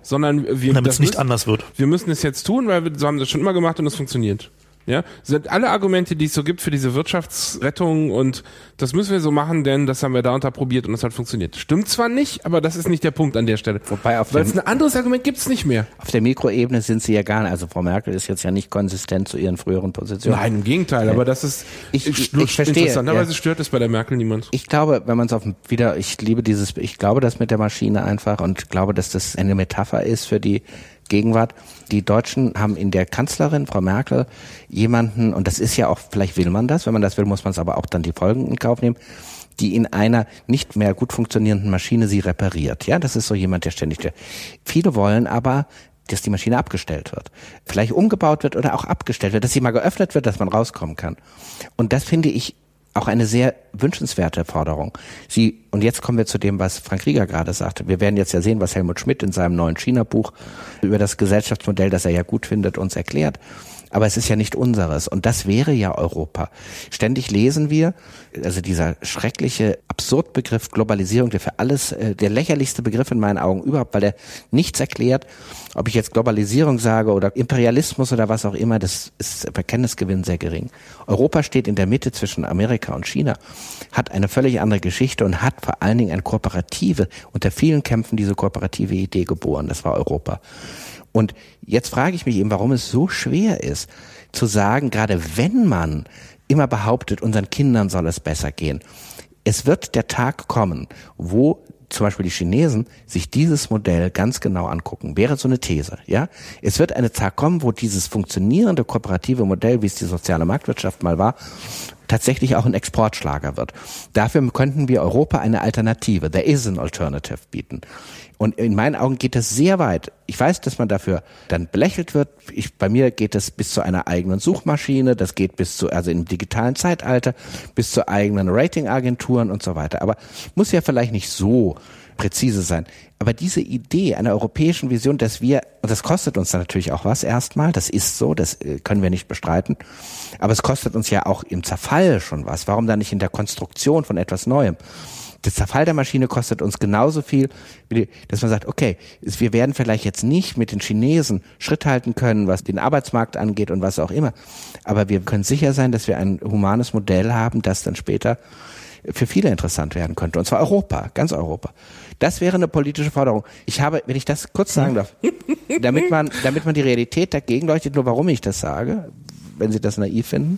sondern wir, damit das es nicht müssen, anders wird. Wir müssen es jetzt tun, weil wir so haben das schon immer gemacht und es funktioniert. Ja, sind alle Argumente, die es so gibt für diese Wirtschaftsrettung und das müssen wir so machen, denn das haben wir da und da probiert und das hat funktioniert. Stimmt zwar nicht, aber das ist nicht der Punkt an der Stelle. Wobei auf Weil es ein anderes Argument gibt's nicht mehr. Auf der Mikroebene sind sie ja gar nicht. Also Frau Merkel ist jetzt ja nicht konsistent zu ihren früheren Positionen. Nein, im Gegenteil, aber das ist ich, ich, stört, ich verstehe. Interessanterweise Ja. stört es bei der Merkel niemand. Ich glaube, wenn man es auf dem- wieder, ich liebe dieses, ich glaube das mit der Maschine einfach und glaube, dass das eine Metapher ist für die Gegenwart. Die Deutschen haben in der Kanzlerin, Frau Merkel, jemanden, und das ist ja auch, vielleicht will man das, wenn man das will, muss man es aber auch dann die Folgen in Kauf nehmen, die in einer nicht mehr gut funktionierenden Maschine sie repariert. Ja, das ist so jemand, der ständig, der, viele wollen aber, dass die Maschine abgestellt wird. Vielleicht umgebaut wird oder auch abgestellt wird, dass sie mal geöffnet wird, dass man rauskommen kann. Und das finde ich auch eine sehr wünschenswerte Forderung. Sie, und jetzt kommen wir zu dem, was Frank Rieger gerade sagte. Wir werden jetzt ja sehen, was Helmut Schmidt in seinem neuen China-Buch über das Gesellschaftsmodell, das er ja gut findet, uns erklärt. Aber es ist ja nicht unseres. Und das wäre ja Europa. Ständig lesen wir, also dieser schreckliche Absurdbegriff Globalisierung, der für alles, äh, der lächerlichste Begriff in meinen Augen überhaupt, weil er nichts erklärt. Ob ich jetzt Globalisierung sage oder Imperialismus oder was auch immer, das ist Verkennungsgewinn sehr gering. Europa steht in der Mitte zwischen Amerika und China, hat eine völlig andere Geschichte und hat vor allen Dingen eine kooperative, unter vielen Kämpfen diese kooperative Idee geboren. Das war Europa. Und jetzt frage ich mich eben, warum es so schwer ist, zu sagen, gerade wenn man immer behauptet, unseren Kindern soll es besser gehen. Es wird der Tag kommen, wo zum Beispiel die Chinesen sich dieses Modell ganz genau angucken. Wäre so eine These, ja? Es wird ein Tag kommen, wo dieses funktionierende kooperative Modell, wie es die soziale Marktwirtschaft mal war, tatsächlich auch ein Exportschlager wird. Dafür könnten wir Europa eine Alternative, there is an alternative, bieten. Und in meinen Augen geht das sehr weit. Ich weiß, dass man dafür dann belächelt wird. Ich, bei mir geht das bis zu einer eigenen Suchmaschine, das geht bis zu, also im digitalen Zeitalter, bis zu eigenen Ratingagenturen und so weiter. Aber muss ja vielleicht nicht so präzise sein. Aber diese Idee einer europäischen Vision, dass wir, und das kostet uns dann natürlich auch was erstmal, das ist so, das können wir nicht bestreiten, aber es kostet uns ja auch im Zerfall schon was. Warum dann nicht in der Konstruktion von etwas Neuem? Der Zerfall der Maschine kostet uns genauso viel, wie, dass man sagt, okay, wir werden vielleicht jetzt nicht mit den Chinesen Schritt halten können, was den Arbeitsmarkt angeht und was auch immer, aber wir können sicher sein, dass wir ein humanes Modell haben, das dann später für viele interessant werden könnte, und zwar Europa, ganz Europa. Das wäre eine politische Forderung. Ich habe, wenn ich das kurz sagen darf, damit man, damit man die Realität dagegen leuchtet, nur warum ich das sage, wenn Sie das naiv finden,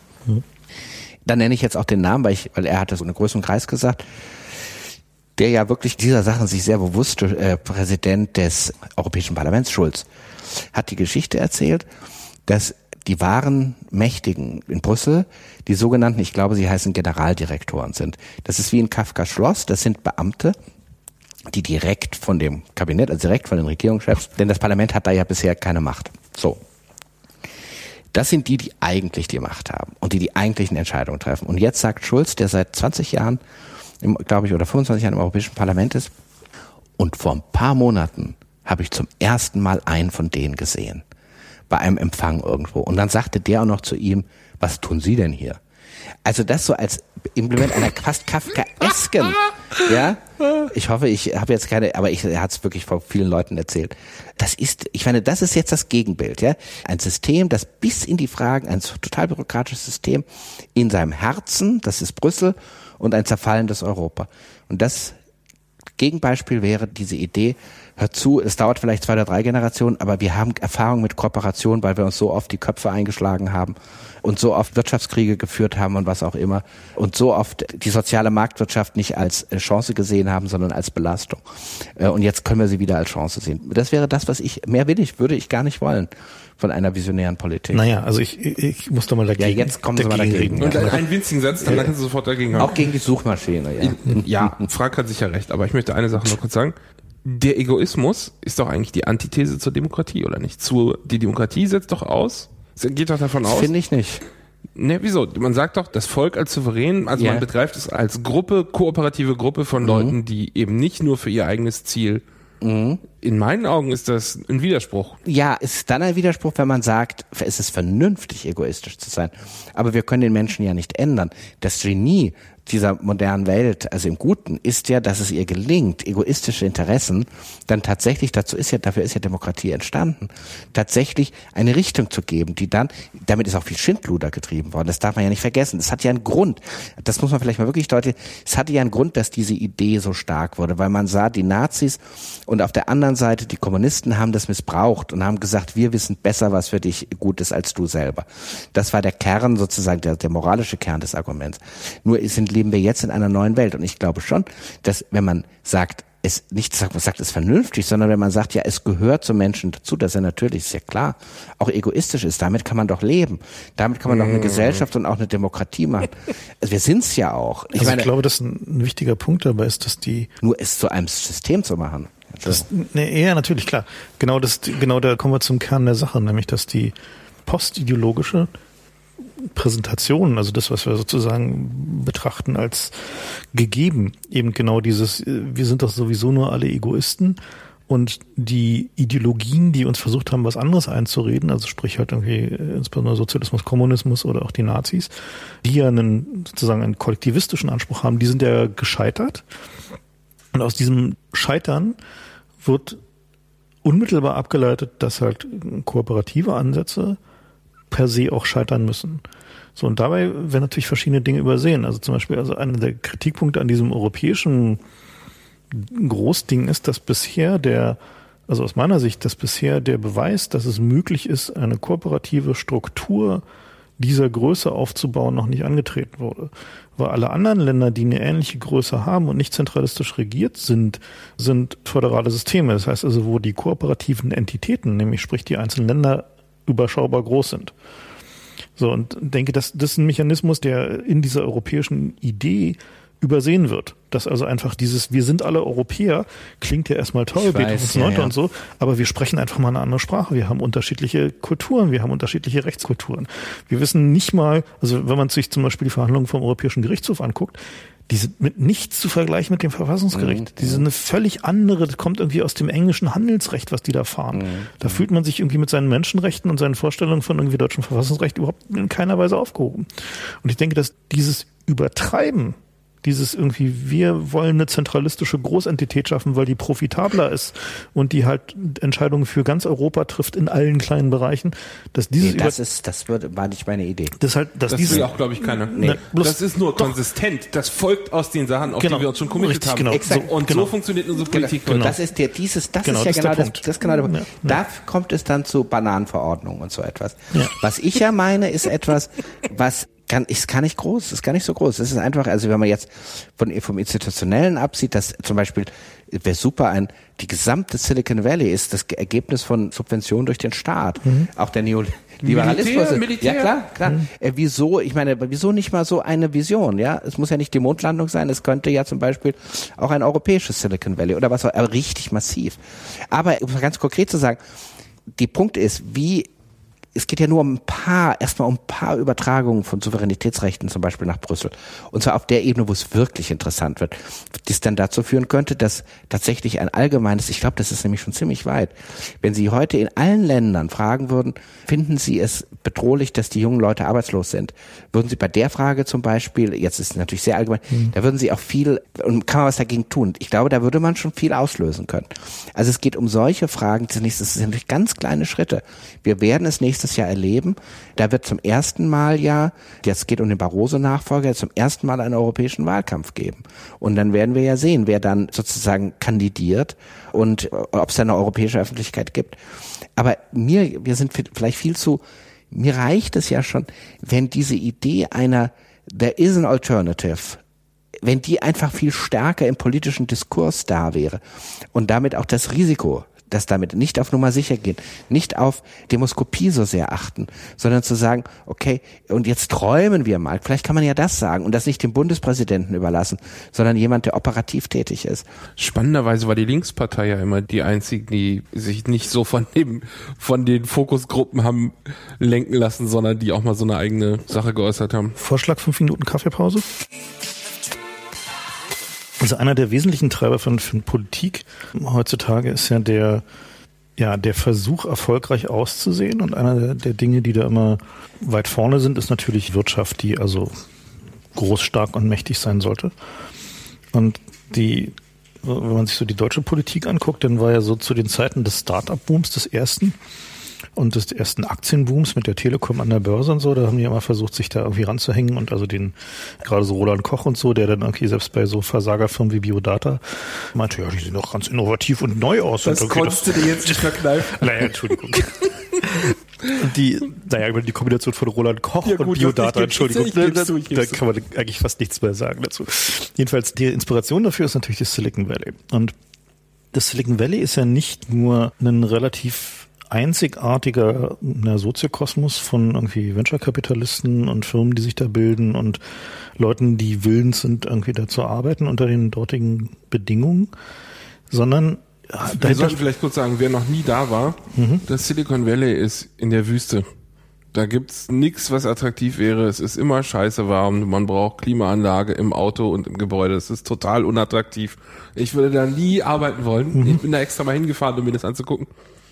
dann nenne ich jetzt auch den Namen, weil ich, weil er hatte so einen größeren Kreis gesagt, der ja wirklich dieser Sachen sich sehr bewusst, äh, Präsident des Europäischen Parlaments, Schulz, hat die Geschichte erzählt, dass die wahren Mächtigen in Brüssel, die sogenannten, ich glaube, sie heißen Generaldirektoren sind. Das ist wie in Kafkas Schloss, das sind Beamte, die direkt von dem Kabinett, also direkt von den Regierungschefs, denn das Parlament hat da ja bisher keine Macht. So. Das sind die, die eigentlich die Macht haben und die die eigentlichen Entscheidungen treffen. Und jetzt sagt Schulz, der seit zwanzig Jahren, glaube ich, oder fünfundzwanzig Jahren im Europäischen Parlament ist, und vor ein paar Monaten habe ich zum ersten Mal einen von denen gesehen. Bei einem Empfang irgendwo. Und dann sagte der auch noch zu ihm, was tun Sie denn hier? Also das so als Implement einer fast Kafkaesken, ja. Ich hoffe, ich habe jetzt keine, aber ich, er hat es wirklich vor vielen Leuten erzählt. Das ist, ich meine, das ist jetzt das Gegenbild, ja. Ein System, das bis in die Fragen, ein total bürokratisches System in seinem Herzen, das ist Brüssel, und ein zerfallendes Europa. Und das Gegenbeispiel wäre diese Idee, hört zu, es dauert vielleicht zwei oder drei Generationen, aber wir haben Erfahrung mit Kooperation, weil wir uns so oft die Köpfe eingeschlagen haben und so oft Wirtschaftskriege geführt haben und was auch immer und so oft die soziale Marktwirtschaft nicht als Chance gesehen haben, sondern als Belastung. Und jetzt können wir sie wieder als Chance sehen. Das wäre das, was ich, mehr will ich, würde ich gar nicht wollen von einer visionären Politik. Naja, also ich, ich muss da mal dagegen. Ja, jetzt kommen Sie mal dagegen. Und einen winzigen Satz, dann kannst du sofort dagegen haben. Auch gegen die Suchmaschine, ja. Ja, Frank hat sicher recht, aber ich möchte eine Sache noch kurz sagen. Der Egoismus ist doch eigentlich die Antithese zur Demokratie, oder nicht? Zu, die Demokratie setzt doch aus, geht doch davon aus. Finde ich nicht. Ne, wieso? Man sagt doch, das Volk als Souverän, also ja. man begreift es als Gruppe, kooperative Gruppe von mhm. Leuten, die eben nicht nur für ihr eigenes Ziel mhm. In meinen Augen ist das ein Widerspruch. Ja, ist dann ein Widerspruch, wenn man sagt, es ist vernünftig, egoistisch zu sein. Aber wir können den Menschen ja nicht ändern. Das Genie dieser modernen Welt, also im Guten, ist ja, dass es ihr gelingt, egoistische Interessen dann tatsächlich, dazu ist ja, dafür ist ja Demokratie entstanden, tatsächlich eine Richtung zu geben, die dann, damit ist auch viel Schindluder getrieben worden, das darf man ja nicht vergessen. Es hat ja einen Grund, das muss man vielleicht mal wirklich deutlich, es hatte ja einen Grund, dass diese Idee so stark wurde, weil man sah, die Nazis und auf der anderen Seite die Kommunisten haben das missbraucht und haben gesagt, wir wissen besser, was für dich gut ist, als du selber. Das war der Kern sozusagen, der, der moralische Kern des Arguments. Nur sind leben wir jetzt in einer neuen Welt. Und ich glaube schon, dass wenn man sagt, es nicht sagt, man sagt es vernünftig, sondern wenn man sagt, ja, es gehört zum Menschen dazu, dass er natürlich, ist ja klar, auch egoistisch ist. Damit kann man doch leben. Damit kann man doch eine Gesellschaft und auch eine Demokratie machen. Also wir sind's ja auch. Ich, also meine, ich glaube, dass ein, ein wichtiger Punkt dabei ist, dass die... Nur es zu einem System zu machen. Das, ne, ja, natürlich, klar. Genau das, genau da kommen wir zum Kern der Sache, nämlich, dass die postideologische Präsentationen, also das, was wir sozusagen betrachten als gegeben, eben genau dieses, wir sind doch sowieso nur alle Egoisten und die Ideologien, die uns versucht haben, was anderes einzureden, also sprich halt irgendwie insbesondere Sozialismus, Kommunismus oder auch die Nazis, die ja einen sozusagen einen kollektivistischen Anspruch haben, die sind ja gescheitert und aus diesem Scheitern wird unmittelbar abgeleitet, dass halt kooperative Ansätze per se auch scheitern müssen. So, und dabei werden natürlich verschiedene Dinge übersehen. Also zum Beispiel, also einer der Kritikpunkte an diesem europäischen Großding ist, dass bisher der, also aus meiner Sicht, dass bisher der Beweis, dass es möglich ist, eine kooperative Struktur dieser Größe aufzubauen, noch nicht angetreten wurde. Weil alle anderen Länder, die eine ähnliche Größe haben und nicht zentralistisch regiert sind, sind föderale Systeme. Das heißt also, wo die kooperativen Entitäten, nämlich sprich die einzelnen Länder, überschaubar groß sind. So, und denke, dass das ist ein Mechanismus, der in dieser europäischen Idee übersehen wird. Dass also einfach dieses, wir sind alle Europäer, klingt ja erstmal toll, Beethovens ja, Neunter ja. und so, aber wir sprechen einfach mal eine andere Sprache. Wir haben unterschiedliche Kulturen, wir haben unterschiedliche Rechtskulturen. Wir wissen nicht mal, also wenn man sich zum Beispiel die Verhandlungen vom Europäischen Gerichtshof anguckt, die sind mit nichts zu vergleichen mit dem Verfassungsgericht. Mhm. Die sind eine völlig andere, das kommt irgendwie aus dem englischen Handelsrecht, was die da fahren. Mhm. Da fühlt man sich irgendwie mit seinen Menschenrechten und seinen Vorstellungen von irgendwie deutschem Verfassungsrecht überhaupt in keiner Weise aufgehoben. Und ich denke, dass dieses Übertreiben, dieses irgendwie, wir wollen eine zentralistische Großentität schaffen, weil die profitabler ist und die halt Entscheidungen für ganz Europa trifft in allen kleinen Bereichen, dass dieses nee, das ist, das wird, war nicht meine Idee. Das halt, dass das dieses, will auch, glaube ich, keiner. Nee. Nee, das ist nur doch konsistent. Das folgt aus den Sachen, auf genau. die wir uns schon committed Richtig, haben. genau. Exakt. Und genau. so funktioniert unsere Politik. Genau. Genau. Das ist der, dieses, das genau, ist ja das genau ist der das, Punkt. das ist genau der Punkt. Ja, Da ja. kommt es dann zu Bananenverordnungen und so etwas. Ja. Was ich ja meine, ist etwas, was kann, ist gar nicht groß, ist gar nicht so groß. Es ist einfach, also wenn man jetzt von, vom Institutionellen absieht, dass zum Beispiel, wäre super, ein, die gesamte Silicon Valley ist das Ergebnis von Subventionen durch den Staat. Mhm. Auch der Neoliberalismus. Militär, Militär. Ja, klar, klar. Mhm. Äh, wieso, ich meine, wieso nicht mal so eine Vision, ja? Es muss ja nicht die Mondlandung sein, es könnte ja zum Beispiel auch ein europäisches Silicon Valley oder was auch, aber richtig massiv. Aber, um ganz konkret zu sagen, die Punkt ist, wie es geht ja nur um ein paar, erstmal um ein paar Übertragungen von Souveränitätsrechten zum Beispiel nach Brüssel. Und zwar auf der Ebene, wo es wirklich interessant wird. Das dann dazu führen könnte, dass tatsächlich ein allgemeines, ich glaube, das ist nämlich schon ziemlich weit, wenn Sie heute in allen Ländern fragen würden, finden Sie es bedrohlich, dass die jungen Leute arbeitslos sind? Würden Sie bei der Frage zum Beispiel, jetzt ist es natürlich sehr allgemein, mhm. da würden Sie auch viel, und kann man was dagegen tun? Ich glaube, da würde man schon viel auslösen können. Also es geht um solche Fragen, das sind natürlich ganz kleine Schritte. Wir werden es nächstes Jahr erleben. Da wird zum ersten Mal ja, jetzt geht um den Barroso-Nachfolger, zum ersten Mal einen europäischen Wahlkampf geben. Und dann werden wir ja sehen, wer dann sozusagen kandidiert und ob es da eine europäische Öffentlichkeit gibt. Aber mir, wir sind vielleicht viel zu, mir reicht es ja schon, wenn diese Idee einer there is an alternative, wenn die einfach viel stärker im politischen Diskurs da wäre und damit auch das Risiko, dass damit nicht auf Nummer sicher gehen, nicht auf Demoskopie so sehr achten, sondern zu sagen, okay, und jetzt träumen wir mal, vielleicht kann man ja das sagen und das nicht dem Bundespräsidenten überlassen, sondern jemand, der operativ tätig ist. Spannenderweise war die Linkspartei ja immer die einzige, die sich nicht so von dem, von den Fokusgruppen haben lenken lassen, sondern die auch mal so eine eigene Sache geäußert haben. Vorschlag, fünf Minuten Kaffeepause? Also einer der wesentlichen Treiber von, von Politik heutzutage ist ja der, ja, der Versuch, erfolgreich auszusehen. Und einer der, der Dinge, die da immer weit vorne sind, ist natürlich Wirtschaft, die also groß, stark und mächtig sein sollte. Und die, wenn man sich so die deutsche Politik anguckt, dann war ja so zu den Zeiten des Start-up-Booms des ersten und des ersten Aktienbooms mit der Telekom an der Börse und so, da haben die immer versucht, sich da irgendwie ranzuhängen und also den, gerade so Roland Koch und so, der dann irgendwie selbst bei so Versagerfirmen wie Biodata meinte, ja, die sehen doch ganz innovativ und neu aus. Das und konntest du dir jetzt nicht verkneifen. Naja, Entschuldigung. Und die, naja, die Kombination von Roland Koch ja, gut, und Biodata, Entschuldigung, ich geb's, ich geb's, da, da kann man eigentlich fast nichts mehr sagen dazu. Jedenfalls, die Inspiration dafür ist natürlich das Silicon Valley. Und das Silicon Valley ist ja nicht nur ein relativ einzigartiger na, Soziokosmos von irgendwie Venture-Kapitalisten und Firmen, die sich da bilden und Leuten, die willens sind, irgendwie da zu arbeiten unter den dortigen Bedingungen, sondern wir sollten vielleicht kurz sagen, wer noch nie da war, mhm. das Silicon Valley ist in der Wüste. Da gibt's nichts, was attraktiv wäre. Es ist immer scheiße warm. Man braucht Klimaanlage im Auto und im Gebäude. Es ist total unattraktiv. Ich würde da nie arbeiten wollen. Mhm. Ich bin da extra mal hingefahren, um mir das anzugucken.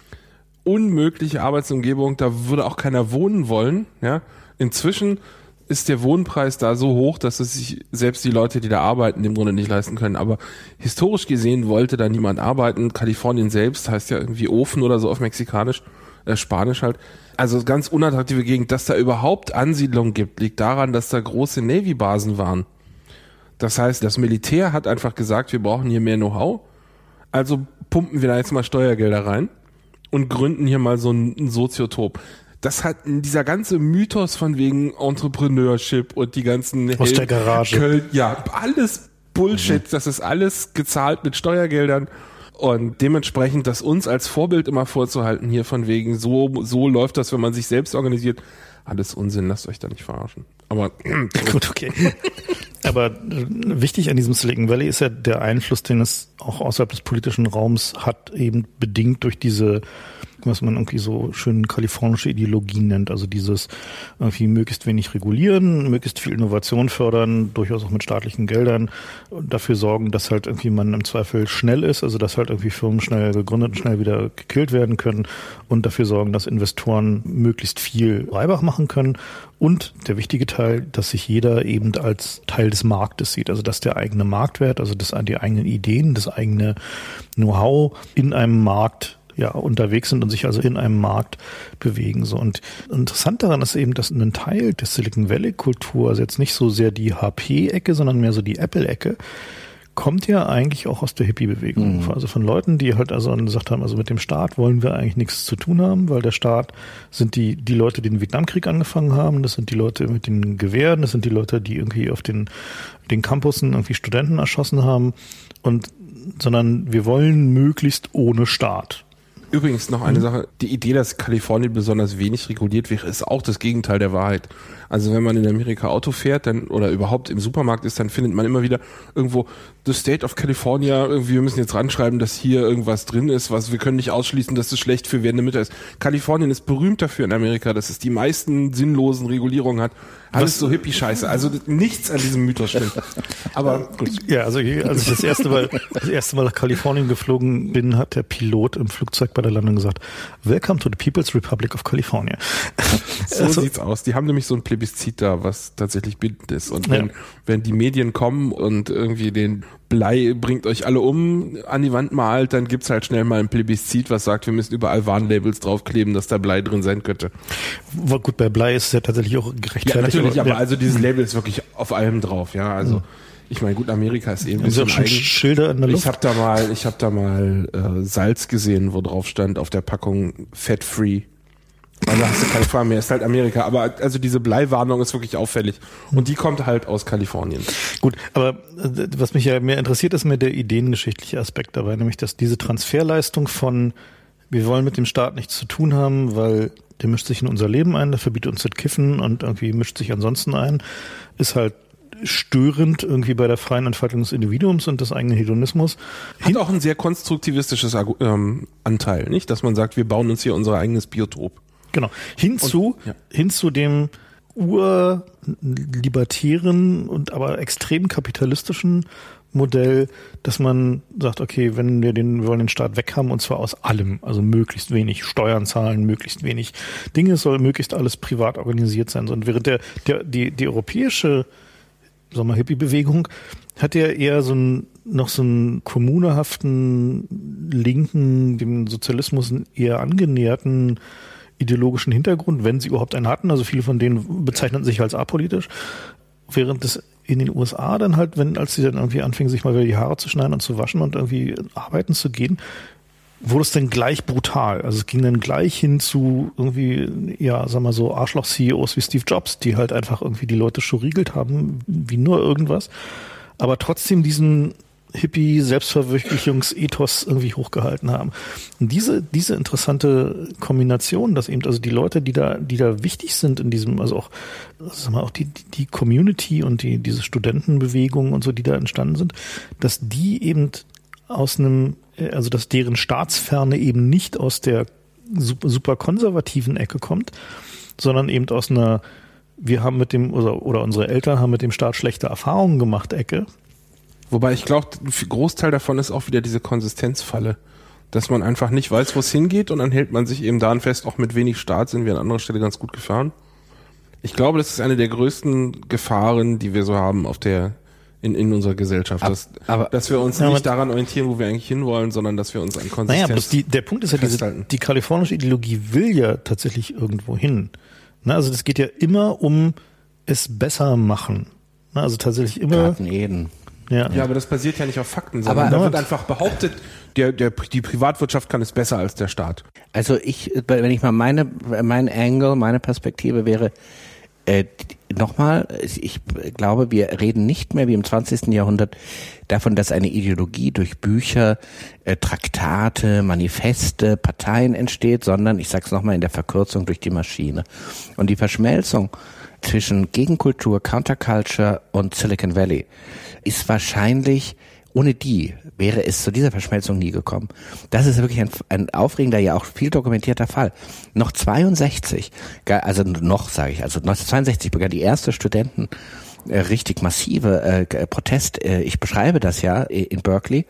Unmögliche Arbeitsumgebung, da würde auch keiner wohnen wollen. Ja, inzwischen ist der Wohnpreis da so hoch, dass es sich selbst die Leute, die da arbeiten, im Grunde nicht leisten können. Aber historisch gesehen wollte da niemand arbeiten. Kalifornien selbst heißt ja irgendwie Ofen oder so auf Mexikanisch, äh, Spanisch halt. Also ganz unattraktive Gegend. Dass da überhaupt Ansiedlung gibt, liegt daran, dass da große Navy-Basen waren. Das heißt, das Militär hat einfach gesagt, wir brauchen hier mehr Know-how. Also pumpen wir da jetzt mal Steuergelder rein und gründen hier mal so ein, ein Soziotop. Das hat dieser ganze Mythos von wegen Entrepreneurship und die ganzen aus Helden, der Garage. Köln, ja, alles Bullshit. Mhm. Das ist alles gezahlt mit Steuergeldern und dementsprechend das uns als Vorbild immer vorzuhalten hier von wegen so so läuft das, wenn man sich selbst organisiert. Alles Unsinn, lasst euch da nicht verarschen. Aber gut, okay. Aber wichtig an diesem Silicon Valley ist ja der Einfluss, den es auch außerhalb des politischen Raums hat, eben bedingt durch diese, was man irgendwie so schön kalifornische Ideologie nennt, also dieses irgendwie möglichst wenig regulieren, möglichst viel Innovation fördern, durchaus auch mit staatlichen Geldern und dafür sorgen, dass halt irgendwie man im Zweifel schnell ist, also dass halt irgendwie Firmen schnell gegründet und schnell wieder gekillt werden können und dafür sorgen, dass Investoren möglichst viel Reibach machen können und der wichtige Teil, dass sich jeder eben als Teil des Marktes sieht, also dass der eigene Marktwert, also das, die eigenen Ideen, das eigene Know-how in einem Markt ja unterwegs sind und sich also in einem Markt bewegen. So. Und interessant daran ist eben, dass ein Teil der Silicon Valley Kultur, also jetzt nicht so sehr die H P-Ecke, sondern mehr so die Apple-Ecke, kommt ja eigentlich auch aus der Hippie-Bewegung. Mhm. Also von Leuten, die halt also gesagt haben, also mit dem Staat wollen wir eigentlich nichts zu tun haben, weil der Staat sind die, die Leute, die den Vietnamkrieg angefangen haben, das sind die Leute mit den Gewehren, das sind die Leute, die irgendwie auf den, den Campussen irgendwie Studenten erschossen haben und, sondern wir wollen möglichst ohne Staat. Übrigens noch eine mhm. Sache, die Idee, dass Kalifornien besonders wenig reguliert wäre, ist auch das Gegenteil der Wahrheit. Also wenn man in Amerika Auto fährt, dann oder überhaupt im Supermarkt ist, dann findet man immer wieder irgendwo the State of California, irgendwie wir müssen jetzt ranschreiben, dass hier irgendwas drin ist, was wir können nicht ausschließen, dass es schlecht für werdende Mütter ist. Kalifornien ist berühmt dafür in Amerika, dass es die meisten sinnlosen Regulierungen hat. Alles was? So Hippie-Scheiße. Also nichts an diesem Mythos stimmt. Aber gut. Ja, also als ich das erste Mal das erste Mal nach Kalifornien geflogen bin, hat der Pilot im Flugzeug bei der Landung gesagt, Welcome to the People's Republic of California. So also, sieht's aus. Die haben nämlich so ein Plebiszit da, was tatsächlich bindend ist. Und wenn, ja. wenn die Medien kommen und irgendwie den Blei bringt euch alle um an die Wand malt, dann gibt's halt schnell mal ein Plebiszit, was sagt, wir müssen überall Warnlabels draufkleben, dass da Blei drin sein könnte. Gut, bei Blei ist es ja tatsächlich auch gerechtfertigt. Ja, natürlich, aber, aber ja. also dieses Label ist wirklich auf allem drauf, ja, also ich meine, gut, Amerika ist eben ein bisschen schon eigen. Schilder in der Luft? Ich habe da mal, ich habe da mal äh, Salz gesehen, wo drauf stand auf der Packung Fat Free. Also hast du keine Frage mehr, ist halt Amerika. Aber also diese Bleiwarnung ist wirklich auffällig. Und die kommt halt aus Kalifornien. Gut, aber was mich ja mehr interessiert, ist mir der ideengeschichtliche Aspekt dabei, nämlich dass diese Transferleistung von wir wollen mit dem Staat nichts zu tun haben, weil der mischt sich in unser Leben ein, der verbietet uns das Kiffen und irgendwie mischt sich ansonsten ein, ist halt störend irgendwie bei der freien Entfaltung des Individuums und des eigenen Hedonismus. Hat auch ein sehr konstruktivistisches ähm, Anteil, nicht? Dass man sagt, wir bauen uns hier unser eigenes Biotop. Genau. Hinzu, und, ja. hin zu dem urlibertären und aber extrem kapitalistischen Modell, dass man sagt, okay, wenn wir den, wir wollen den Staat weg haben und zwar aus allem, also möglichst wenig Steuern zahlen, möglichst wenig Dinge, es soll möglichst alles privat organisiert sein. Und während der, der, die, die europäische, sagen wir, Hippie-Bewegung hat ja eher so ein, noch so einen kommunehaften, linken, dem Sozialismus eher angenäherten ideologischen Hintergrund, wenn sie überhaupt einen hatten. Also viele von denen bezeichnen sich als apolitisch. Während es in den U S A dann halt, wenn, als sie dann irgendwie anfingen, sich mal wieder die Haare zu schneiden und zu waschen und irgendwie arbeiten zu gehen, wurde es dann gleich brutal. Also es ging dann gleich hin zu irgendwie, ja, sag mal so Arschloch-C E Os wie Steve Jobs, die halt einfach irgendwie die Leute schuriegelt haben, wie nur irgendwas, aber trotzdem diesen Hippie-Selbstverwirklichungsethos irgendwie hochgehalten haben. Und diese, diese interessante Kombination, dass eben also die Leute, die da, die da wichtig sind in diesem, also auch, sag mal, auch die, die Community und die, diese Studentenbewegungen und so, die da entstanden sind, dass die eben aus einem, also dass deren Staatsferne eben nicht aus der super, super konservativen Ecke kommt, sondern eben aus einer, wir haben mit dem, oder, oder unsere Eltern haben mit dem Staat schlechte Erfahrungen gemacht, Ecke. Wobei ich glaube, ein Großteil davon ist auch wieder diese Konsistenzfalle, dass man einfach nicht weiß, wo es hingeht und dann hält man sich eben daran fest, auch mit wenig Staat sind wir an anderer Stelle ganz gut gefahren. Ich glaube, das ist eine der größten Gefahren, die wir so haben auf der in, in unserer Gesellschaft, aber, dass, aber, dass wir uns ja, nicht daran orientieren, wo wir eigentlich hinwollen, sondern dass wir uns an Konsistenz Naja, bloß die, der Punkt ist ja, diese, die kalifornische Ideologie will ja tatsächlich irgendwo hin. Na, also das geht ja immer um es besser machen. Na, also tatsächlich immer... Garten Eden. Ja. ja, aber das basiert ja nicht auf Fakten, sondern aber da wird einfach behauptet, der, der, die Privatwirtschaft kann es besser als der Staat. Also ich, wenn ich mal meine, mein Angle, meine Perspektive wäre, äh, nochmal, ich glaube, wir reden nicht mehr wie im zwanzigsten Jahrhundert davon, dass eine Ideologie durch Bücher, äh, Traktate, Manifeste, Parteien entsteht, sondern, ich sag's nochmal in der Verkürzung, durch die Maschine. Und die Verschmelzung zwischen Gegenkultur, Counterculture und Silicon Valley ist wahrscheinlich, ohne die wäre es zu dieser Verschmelzung nie gekommen. Das ist wirklich ein, ein aufregender, ja auch viel dokumentierter Fall. Noch zweiundsechzig, also noch sage ich, also neunzehnhundertzweiundsechzig begann die erste Studenten äh, richtig massive äh, Protest, äh, ich beschreibe das ja in Berkeley,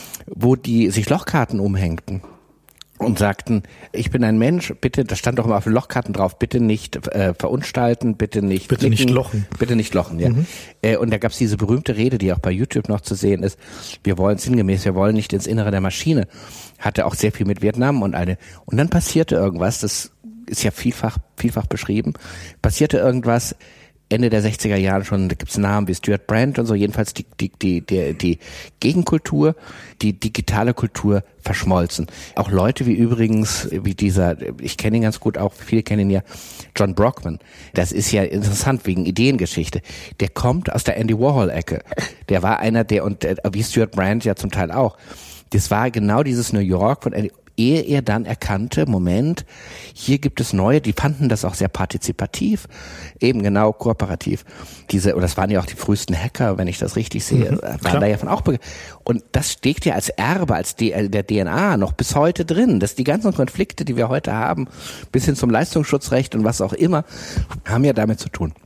wo die sich Lochkarten umhängten und sagten, ich bin ein Mensch, bitte, das stand doch immer auf den Lochkarten drauf, bitte nicht äh, verunstalten, bitte nicht bitte klicken, nicht lochen. Bitte nicht lochen, ja. Mhm. Äh, und da gab's diese berühmte Rede, die auch bei YouTube noch zu sehen ist, wir wollen sinngemäß, wir wollen nicht ins Innere der Maschine. Hatte auch sehr viel mit Vietnam und eine, und dann passierte irgendwas, das ist ja vielfach, vielfach beschrieben, passierte irgendwas, Ende der sechziger Jahre schon, da gibt's Namen wie Stuart Brand und so, jedenfalls die, die, die, die, die Gegenkultur, die digitale Kultur verschmolzen. Auch Leute wie übrigens, wie dieser, ich kenne ihn ganz gut, auch viele kennen ihn ja, John Brockman. Das ist ja interessant wegen Ideengeschichte. Der kommt aus der Andy Warhol-Ecke. Der war einer der, und wie Stuart Brand ja zum Teil auch. Das war genau dieses New York von Andy, ehe er dann erkannte, Moment, hier gibt es neue, die fanden das auch sehr partizipativ, eben genau kooperativ. Diese, und das waren ja auch die frühesten Hacker, wenn ich das richtig sehe, mhm, waren klar. Da ja von auch, und das steckt ja als Erbe, als D, der D N A noch bis heute drin, dass die ganzen Konflikte, die wir heute haben, bis hin zum Leistungsschutzrecht und was auch immer, haben ja damit zu tun.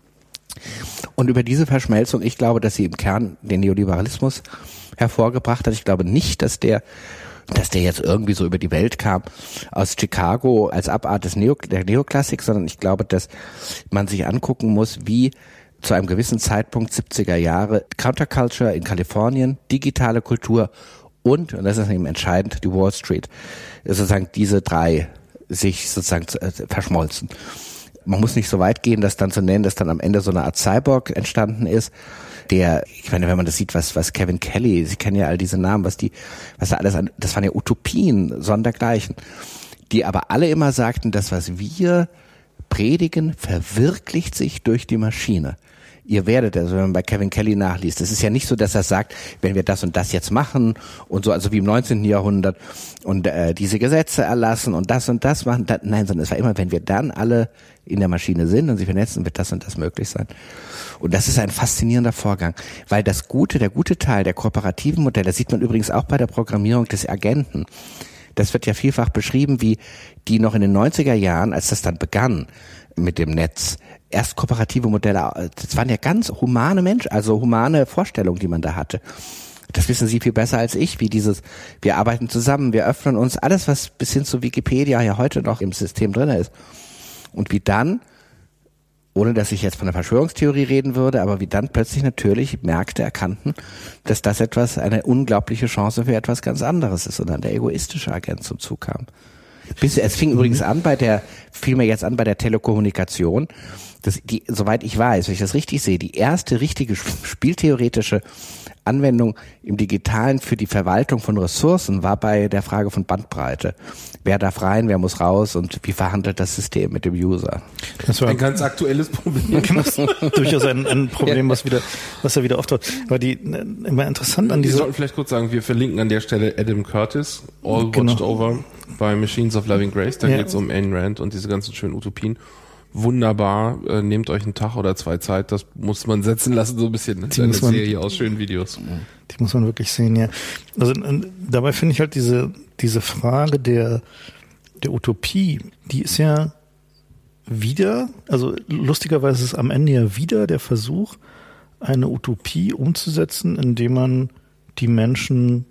Und über diese Verschmelzung, ich glaube, dass sie im Kern den Neoliberalismus hervorgebracht hat. Ich glaube nicht, dass der dass der jetzt irgendwie so über die Welt kam aus Chicago als Abart des Neo, der Neoklassik, sondern ich glaube, dass man sich angucken muss, wie zu einem gewissen Zeitpunkt siebziger Jahre Counterculture in Kalifornien, digitale Kultur und, und das ist eben entscheidend, die Wall Street, sozusagen diese drei sich sozusagen verschmolzen. Man muss nicht so weit gehen, das dann zu nennen, dass dann am Ende so eine Art Cyborg entstanden ist, der, ich meine, wenn man das sieht, was, was Kevin Kelly, Sie kennen ja all diese Namen, was die, was da alles an, das waren ja Utopien, sondergleichen, die aber alle immer sagten, das, was wir predigen, verwirklicht sich durch die Maschine. Ihr werdet, also wenn man bei Kevin Kelly nachliest, es ist ja nicht so, dass er sagt, wenn wir das und das jetzt machen und so, also wie im neunzehnten Jahrhundert und äh, diese Gesetze erlassen und das und das machen, da, nein, sondern es war immer, wenn wir dann alle in der Maschine sind und sie vernetzen, wird das und das möglich sein. Und das ist ein faszinierender Vorgang, weil das Gute, der gute Teil der kooperativen Modelle, das sieht man übrigens auch bei der Programmierung des Agenten. Das wird ja vielfach beschrieben, wie die noch in den neunziger Jahren, als das dann begann mit dem Netz, erst kooperative Modelle, das waren ja ganz humane Menschen, also humane Vorstellungen, die man da hatte. Das wissen Sie viel besser als ich, wie dieses, wir arbeiten zusammen, wir öffnen uns, alles, was bis hin zu Wikipedia ja heute noch im System drin ist. Und wie dann, ohne dass ich jetzt von der Verschwörungstheorie reden würde, aber wie dann plötzlich natürlich Märkte erkannten, dass das etwas, eine unglaubliche Chance für etwas ganz anderes ist und dann der egoistische Agent zum Zug kam. Bis, es fing übrigens an bei der, fiel mir jetzt an bei der Telekommunikation, dass die, soweit ich weiß, wenn ich das richtig sehe, die erste richtige spieltheoretische Anwendung im Digitalen für die Verwaltung von Ressourcen war bei der Frage von Bandbreite. Wer darf rein, wer muss raus und wie verhandelt das System mit dem User? Das war ein ganz aktuelles Problem. Durchaus ein, ein Problem, was wieder, was ja wieder auftaucht. Aber die, immer interessant an dieser. Wir dieser. sollten vielleicht kurz sagen, wir verlinken an der Stelle Adam Curtis, All Genau. Watched Over bei Machines of Loving Grace. Da Ja. geht es um Ayn Rand und diese ganzen schönen Utopien. Wunderbar, äh, nehmt euch einen Tag oder zwei Zeit, das muss man setzen lassen, so ein bisschen. Das ist eine Serie aus schönen Videos. Die muss man wirklich sehen, ja. Also äh, dabei finde ich halt diese, diese Frage der, der Utopie, die ist ja wieder, also lustigerweise ist am Ende ja wieder der Versuch, eine Utopie umzusetzen, indem man die Menschen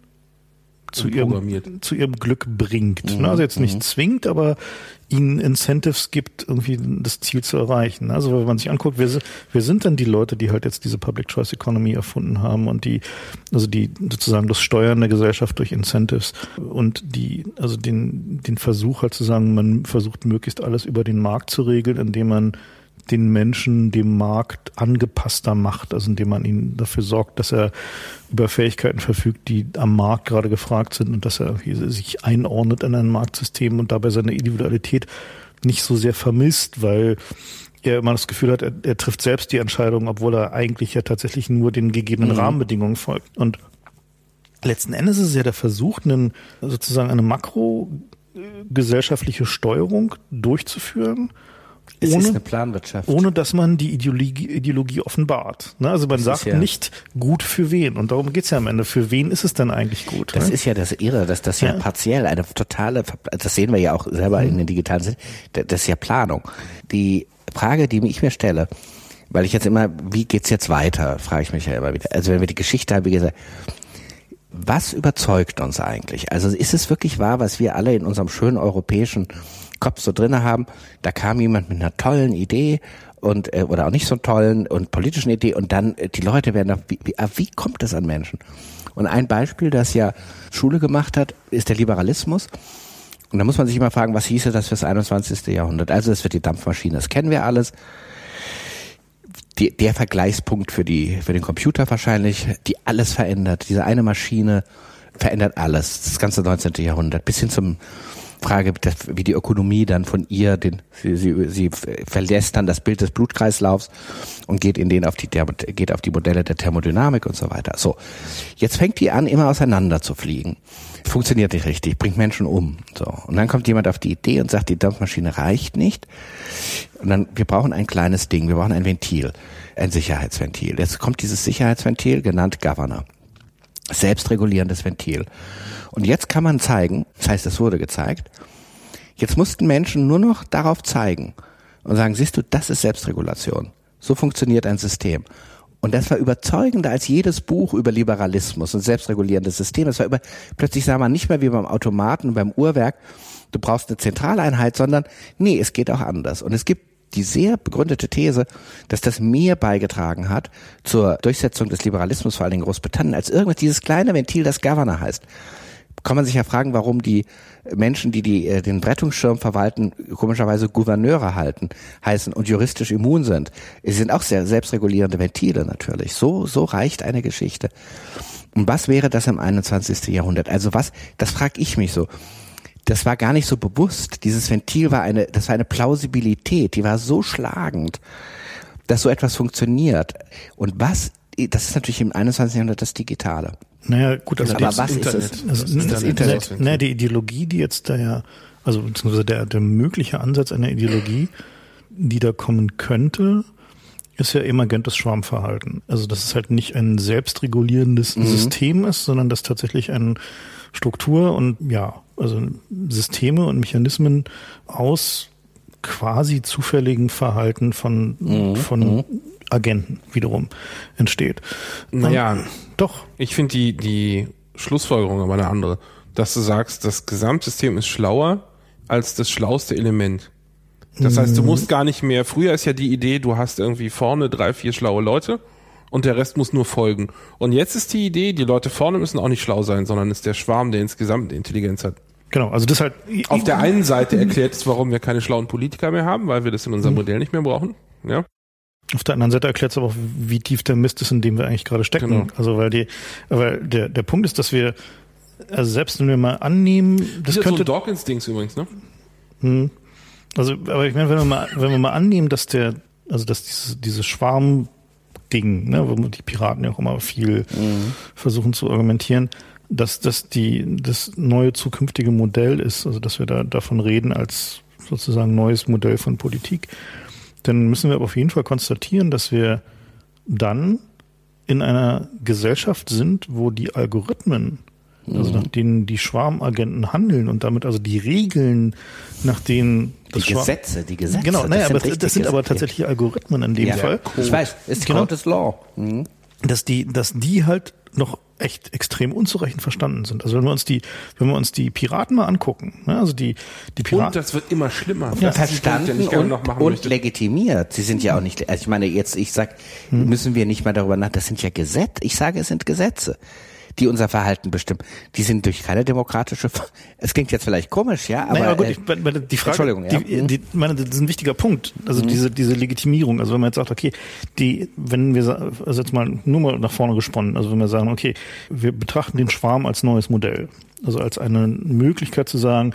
zu ihrem, zu ihrem Glück bringt. Mhm. Also jetzt nicht mhm. zwingt, aber ihnen Incentives gibt, irgendwie das Ziel zu erreichen. Also wenn man sich anguckt, wer, wer sind denn die Leute, die halt jetzt diese Public Choice Economy erfunden haben und die, also die sozusagen das Steuern der Gesellschaft durch Incentives und die, also den, den Versuch halt zu sagen, man versucht möglichst alles über den Markt zu regeln, indem man den Menschen dem Markt angepasster macht, also indem man ihn dafür sorgt, dass er über Fähigkeiten verfügt, die am Markt gerade gefragt sind und dass er sich einordnet in ein Marktsystem und dabei seine Individualität nicht so sehr vermisst, weil er immer das Gefühl hat, er, er trifft selbst die Entscheidung, obwohl er eigentlich ja tatsächlich nur den gegebenen mhm. Rahmenbedingungen folgt. Und letzten Endes ist es ja der Versuch, einen, sozusagen eine makrogesellschaftliche Steuerung durchzuführen, Es ohne, ist eine Planwirtschaft. Ohne, dass man die Ideologie, Ideologie offenbart. Ne? Also man das sagt ja nicht gut für wen. Und darum geht's ja am Ende. Für wen ist es denn eigentlich gut? Das ne? ist ja das Irre, dass das ja, ja partiell eine totale, das sehen wir ja auch selber mhm. in den digitalen Sinn, das ist ja Planung. Die Frage, die ich mir stelle, weil ich jetzt immer, wie geht's jetzt weiter, frage ich mich ja immer wieder. Also wenn wir die Geschichte haben, wie gesagt, was überzeugt uns eigentlich? Also ist es wirklich wahr, was wir alle in unserem schönen europäischen Kopf so drinne haben? Da kam jemand mit einer tollen Idee und äh, oder auch nicht so tollen und politischen Idee und dann äh, die Leute werden da, wie, wie, wie kommt das an Menschen? Und ein Beispiel, das ja Schule gemacht hat, ist der Liberalismus. Und da muss man sich immer fragen, was hieße das fürs einundzwanzigste Jahrhundert? Also es wird die Dampfmaschine, das kennen wir alles. Die, der Vergleichspunkt für die für den Computer wahrscheinlich, die alles verändert. Diese eine Maschine verändert alles, das ganze neunzehnte Jahrhundert, bis hin zum Frage, wie die Ökonomie dann von ihr, den, sie, sie, sie verlässt dann das Bild des Blutkreislaufs und geht in den auf die, der, geht auf die Modelle der Thermodynamik und so weiter. So. Jetzt fängt die an, immer auseinander zu fliegen. Funktioniert nicht richtig, bringt Menschen um. So. Und dann kommt jemand auf die Idee und sagt, die Dampfmaschine reicht nicht. Und dann, wir brauchen ein kleines Ding, wir brauchen ein Ventil, ein Sicherheitsventil. Jetzt kommt dieses Sicherheitsventil, genannt Governor. Selbstregulierendes Ventil. Und jetzt kann man zeigen, das heißt, es wurde gezeigt, jetzt mussten Menschen nur noch darauf zeigen und sagen, siehst du, das ist Selbstregulation. So funktioniert ein System. Und das war überzeugender als jedes Buch über Liberalismus und selbstregulierendes System. Das war über, plötzlich sah man nicht mehr wie beim Automaten, beim Uhrwerk, du brauchst eine Zentraleinheit, sondern nee, es geht auch anders. Und es gibt die sehr begründete These, dass das mehr beigetragen hat zur Durchsetzung des Liberalismus, vor allem in Großbritannien, als irgendwas, dieses kleine Ventil, das Governor heißt. Kann man sich ja fragen, warum die Menschen, die, die äh, den Rettungsschirm verwalten, komischerweise Gouverneure halten, heißen und juristisch immun sind. Sie sind auch sehr selbstregulierende Ventile natürlich. So, so reicht eine Geschichte. Und was wäre das im einundzwanzigsten Jahrhundert? Also was, das frage ich mich so. Das war gar nicht so bewusst. Dieses Ventil war eine, das war eine Plausibilität, die war so schlagend, dass so etwas funktioniert. Und was, das ist natürlich im einundzwanzigsten Jahrhundert das Digitale. Naja, gut, also aber das was Internet, ist es? Also das, das, das Internet. Internet. Naja, die Ideologie, die jetzt da ja, also beziehungsweise der, der mögliche Ansatz einer Ideologie, die da kommen könnte, ist ja emergentes Schwarmverhalten. Also dass es halt nicht ein selbstregulierendes mhm. System ist, sondern dass tatsächlich eine Struktur und ja, also Systeme und Mechanismen aus quasi zufälligen Verhalten von, mhm. von Agenten wiederum entsteht. Naja, Und, doch. Ich finde die, die Schlussfolgerung aber eine andere, dass du sagst, das Gesamtsystem ist schlauer als das schlauste Element. Das heißt, du musst gar nicht mehr, früher ist ja die Idee, du hast irgendwie vorne drei, vier schlaue Leute und der Rest muss nur folgen. Und jetzt ist die Idee, die Leute vorne müssen auch nicht schlau sein, sondern es ist der Schwarm, der insgesamt Intelligenz hat. Genau, also das halt. Auf der einen Seite erklärt es, warum wir keine schlauen Politiker mehr haben, weil wir das in unserem Modell nicht mehr brauchen. Ja. Auf der anderen Seite erklärt es aber auch, wie tief der Mist ist, in dem wir eigentlich gerade stecken. Genau. Also weil die, weil der der Punkt ist, dass wir, also selbst wenn wir mal annehmen, das das könnte. So ein Dawkins-Dings übrigens, ne? Hm. Also, aber ich meine, wenn wir mal, wenn wir mal annehmen, dass der, also dass dieses, dieses Schwarm-Ding, ne, wo die Piraten ja auch immer viel mhm. versuchen zu argumentieren, dass das die, das neue zukünftige Modell ist, also dass wir da davon reden als sozusagen neues Modell von Politik, dann müssen wir aber auf jeden Fall konstatieren, dass wir dann in einer Gesellschaft sind, wo die Algorithmen, also nach denen die Schwarmagenten handeln und damit also die Regeln, nach denen das die Gesetze, die Gesetze. Genau, naja, aber sind das sind aber tatsächlich Algorithmen in dem ja, Fall. Ich weiß, ist genau, Code is Law. Mhm. Dass die, dass die halt noch echt extrem unzureichend verstanden sind. Also wenn wir uns die, wenn wir uns die Piraten mal angucken, ne, also die, die Piraten. Und das wird immer schlimmer. Ja, das verstanden ist ein Punkt, den ich gerne und, noch machen und möchte. legitimiert. Sie sind ja auch nicht, also ich meine jetzt, ich sag, hm. müssen wir nicht mal darüber nachdenken, das sind ja Gesetze. Ich sage, es sind Gesetze, die unser Verhalten bestimmen. Die sind durch keine demokratische, es klingt jetzt vielleicht komisch, ja, aber, naja, aber gut, äh, ich, meine, die Frage, Entschuldigung, ja. die, die, meine, das ist ein wichtiger Punkt. Also mhm. diese, diese Legitimierung. Also wenn man jetzt sagt, okay, die, wenn wir, also jetzt mal nur mal nach vorne gesponnen, also wenn wir sagen, okay, wir betrachten den Schwarm als neues Modell. Also als eine Möglichkeit zu sagen,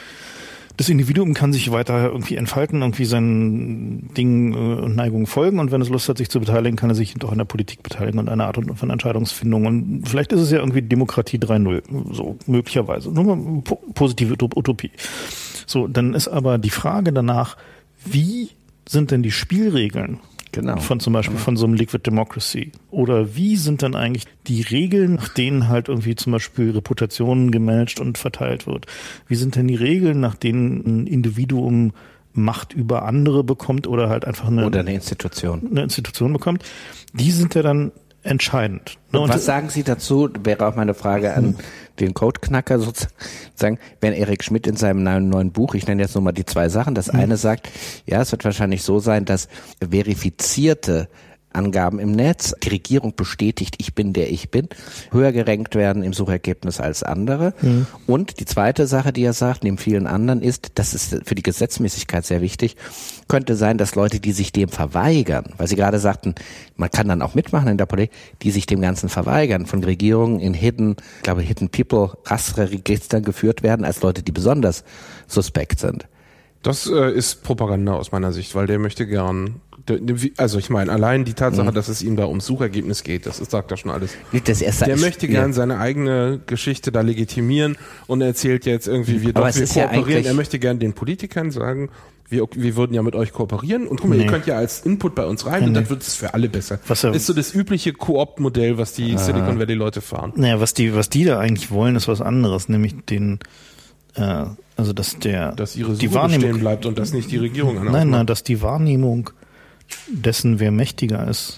das Individuum kann sich weiter irgendwie entfalten, irgendwie seinen Dingen und Neigungen folgen und wenn es Lust hat, sich zu beteiligen, kann er sich doch in der Politik beteiligen und einer Art von Entscheidungsfindung. Und vielleicht ist es ja irgendwie Demokratie drei null, so möglicherweise. Nur mal positive Utopie. So, dann ist aber die Frage danach, wie sind denn die Spielregeln? Genau. Von zum Beispiel von so einem Liquid Democracy. Oder wie sind dann eigentlich die Regeln, nach denen halt irgendwie zum Beispiel Reputationen gemanagt und verteilt wird? Wie sind denn die Regeln, nach denen ein Individuum Macht über andere bekommt oder halt einfach eine, oder eine Institution. eine Institution bekommt? Die sind ja dann entscheidend. Und, und was sagen Sie dazu, wäre auch meine Frage an hm. den Codeknacker sozusagen, wenn Eric Schmidt in seinem neuen, neuen Buch, ich nenne jetzt nur mal die zwei Sachen, das hm. eine sagt, ja, es wird wahrscheinlich so sein, dass verifizierte Angaben im Netz, die Regierung bestätigt, ich bin der ich bin, höher gerankt werden im Suchergebnis als andere. Mhm. Und die zweite Sache, die er sagt, neben vielen anderen, ist, das ist für die Gesetzmäßigkeit sehr wichtig, könnte sein, dass Leute, die sich dem verweigern, weil Sie gerade sagten, man kann dann auch mitmachen in der Politik, die sich dem Ganzen verweigern, von Regierungen in Hidden, ich glaube Hidden People, Rassregistern geführt werden, als Leute, die besonders suspekt sind. Das äh, ist Propaganda aus meiner Sicht, weil der möchte gern, der, also ich meine, allein die Tatsache, mhm. dass es ihm da ums Suchergebnis geht, das ist, sagt ja schon alles. Das erste, der möchte gern ja. seine eigene Geschichte da legitimieren und erzählt jetzt irgendwie, wir, doch, wir kooperieren. Ja, er möchte gern den Politikern sagen, wir, wir würden ja mit euch kooperieren und guck mal, nee. ihr könnt ja als Input bei uns rein nee, und dann wird es für alle besser. Was er, ist so das übliche Koop-Modell, was die ah. Silicon Valley-Leute fahren. Naja, was die, was die da eigentlich wollen, ist was anderes, nämlich den äh, also dass der dass ihre Suche die Wahrnehmung stehen bleibt und dass nicht die Regierung an. Nein, nein, dass die Wahrnehmung dessen, wer mächtiger ist,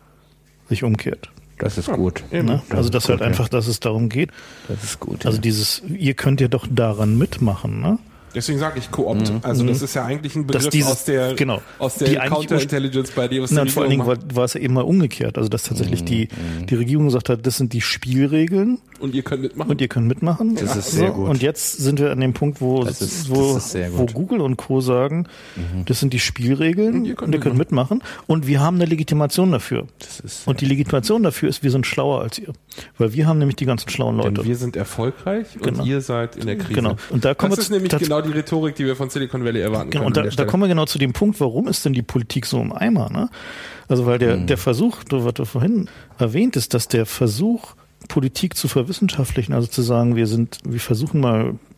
sich umkehrt. Das ist gut. Ja, ne? das also dass halt gut, einfach, ja. dass es darum geht. Das ist gut. Also ja. dieses, ihr könnt ja doch daran mitmachen, ne? Deswegen sage ich Koopt. Mhm. Also das ist ja eigentlich ein Begriff dieses, aus der, genau, aus der Counterintelligence bei dir. Was na, und vor allen Dingen war, war es ja eben mal umgekehrt. Also dass tatsächlich mhm. die, die Regierung gesagt hat, das sind die Spielregeln. Und ihr könnt mitmachen. Und ihr könnt mitmachen. Das ja. ist sehr gut. Und jetzt sind wir an dem Punkt, wo, ist, wo, wo Google und Co. sagen, mhm. das sind die Spielregeln und ihr könnt, und ihr könnt mitmachen. Und wir haben eine Legitimation dafür. Das ist und die Legitimation dafür ist, wir sind schlauer als ihr. Weil wir haben nämlich die ganzen schlauen Leute. Denn wir sind erfolgreich genau. und ihr seid in der Krise. Genau. Und da kommen das ist nämlich genau die Rhetorik, die wir von Silicon Valley erwarten genau, können. Und da, da kommen wir genau zu dem Punkt, warum ist denn die Politik so im Eimer? Ne? Also weil der, mhm. der Versuch, was du vorhin erwähnt ist, dass der Versuch, Politik zu verwissenschaftlichen, also zu sagen, wir sind, wir versuchen mal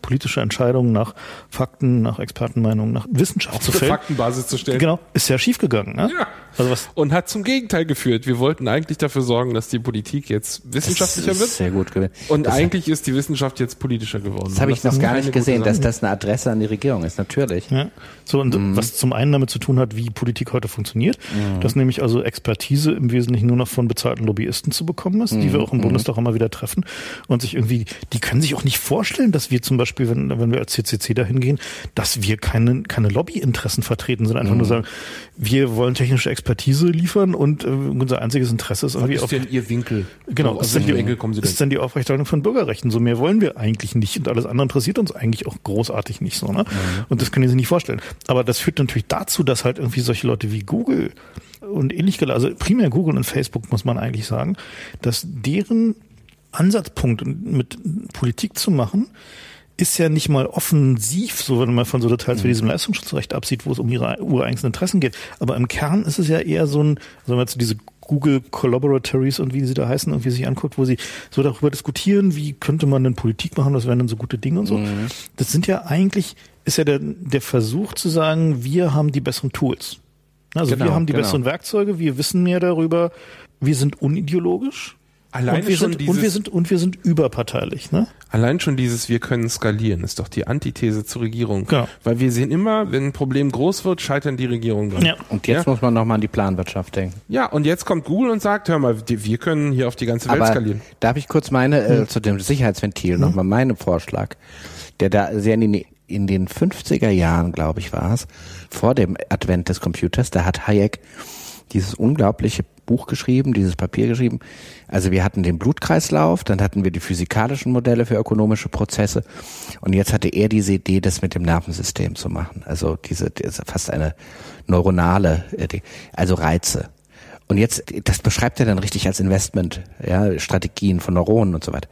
politische Entscheidungen nach Fakten, nach Expertenmeinungen, nach Wissenschaft zu fällen. Faktenbasis zu stellen. Genau, ist ja schiefgegangen. Ne? Ja. Also was und hat zum Gegenteil geführt. Wir wollten eigentlich dafür sorgen, dass die Politik jetzt wissenschaftlicher das ist wird. Sehr gut gewesen. Und das eigentlich hat, ist die Wissenschaft jetzt politischer geworden. Das habe ich noch gar nicht gesehen, dass Sache. das eine Adresse an die Regierung ist, natürlich. Ja. So, und mhm. was zum einen damit zu tun hat, wie Politik heute funktioniert, mhm. dass nämlich also Expertise im Wesentlichen nur noch von bezahlten Lobbyisten zu bekommen ist, mhm. die wir auch im Bundestag mhm. immer wieder treffen und sich irgendwie, die können sich auch nicht vorstellen, dass wir zum Beispiel, wenn, wenn wir als C C C dahin gehen, dass wir keine, keine Lobbyinteressen vertreten, sondern einfach mhm. nur sagen, wir wollen technische Expertise liefern und äh, unser einziges Interesse ist irgendwie was ist auf, denn Ihr Winkel? Genau, so, ist, denn die, Winkel kommen Sie denn? ist denn die Aufrechterhaltung von Bürgerrechten. So mehr wollen wir eigentlich nicht und alles andere interessiert uns eigentlich auch großartig nicht so, ne? Mhm. Und das können die sich nicht vorstellen. Aber das führt natürlich dazu, dass halt irgendwie solche Leute wie Google und ähnlich, also primär Google und Facebook muss man eigentlich sagen, dass deren Ansatzpunkt mit Politik zu machen, ist ja nicht mal offensiv, so wenn man von so Details wie diesem Leistungsschutzrecht absieht, wo es um ihre ureigensten Interessen geht. Aber im Kern ist es ja eher so ein, also wenn man jetzt diese Google Collaboratories und wie sie da heißen, irgendwie sich anguckt, wo sie so darüber diskutieren, wie könnte man denn Politik machen, das wären dann so gute Dinge und so. Mhm. Das sind ja eigentlich, ist ja der, der Versuch zu sagen, wir haben die besseren Tools. Also genau, wir haben die genau. besseren Werkzeuge, wir wissen mehr darüber, wir sind unideologisch. Allein und wir schon sind, dieses, und wir sind und wir sind überparteilich, ne? Allein schon dieses wir können skalieren ist doch die Antithese zur Regierung, genau. Weil wir sehen immer, wenn ein Problem groß wird, scheitern die Regierungen dran. Ja. Und jetzt ja? muss man nochmal an die Planwirtschaft denken. Ja, und jetzt kommt Google und sagt, hör mal, wir können hier auf die ganze Welt Aber skalieren. Darf ich kurz meine äh, hm. zu dem Sicherheitsventil hm. nochmal meinen Vorschlag, der da sehr in den, in den fünfziger Jahren, glaube ich, war es, vor dem Advent des Computers, da hat Hayek dieses unglaubliche Buch geschrieben, dieses Papier geschrieben. Also wir hatten den Blutkreislauf, dann hatten wir die physikalischen Modelle für ökonomische Prozesse und jetzt hatte er diese Idee, das mit dem Nervensystem zu machen. Also diese, diese fast eine neuronale, also Reize. Und jetzt, das beschreibt er dann richtig als Investment, ja, Strategien von Neuronen und so weiter.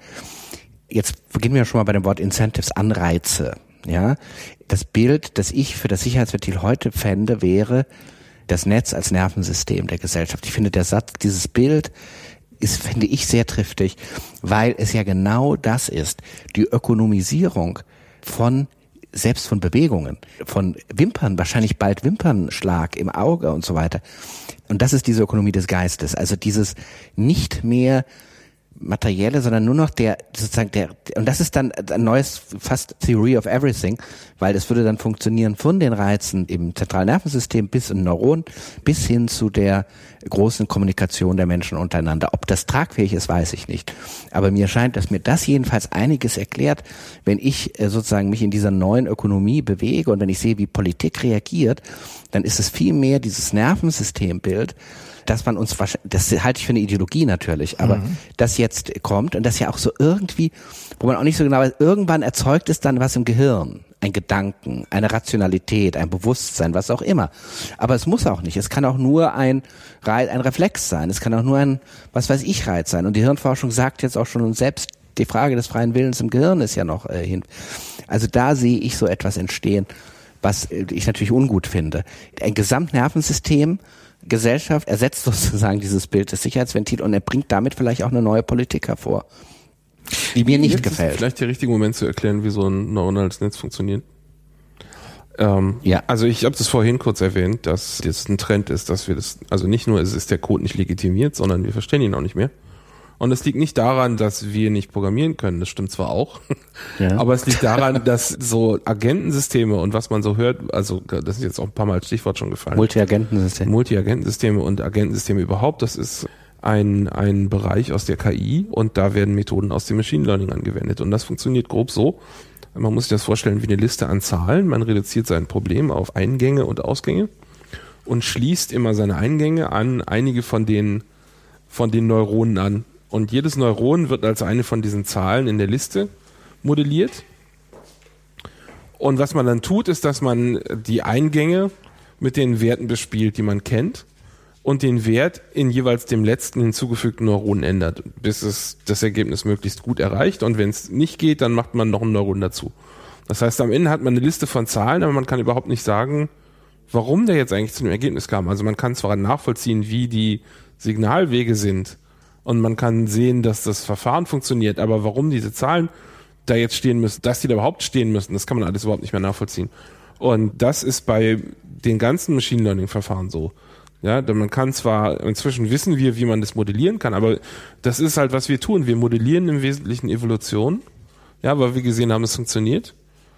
Jetzt beginnen wir schon mal bei dem Wort Incentives, Anreize, ja. Das Bild, das ich für das Sicherheitsventil heute fände, wäre das Netz als Nervensystem der Gesellschaft. Ich finde, der Satz, dieses Bild ist, finde ich, sehr triftig, weil es ja genau das ist. Die Ökonomisierung von, selbst von Bewegungen, von Wimpern, wahrscheinlich bald Wimpernschlag im Auge und so weiter. Und das ist diese Ökonomie des Geistes. Also dieses nicht mehr Materielle, sondern nur noch der, sozusagen der, und das ist dann ein neues, fast Theory of Everything, weil das würde dann funktionieren von den Reizen im zentralen Nervensystem bis in Neuronen, bis hin zu der großen Kommunikation der Menschen untereinander. Ob das tragfähig ist, weiß ich nicht. Aber mir scheint, dass mir das jedenfalls einiges erklärt, wenn ich äh, sozusagen mich in dieser neuen Ökonomie bewege und wenn ich sehe, wie Politik reagiert, dann ist es viel mehr dieses Nervensystembild, dass man uns wahrscheinlich, das halte ich für eine Ideologie natürlich, aber mhm. das jetzt kommt und das ja auch so irgendwie, wo man auch nicht so genau weiß, irgendwann erzeugt es dann was im Gehirn, ein Gedanken, eine Rationalität, ein Bewusstsein, was auch immer. Aber es muss auch nicht. Es kann auch nur ein, ein Reflex sein. Es kann auch nur ein, was weiß ich, Reiz sein. Und die Hirnforschung sagt jetzt auch schon, und selbst die Frage des freien Willens im Gehirn ist ja noch äh, hin. Also da sehe ich so etwas entstehen, was ich natürlich ungut finde. Ein Gesamtnervensystem, Gesellschaft ersetzt sozusagen dieses Bild des Sicherheitsventils und er bringt damit vielleicht auch eine neue Politik hervor, die mir nicht Jetzt gefällt. Ist vielleicht der richtige Moment zu erklären, wie so ein neuronales Netz funktioniert. Ähm, ja. Also ich habe das vorhin kurz erwähnt, dass das ein Trend ist, dass wir das, also nicht nur ist, ist der Code nicht legitimiert, sondern wir verstehen ihn auch nicht mehr. Und es liegt nicht daran, dass wir nicht programmieren können, das stimmt zwar auch, ja. aber es liegt daran, dass so Agentensysteme und was man so hört, also das ist jetzt auch ein paar Mal als Stichwort schon gefallen. Multi-Agentensysteme. Multi-Agentensysteme und Agentensysteme überhaupt, das ist ein, ein Bereich aus der K I und da werden Methoden aus dem Machine Learning angewendet und das funktioniert grob so, man muss sich das vorstellen wie eine Liste an Zahlen, man reduziert sein Problem auf Eingänge und Ausgänge und schließt immer seine Eingänge an einige von den, von den Neuronen an. Und jedes Neuron wird als eine von diesen Zahlen in der Liste modelliert. Und was man dann tut, ist, dass man die Eingänge mit den Werten bespielt, die man kennt, und den Wert in jeweils dem letzten hinzugefügten Neuron ändert, bis es das Ergebnis möglichst gut erreicht. Und wenn es nicht geht, dann macht man noch ein Neuron dazu. Das heißt, am Ende hat man eine Liste von Zahlen, aber man kann überhaupt nicht sagen, warum der jetzt eigentlich zu dem Ergebnis kam. Also man kann zwar nachvollziehen, wie die Signalwege sind, und man kann sehen, dass das Verfahren funktioniert, aber warum diese Zahlen da jetzt stehen müssen, dass die da überhaupt stehen müssen, das kann man alles überhaupt nicht mehr nachvollziehen. Und das ist bei den ganzen Machine Learning Verfahren so. Ja, denn man kann zwar, inzwischen wissen wir, wie man das modellieren kann, aber das ist halt, was wir tun. Wir modellieren im Wesentlichen Evolution, ja, weil wir gesehen haben, es funktioniert.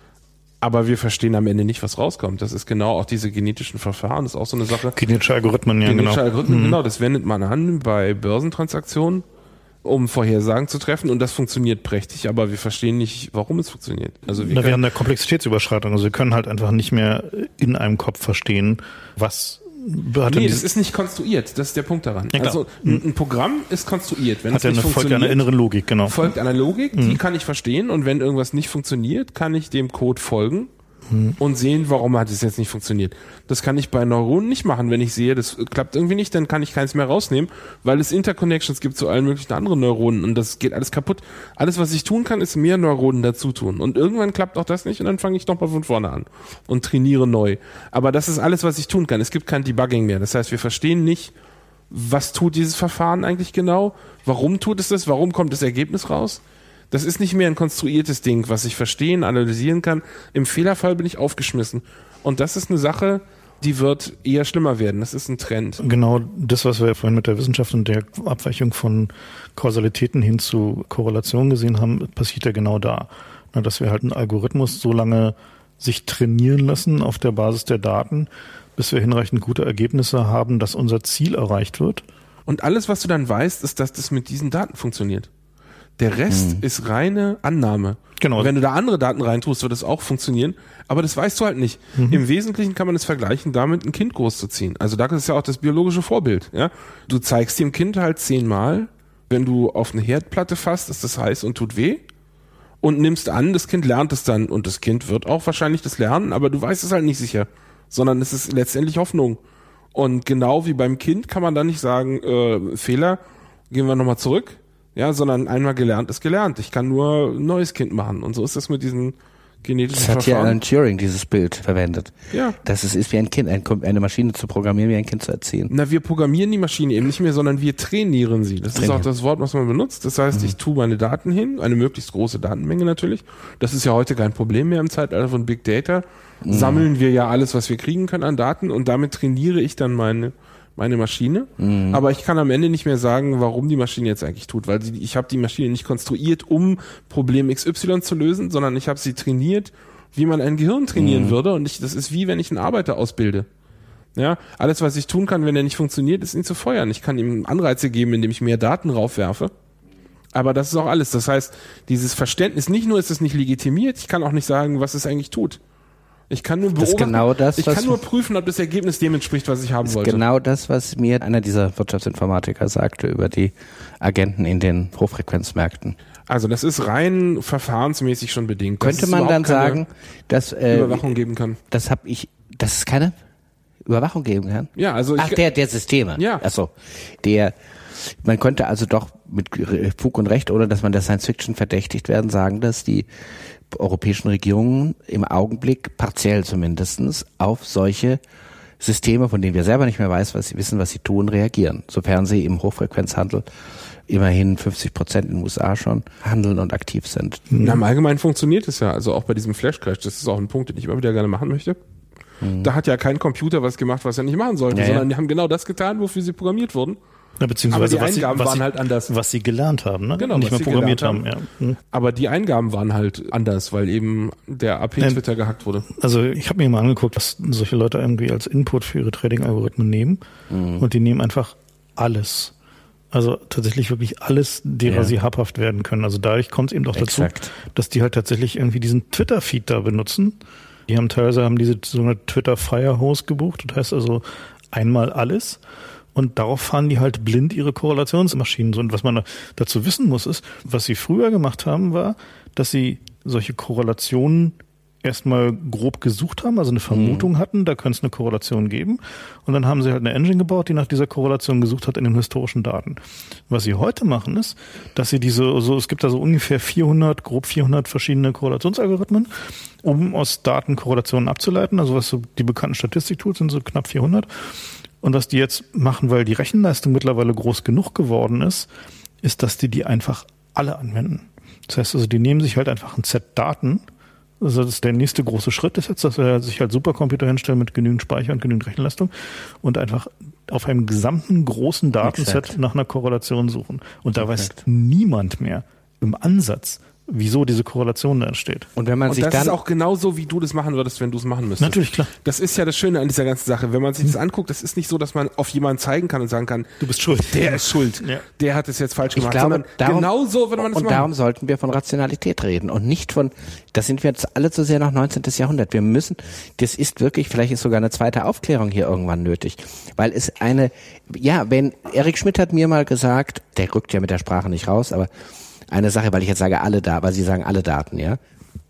Aber wir verstehen am Ende nicht, was rauskommt. Das ist genau auch diese genetischen Verfahren, das ist auch so eine Sache. Genetische Algorithmen, ja, Genetische genau. Algorithmen, mhm. genau, das wendet man an bei Börsentransaktionen, um Vorhersagen zu treffen, und das funktioniert prächtig, aber wir verstehen nicht, warum es funktioniert. Also wir, Na, wir haben eine Komplexitätsüberschreitung, also wir können halt einfach nicht mehr in einem Kopf verstehen, was hat nee, denn das ist nicht konstruiert, das ist der Punkt daran. Ja, also ein, ein Programm ist konstruiert, wenn hat es ja nicht eine, folgt funktioniert, einer inneren Logik, genau. folgt einer Logik, Mhm. die kann ich verstehen, und wenn irgendwas nicht funktioniert, kann ich dem Code folgen und sehen, warum hat es jetzt nicht funktioniert. Das kann ich bei Neuronen nicht machen. Wenn ich sehe, das klappt irgendwie nicht, dann kann ich keins mehr rausnehmen, weil es Interconnections gibt zu allen möglichen anderen Neuronen, und das geht alles kaputt. Alles, was ich tun kann, ist mehr Neuronen dazu tun. Und irgendwann klappt auch das nicht, und dann fange ich nochmal von vorne an und trainiere neu. Aber das ist alles, was ich tun kann. Es gibt kein Debugging mehr. Das heißt, wir verstehen nicht, was tut dieses Verfahren eigentlich genau? Warum tut es das? Warum kommt das Ergebnis raus? Das ist nicht mehr ein konstruiertes Ding, was ich verstehen, analysieren kann. Im Fehlerfall bin ich aufgeschmissen. Und das ist eine Sache, die wird eher schlimmer werden. Das ist ein Trend. Genau das, was wir vorhin mit der Wissenschaft und der Abweichung von Kausalitäten hin zu Korrelation gesehen haben, passiert ja genau da. Na, dass wir halt einen Algorithmus so lange sich trainieren lassen auf der Basis der Daten, bis wir hinreichend gute Ergebnisse haben, dass unser Ziel erreicht wird. Und alles, was du dann weißt, ist, dass das mit diesen Daten funktioniert. Der Rest hm. ist reine Annahme. Genau. Und wenn du da andere Daten reintust, wird es auch funktionieren. Aber das weißt du halt nicht. Mhm. Im Wesentlichen kann man es vergleichen, damit ein Kind großzuziehen. Also da ist ja auch das biologische Vorbild. Ja? Du zeigst dem Kind halt zehnmal, wenn du auf eine Herdplatte fasst, ist das heiß und tut weh. Und nimmst an, das Kind lernt es dann. Und das Kind wird auch wahrscheinlich das lernen, aber du weißt es halt nicht sicher. Sondern es ist letztendlich Hoffnung. Und genau wie beim Kind kann man dann nicht sagen, äh, Fehler, gehen wir nochmal zurück. Ja, sondern einmal gelernt ist gelernt. Ich kann nur ein neues Kind machen. Und so ist das mit diesen genetischen Verfahren. Das hat ja Verfahren. Alan Turing dieses Bild verwendet. Ja. Dass es ist wie ein Kind, ein, eine Maschine zu programmieren, wie ein Kind zu erziehen. Na, wir programmieren die Maschine eben nicht mehr, sondern wir trainieren sie. Das Trainieren. ist auch das Wort, was man benutzt. Das heißt, mhm. ich tue meine Daten hin, eine möglichst große Datenmenge natürlich. Das ist ja heute kein Problem mehr im Zeitalter von Big Data. Mhm. Sammeln wir ja alles, was wir kriegen können an Daten, und damit trainiere ich dann meine meine Maschine, mhm. aber ich kann am Ende nicht mehr sagen, warum die Maschine jetzt eigentlich tut, weil sie, ich habe die Maschine nicht konstruiert, um Problem X Y zu lösen, sondern ich habe sie trainiert, wie man ein Gehirn trainieren mhm. würde, und ich, das ist wie wenn ich einen Arbeiter ausbilde. Ja, alles, was ich tun kann, wenn er nicht funktioniert, ist ihn zu feuern. Ich kann ihm Anreize geben, indem ich mehr Daten raufwerfe. Aber das ist auch alles. Das heißt, dieses Verständnis, nicht nur ist es nicht legitimiert, ich kann auch nicht sagen, was es eigentlich tut. Ich kann nur beobachten, genau das, ich kann nur prüfen, ob das Ergebnis dem entspricht, was ich haben ist wollte. Genau das, was mir einer dieser Wirtschaftsinformatiker sagte über die Agenten in den Hochfrequenzmärkten. Also das ist rein verfahrensmäßig schon bedingt. Könnte man dann sagen, dass äh, Überwachung geben kann? Das habe ich, dass es keine Überwachung geben kann? Ja, also ich, Ach, der der Systeme. Ja. Ach so, der man könnte also doch mit Fug und Recht, ohne dass man der Science Fiction verdächtigt werden, sagen, dass die europäischen Regierungen im Augenblick, partiell zumindestens, auf solche Systeme, von denen wir selber nicht mehr weiß, was sie wissen, was sie tun, reagieren. Sofern sie im Hochfrequenzhandel immerhin fünfzig Prozent in den U S A schon handeln und aktiv sind. Na, im Allgemeinen funktioniert es ja, also auch bei diesem Flash-Crash, das ist auch ein Punkt, den ich immer wieder gerne machen möchte. Mhm. Da hat ja kein Computer was gemacht, was er nicht machen sollte, ja, sondern ja. die haben genau das getan, wofür sie programmiert wurden. Ja, beziehungsweise aber die was Eingaben sie, was waren sie, halt anders. Was sie gelernt haben, ne? Genau, nicht mehr programmiert haben. haben. Ja. Hm. Aber die Eingaben waren halt anders, weil eben der A P-Twitter ähm, gehackt wurde. Also ich habe mir mal angeguckt, was solche Leute irgendwie als Input für ihre Trading-Algorithmen nehmen. Mhm. Und die nehmen einfach alles. Also tatsächlich wirklich alles, derer ja. sie habhaft werden können. Also dadurch kommt es eben doch dazu, Exakt. dass die halt tatsächlich irgendwie diesen Twitter-Feed da benutzen. Die haben teilweise haben diese so eine Twitter-Firehose gebucht. Das heißt also einmal alles. Und darauf fahren die halt blind ihre Korrelationsmaschinen. Und was man dazu wissen muss, ist, was sie früher gemacht haben, war, dass sie solche Korrelationen erstmal grob gesucht haben, also eine Vermutung mhm. hatten, da könnte es eine Korrelation geben. Und dann haben sie halt eine Engine gebaut, die nach dieser Korrelation gesucht hat in den historischen Daten. Was sie heute machen ist, dass sie diese, so es gibt da so ungefähr vierhundert, grob vierhundert verschiedene Korrelationsalgorithmen, um aus Daten Korrelationen abzuleiten. Also was so die bekannten Statistiktools sind, so knapp vierhundert. Und was die jetzt machen, weil die Rechenleistung mittlerweile groß genug geworden ist, ist, dass die die einfach alle anwenden. Das heißt also, die nehmen sich halt einfach ein Set Daten. Also das ist der nächste große Schritt ist jetzt, dass wir sich halt Supercomputer hinstellen mit genügend Speicher und genügend Rechenleistung und einfach auf einem gesamten großen Datenset Exakt. nach einer Korrelation suchen. Und da Exakt. weiß niemand mehr im Ansatz, wieso diese Korrelation da entsteht. Und wenn man Und sich das dann ist auch genauso, wie du das machen würdest, wenn du es machen müsstest. Natürlich, klar. Das ist ja das Schöne an dieser ganzen Sache. Wenn man sich das anguckt, das ist nicht so, dass man auf jemanden zeigen kann und sagen kann, Du bist schuld. der ist schuld, Ja. der hat es jetzt falsch Ich gemacht, glaube, sondern darum, genau so würde man es und machen. darum sollten wir von Rationalität reden und nicht von, das sind wir jetzt alle zu sehr noch neunzehnten. Jahrhundert. Wir müssen, das ist wirklich, vielleicht ist sogar eine zweite Aufklärung hier irgendwann nötig, weil es eine, ja, wenn, Eric Schmidt hat mir mal gesagt, der rückt ja mit der Sprache nicht raus, aber eine Sache, weil ich jetzt sage alle Daten, weil Sie sagen alle Daten, ja,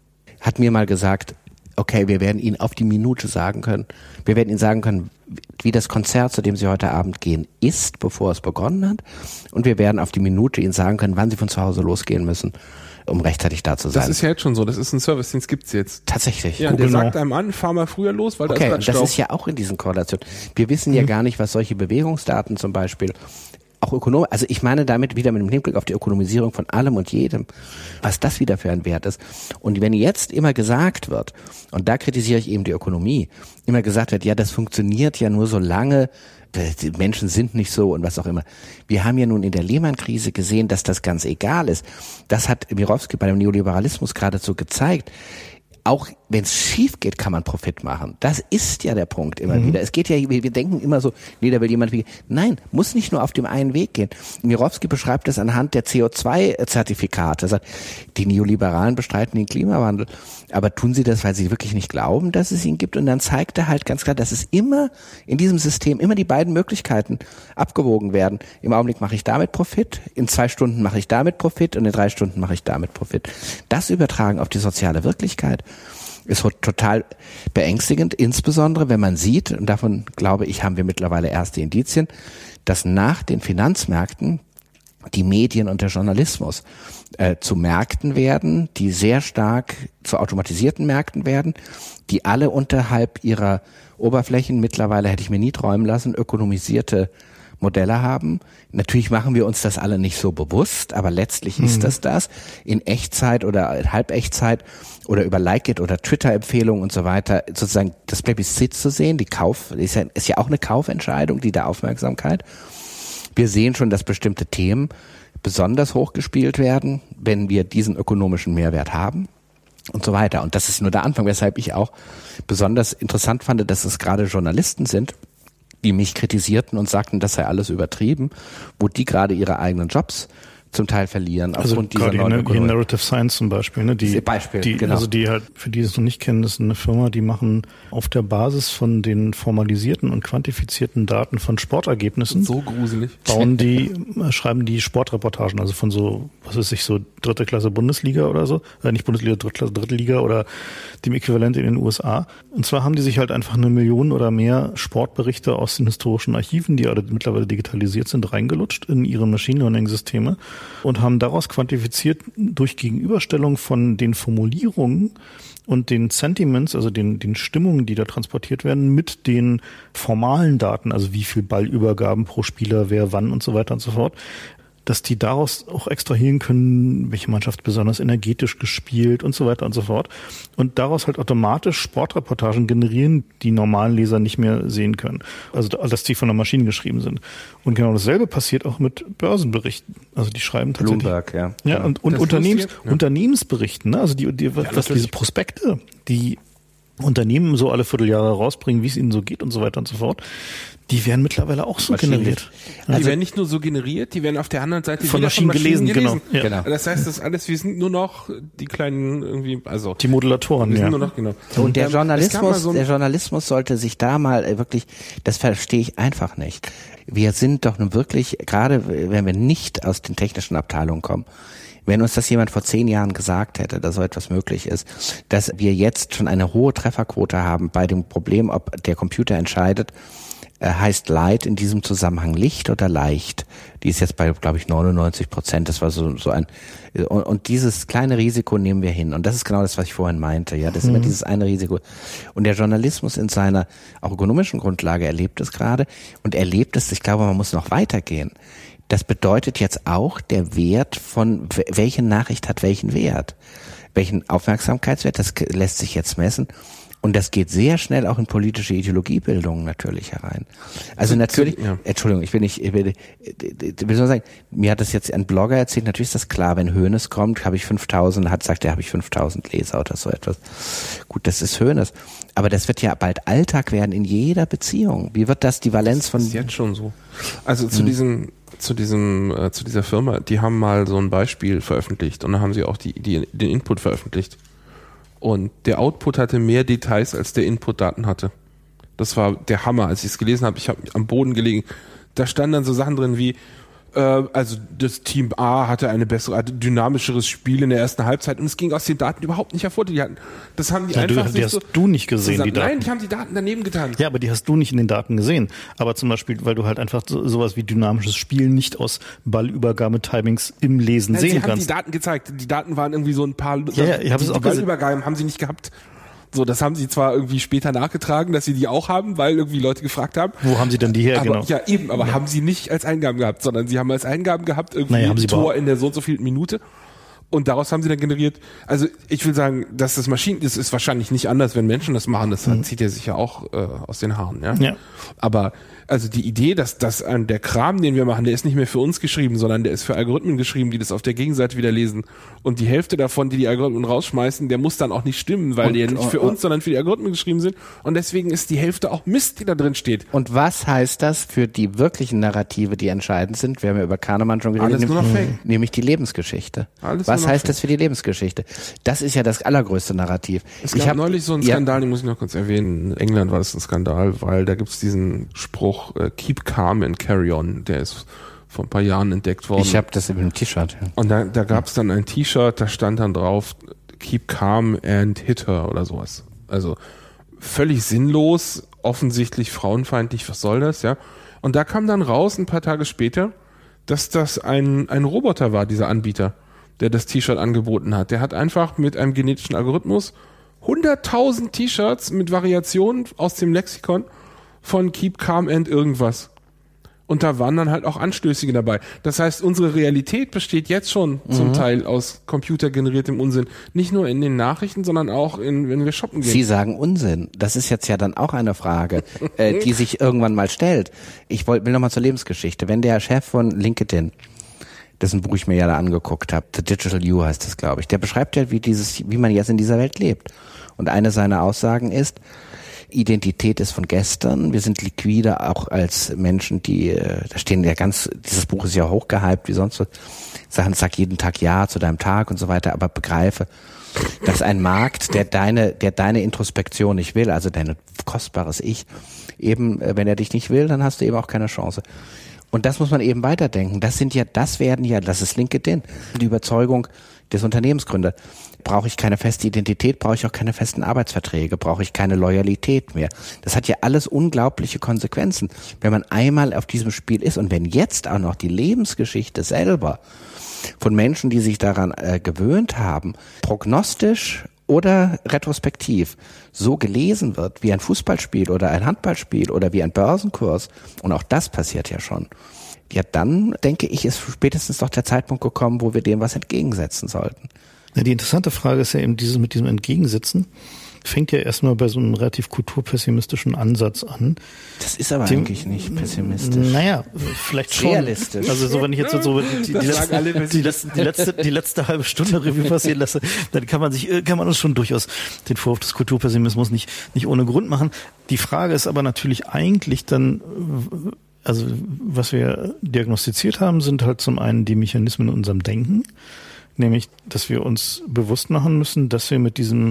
hat mir mal gesagt, okay, wir werden Ihnen auf die Minute sagen können, wir werden Ihnen sagen können, wie das Konzert, zu dem Sie heute Abend gehen, ist, bevor es begonnen hat, und wir werden auf die Minute Ihnen sagen können, wann Sie von zu Hause losgehen müssen, um rechtzeitig da zu sein. Das ist ja jetzt schon so, das ist ein Service, den gibt's jetzt. Tatsächlich. Ja, der Genau. sagt einem an, fahr mal früher los, weil Okay, da und ist das grad ist Stau. ja auch in diesen Korrelationen. Wir wissen ja gar nicht, was solche Bewegungsdaten zum Beispiel auch ökonomisch, also ich meine damit wieder mit dem Hinblick auf die Ökonomisierung von allem und jedem, was das wieder für ein Wert ist. Und wenn jetzt immer gesagt wird, und da kritisiere ich eben die Ökonomie, immer gesagt wird, ja, das funktioniert ja nur so lange, die Menschen sind nicht so und was auch immer. Wir haben ja nun in der Lehman-Krise gesehen, dass das ganz egal ist. Das hat Mirowski bei dem Neoliberalismus geradezu gezeigt. Auch wenn es schief geht, kann man Profit machen. Das ist ja der Punkt immer mhm. wieder. Es geht ja, wir, wir denken immer so, nee, da will jemand, wie, nein, muss nicht nur auf dem einen Weg gehen. Mirowski beschreibt das anhand der C O zwei Zertifikate. Er sagt, die Neoliberalen bestreiten den Klimawandel. Aber tun sie das, weil sie wirklich nicht glauben, dass es ihn gibt? Und dann zeigt er halt ganz klar, dass es immer in diesem System immer die beiden Möglichkeiten abgewogen werden. Im Augenblick mache ich damit Profit, in zwei Stunden mache ich damit Profit und in drei Stunden mache ich damit Profit. Das übertragen auf die soziale Wirklichkeit ist total beängstigend, insbesondere wenn man sieht, und davon glaube ich, haben wir mittlerweile erste Indizien, dass nach den Finanzmärkten die Medien und der Journalismus äh, zu Märkten werden, die sehr stark zu automatisierten Märkten werden, die alle unterhalb ihrer Oberflächen, mittlerweile hätte ich mir nie träumen lassen, ökonomisierte Modelle haben. Natürlich machen wir uns das alle nicht so bewusst, aber letztlich mhm. ist das das. In Echtzeit oder Halbechtzeit oder über Like It oder Twitter-Empfehlungen und so weiter, sozusagen das Plebiszit zu sehen, die Kauf, ist ja, ist ja auch eine Kaufentscheidung, die der Aufmerksamkeit. Wir sehen schon, dass bestimmte Themen besonders hochgespielt werden, wenn wir diesen ökonomischen Mehrwert haben und so weiter. Und das ist nur der Anfang, weshalb ich auch besonders interessant fand, dass es gerade Journalisten sind, die mich kritisierten und sagten, das sei alles übertrieben, wo die gerade ihre eigenen Jobs zum Teil verlieren also aufgrund dieser neuen hier Ökonomie. Narrative Science zum Beispiel, ne? Die, Beispiel, die, genau. Also die halt, für die es noch nicht kennen, das ist eine Firma, die machen auf der Basis von den formalisierten und quantifizierten Daten von Sportergebnissen, so gruselig, bauen die, schreiben die Sportreportagen, also von so, was weiß ich, so dritte Klasse Bundesliga oder so, äh, nicht Bundesliga, dritte Klasse, dritte Liga oder dem Äquivalent in den U S A. Und zwar haben die sich halt einfach eine Million oder mehr Sportberichte aus den historischen Archiven, die alle mittlerweile digitalisiert sind, reingelutscht in ihre Machine Learning-Systeme und haben daraus quantifiziert durch Gegenüberstellung von den Formulierungen und den Sentiments, also den, den Stimmungen, die da transportiert werden, mit den formalen Daten, also wie viel Ballübergaben pro Spieler, wer wann und so weiter und so fort, dass die daraus auch extrahieren können, welche Mannschaft besonders energetisch gespielt und so weiter und so fort. Und daraus halt automatisch Sportreportagen generieren, die normalen Leser nicht mehr sehen können. Also, dass die von der Maschine geschrieben sind. Und genau dasselbe passiert auch mit Börsenberichten. Also die schreiben tatsächlich. Bloomberg, ja. Ja, und, und Das Unternehmens, lustig, ja. Unternehmensberichten, ne? Also die, die was, Ja, was diese Prospekte, die Unternehmen so alle Vierteljahre rausbringen, wie es ihnen so geht und so weiter und so fort, die werden mittlerweile auch so Maschinen. generiert. Die Also- werden nicht nur so generiert, die werden auf der anderen Seite Von wieder Maschinen gelesen, genau. Ja. Genau. Das heißt, das alles, wir sind nur noch die kleinen irgendwie, also Die Modulatoren, wir sind ja. nur noch genau. Und der Ähm, es gab mal Journalismus, so ein- der Journalismus sollte sich da mal äh, wirklich, das verstehe ich einfach nicht. Wir sind doch nun wirklich, gerade wenn wir nicht aus den technischen Abteilungen kommen, wenn uns das jemand vor zehn Jahren gesagt hätte, dass so etwas möglich ist, dass wir jetzt schon eine hohe Trefferquote haben bei dem Problem, ob der Computer entscheidet, äh, heißt Light in diesem Zusammenhang Licht oder leicht. Die ist jetzt bei, glaube ich, neunundneunzig Prozent. Das war so, so ein, und, und dieses kleine Risiko nehmen wir hin. Und das ist genau das, was ich vorhin meinte. Ja, das ist immer dieses eine Risiko. Und der Journalismus in seiner auch ökonomischen Grundlage erlebt es gerade und erlebt es, ich glaube, man muss noch weitergehen. Das bedeutet jetzt auch, der Wert von, welche Nachricht hat welchen Wert? Welchen Aufmerksamkeitswert? Das lässt sich jetzt messen. Und das geht sehr schnell auch in politische Ideologiebildung natürlich herein. Also natürlich, ja. Entschuldigung, ich will nicht, ich will, ich will nur sagen, mir hat das jetzt ein Blogger erzählt, natürlich ist das klar, wenn Hoeneß kommt, habe ich fünftausend, hat, sagt er, habe ich fünftausend Leser oder so etwas. Gut, das ist Hoeneß. Aber das wird ja bald Alltag werden in jeder Beziehung. Wie wird das die Valenz von... Das ist jetzt schon so. Also zu hm. diesem, zu diesem, äh, zu dieser Firma, die haben mal so ein Beispiel veröffentlicht und da haben sie auch die, die, den Input veröffentlicht. Und der Output hatte mehr Details, als der Input Daten hatte. Das war der Hammer. Als ich es gelesen habe, ich habe am Boden gelegen. Da standen dann so Sachen drin wie, äh, also das Team A hatte eine bessere, hatte dynamischeres Spiel in der ersten Halbzeit und es ging aus den Daten überhaupt nicht hervor. Die hatten, das haben die ja, einfach du, die hast so du nicht gesehen, zusammen. die Daten. Nein, die haben die Daten daneben getan. Ja, aber die hast du nicht in den Daten gesehen. Aber zum Beispiel, weil du halt einfach so, sowas wie dynamisches Spiel nicht aus Ballübergabe-Timings im Lesen Nein, sehen sie kannst. Sie haben die Daten gezeigt. Die Daten waren irgendwie so ein paar... Ja, ja, ich habe es auch die Ballübergaben haben sie nicht gehabt. So, das haben sie zwar irgendwie später nachgetragen, dass sie die auch haben, weil irgendwie Leute gefragt haben. Wo haben sie denn die her, aber, genau? Ja, eben, aber ja. haben sie nicht als Eingaben gehabt, sondern sie haben als Eingaben gehabt irgendwie naja, ein Tor in der so und so vielen Minute. Und daraus haben sie dann generiert, also ich will sagen, dass das Maschinen, das ist wahrscheinlich nicht anders, wenn Menschen das machen, das mhm. zieht ja sicher auch äh, aus den Haaren, ja. ja. Aber also die Idee, dass, dass äh, der Kram, den wir machen, der ist nicht mehr für uns geschrieben, sondern der ist für Algorithmen geschrieben, die das auf der Gegenseite wieder lesen. Und die Hälfte davon, die die Algorithmen rausschmeißen, der muss dann auch nicht stimmen, weil und, die ja nicht für und, uns, sondern für die Algorithmen geschrieben sind. Und deswegen ist die Hälfte auch Mist, die da drin steht. Und was heißt das für die wirklichen Narrative, die entscheidend sind? Wir haben ja über Kahnemann schon geredet. Alles nur noch Fake. Nämlich die Lebensgeschichte. Alles was heißt Fake. das für die Lebensgeschichte? Das ist ja das allergrößte Narrativ. Es gab ich hab, neulich so einen ja, Skandal, den muss ich noch kurz erwähnen. In England war das ein Skandal, weil da gibt's diesen Spruch, äh, keep calm and carry on. Der ist vor ein paar Jahren entdeckt worden. Ich habe das in einem T-Shirt. Ja. Und da, da gab's dann ein T-Shirt, da stand dann drauf, keep calm and hit her oder sowas. Also völlig sinnlos, offensichtlich frauenfeindlich, was soll das, ja? Und da kam dann raus, ein paar Tage später, dass das ein, ein Roboter war, dieser Anbieter, der das T-Shirt angeboten hat. Der hat einfach mit einem genetischen Algorithmus hunderttausend T-Shirts mit Variationen aus dem Lexikon von Keep Calm and irgendwas. Und da waren dann halt auch Anstößige dabei. Das heißt, unsere Realität besteht jetzt schon mhm. zum Teil aus computergeneriertem Unsinn. Nicht nur in den Nachrichten, sondern auch in, wenn wir shoppen gehen. Sie sagen Unsinn. Das ist jetzt ja dann auch eine Frage, äh, die sich irgendwann mal stellt. Ich wollt, will nochmal zur Lebensgeschichte. Wenn der Chef von LinkedIn, dessen Buch ich mir ja da angeguckt habe, The Digital You heißt das, glaube ich, der beschreibt ja, wie dieses, wie man jetzt in dieser Welt lebt. Und eine seiner Aussagen ist, Identität ist von gestern. Wir sind liquide auch als Menschen, die, da stehen ja ganz, dieses Buch ist ja hochgehypt, wie sonst was. Sachen, sag jeden Tag Ja zu deinem Tag und so weiter, aber begreife, dass ein Markt, der deine, der deine Introspektion nicht will, also dein kostbares Ich, eben, wenn er dich nicht will, dann hast du eben auch keine Chance. Und das muss man eben weiterdenken. Das sind ja, das werden ja, das ist LinkedIn, die Überzeugung des Unternehmensgründers. Brauche ich keine feste Identität, brauche ich auch keine festen Arbeitsverträge, brauche ich keine Loyalität mehr. Das hat ja alles unglaubliche Konsequenzen, wenn man einmal auf diesem Spiel ist. Und wenn jetzt auch noch die Lebensgeschichte selber von Menschen, die sich daran äh, gewöhnt haben, prognostisch oder retrospektiv so gelesen wird wie ein Fußballspiel oder ein Handballspiel oder wie ein Börsenkurs, und auch das passiert ja schon, ja, dann denke ich, ist spätestens doch der Zeitpunkt gekommen, wo wir dem was entgegensetzen sollten. Ja, die interessante Frage ist ja eben dieses mit diesem Entgegensetzen. Fängt ja erstmal bei so einem relativ kulturpessimistischen Ansatz an. Das ist aber Dem, eigentlich nicht pessimistisch. Naja, vielleicht schon. Realistisch. Also so, wenn ich jetzt so die, die, die, letzte, die, letzte, die, letzte, die letzte halbe Stunde Revue passieren lasse, dann kann man sich, kann man uns schon durchaus den Vorwurf des Kulturpessimismus nicht, nicht ohne Grund machen. Die Frage ist aber natürlich eigentlich dann, also was wir diagnostiziert haben, sind halt zum einen die Mechanismen in unserem Denken, nämlich, dass wir uns bewusst machen müssen, dass wir mit diesem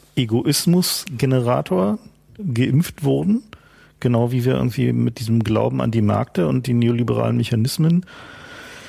Egoismus-Generator geimpft wurden, genau wie wir irgendwie mit diesem Glauben an die Märkte und die neoliberalen Mechanismen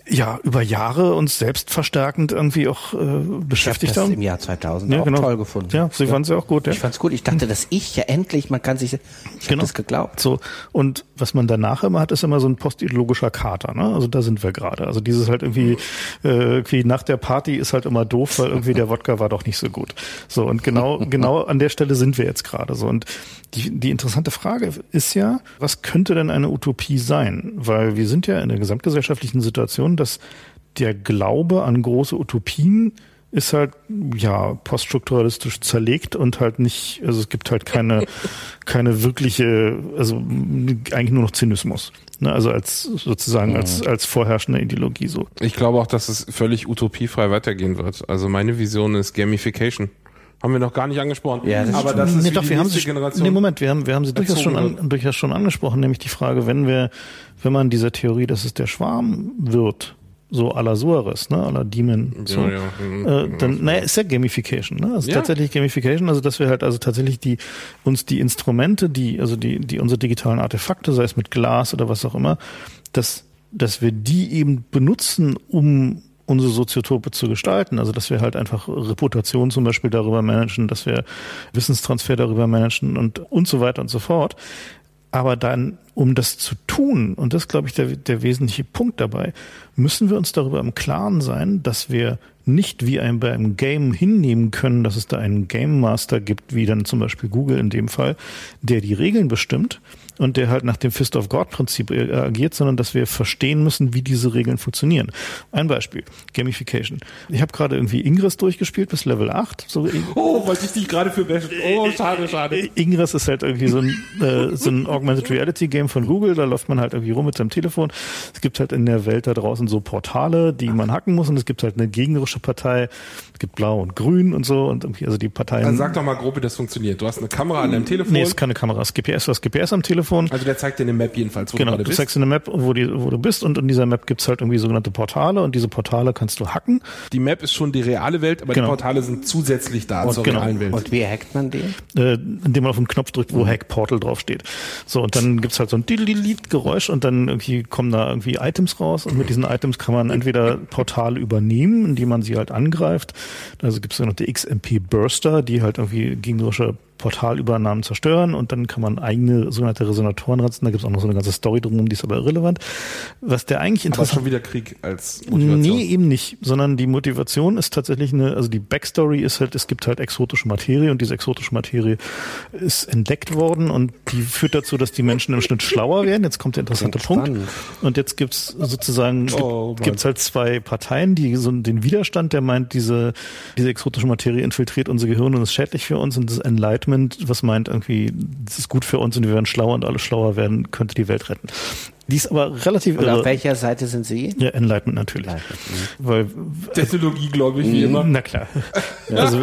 ja über Jahre uns selbst verstärkend irgendwie auch äh, beschäftigt ich hab das haben. im Jahr zweitausend ja, auch genau. toll gefunden. Ja, Sie ja. fanden es ja auch gut. Ja. Ich fand's gut. Ich dachte, dass ich ja endlich, man kann sich, ich genau. habe das geglaubt. So, und was man danach immer hat, ist immer so ein postideologischer Kater. Ne? Also da sind wir gerade. Also dieses halt irgendwie, äh, irgendwie nach der Party ist halt immer doof, weil irgendwie der Wodka war doch nicht so gut. So, und genau genau an der Stelle sind wir jetzt gerade so. Und die, die interessante Frage ist ja, was könnte denn eine Utopie sein? Weil wir sind ja in der gesamtgesellschaftlichen Situation, dass der Glaube an große Utopien ist halt, ja, poststrukturalistisch zerlegt und halt nicht, also es gibt halt keine, keine wirkliche, also eigentlich nur noch Zynismus. Ne? Also als, sozusagen mhm. als, als vorherrschende Ideologie so. Ich glaube auch, dass es völlig utopiefrei weitergehen wird. Also meine Vision ist Gamification. Haben wir noch gar nicht angesprochen. Ja, das aber stimmt. das ist nee, wie doch, die wir haben nächste sie, Generation. Nee, Moment, wir haben, wir haben sie durchaus schon, an, durchaus schon angesprochen, nämlich die Frage, wenn wir, wenn man dieser Theorie, dass es der Schwarm wird, so à la Suarez, ne, à la Demon, so, ja, ja. Äh, dann, naja, ist ja Gamification, ne, also ja. tatsächlich Gamification, also dass wir halt also tatsächlich die, uns die Instrumente, die, also die, die unsere digitalen Artefakte, sei es mit Glas oder was auch immer, dass, dass wir die eben benutzen, um unsere Soziotope zu gestalten, also dass wir halt einfach Reputation zum Beispiel darüber managen, dass wir Wissenstransfer darüber managen und und so weiter und so fort. Aber dann, um das zu tun, und das ist, glaube ich, der, der wesentliche Punkt dabei, müssen wir uns darüber im Klaren sein, dass wir nicht wie ein, bei einem Game hinnehmen können, dass es da einen Game Master gibt, wie dann zum Beispiel Google in dem Fall, der die Regeln bestimmt und der halt nach dem Fist of God Prinzip agiert, sondern dass wir verstehen müssen, wie diese Regeln funktionieren. Ein Beispiel, Gamification. Ich habe gerade irgendwie Ingress durchgespielt bis Level acht. So, oh, wollte ich dich gerade für bashen. Oh, schade, schade. Ingress ist halt irgendwie so ein, äh, so ein Augmented Reality Game von Google, da läuft man halt irgendwie rum mit seinem Telefon. Es gibt halt in der Welt da draußen so Portale, die man hacken muss, und es gibt halt eine gegnerische Partei, es gibt Blau und Grün und so, und irgendwie, also die Parteien. Dann sag doch mal grob, wie das funktioniert. Du hast eine Kamera an deinem Telefon. Nee, es ist keine Kamera, es ist G P S, du hast G P S am Telefon. Also der zeigt dir eine Map jedenfalls, wo genau, du gerade du bist. zeigst dir eine Map, wo, die, wo du bist, und in dieser Map gibt's halt irgendwie sogenannte Portale, und diese Portale kannst du hacken. Die Map ist schon die reale Welt, aber genau. die Portale sind zusätzlich da und zur genau. realen Welt. Und wie hackt man die? Äh, indem man auf den Knopf drückt, wo mhm. Hack Portal draufsteht. So, und dann gibt's halt so ein Geräusch, und dann irgendwie kommen da irgendwie Items raus, und mit diesen Items kann man entweder Portale übernehmen, indem man sie halt angreift. Also gibt's sogenannte X M P Burster, die halt irgendwie gegnerische Portalübernahmen zerstören, und dann kann man eigene sogenannte Resonatoren ranzen. Da gibt es auch noch so eine ganze Story drumherum, die ist aber irrelevant. Was der eigentlich interessant... Aber schon wieder Krieg als Motivation? Nee, eben nicht, sondern die Motivation ist tatsächlich eine, also die Backstory ist halt, es gibt halt exotische Materie, und diese exotische Materie ist entdeckt worden, und die führt dazu, dass die Menschen im Schnitt schlauer werden. Jetzt kommt der interessante Punkt. Und jetzt gibt's sozusagen, oh, gibt, gibt's halt zwei Parteien, die so den Widerstand, der meint, diese, diese exotische Materie infiltriert unser Gehirn und ist schädlich für uns, und das Enlightenment, was meint irgendwie, das ist gut für uns und wir werden schlauer, und alle schlauer werden, könnte die Welt retten. Die ist aber relativ und irre. auf welcher Seite sind Sie? Ja, Enlightenment natürlich. Enlightenment. Weil, Technologie, glaube ich, wie immer. Na klar. Also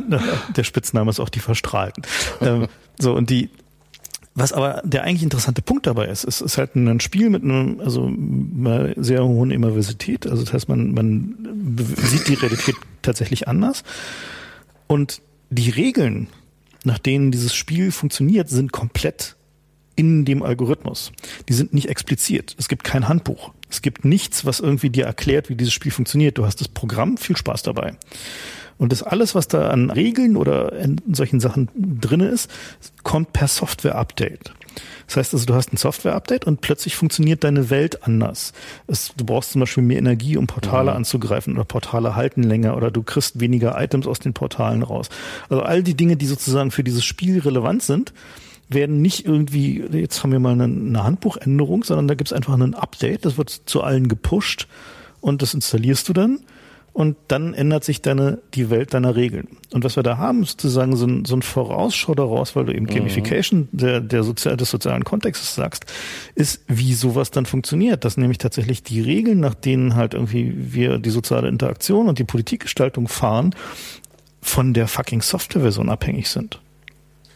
der Spitzname ist auch die Verstrahlten. ähm, so, und die, was aber der eigentlich interessante Punkt dabei ist, ist, ist halt ein Spiel mit einem, also einer sehr hohen Immersivität. Also das heißt, man, man sieht die Realität tatsächlich anders. Und die Regeln, nach denen dieses Spiel funktioniert, sind komplett in dem Algorithmus. Die sind nicht explizit. Es gibt kein Handbuch. Es gibt nichts, was irgendwie dir erklärt, wie dieses Spiel funktioniert. Du hast das Programm, viel Spaß dabei. Und das alles, was da an Regeln oder in solchen Sachen drin ist, kommt per Software-Update. Das heißt also, du hast ein Software-Update und plötzlich funktioniert deine Welt anders. Es, du brauchst zum Beispiel mehr Energie, um Portale mhm. anzugreifen, oder Portale halten länger, oder du kriegst weniger Items aus den Portalen raus. Also all die Dinge, die sozusagen für dieses Spiel relevant sind, werden nicht irgendwie, jetzt haben wir mal eine, eine Handbuchänderung, sondern da gibt's einfach ein Update, das wird zu allen gepusht, und das installierst du dann. Und dann ändert sich deine, die Welt deiner Regeln. Und was wir da haben, ist sozusagen so ein, so ein Vorausschau daraus, weil du eben mhm. Gamification der, der Sozial, des sozialen Kontextes sagst, ist, wie sowas dann funktioniert. Dass nämlich tatsächlich die Regeln, nach denen halt irgendwie wir die soziale Interaktion und die Politikgestaltung fahren, von der fucking Softwareversion abhängig sind.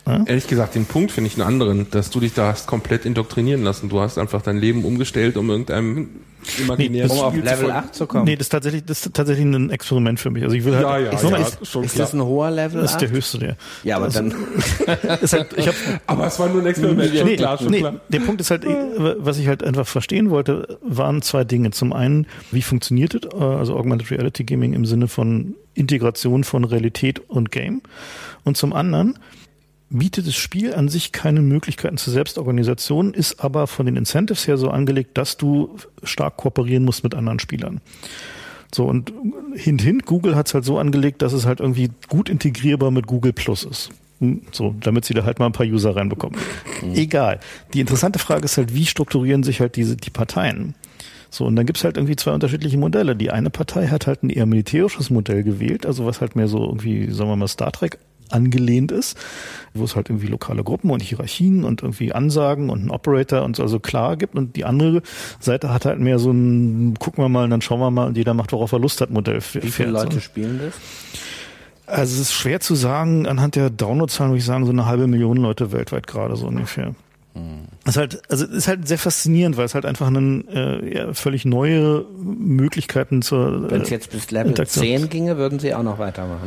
Ja? Ehrlich gesagt, den Punkt finde ich einen anderen, dass du dich da hast komplett indoktrinieren lassen. Du hast einfach dein Leben umgestellt, um irgendeinem imaginären um auf Spiel Level zu acht zu kommen. Nee, das ist tatsächlich, das ist tatsächlich ein Experiment für mich. Also ich will halt, Ja, ja, ich ja, mal, ja, ist, schon Ist klar. das ein hoher Level das ist der acht? höchste, der. Ja, aber dann Ist halt, ich hab, Aber es war nur ein Experiment, schon nee, klar, schon nee, klar. der Punkt ist halt, was ich halt einfach verstehen wollte, waren zwei Dinge. Zum einen, wie funktioniert es, also Augmented Reality Gaming im Sinne von Integration von Realität und Game. Und zum anderen bietet das Spiel an sich keine Möglichkeiten zur Selbstorganisation, ist aber von den Incentives her so angelegt, dass du stark kooperieren musst mit anderen Spielern. So, und hint, hint, Google hat es halt so angelegt, dass es halt irgendwie gut integrierbar mit Google Plus ist. So, damit sie da halt mal ein paar User reinbekommen. Mhm. Egal. Die interessante Frage ist halt, wie strukturieren sich halt diese, die Parteien? So, und dann gibt's halt irgendwie zwei unterschiedliche Modelle. Die eine Partei hat halt ein eher militärisches Modell gewählt, also was halt mehr so irgendwie, sagen wir mal, Star Trek angelehnt ist, wo es halt irgendwie lokale Gruppen und Hierarchien und irgendwie Ansagen und einen Operator und so also klar gibt. Und die andere Seite hat halt mehr so ein, gucken wir mal und dann schauen wir mal und jeder macht, worauf er Lust hat, Modell. Wie viele Leute spielen das? Also es ist schwer zu sagen, anhand der Downloadzahlen würde ich sagen, so eine halbe Million Leute weltweit gerade so ungefähr. Hm. Das ist halt, also ist halt sehr faszinierend, weil es halt einfach einen, äh, ja, völlig neue Möglichkeiten zur. Wenn es jetzt bis Level zehn ginge, würden sie auch noch weitermachen.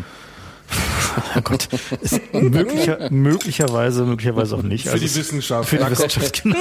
Oh Gott, ist möglicher, möglicherweise, möglicherweise auch nicht. Für also die Wissenschaft. Für die Wissenschaft, genau.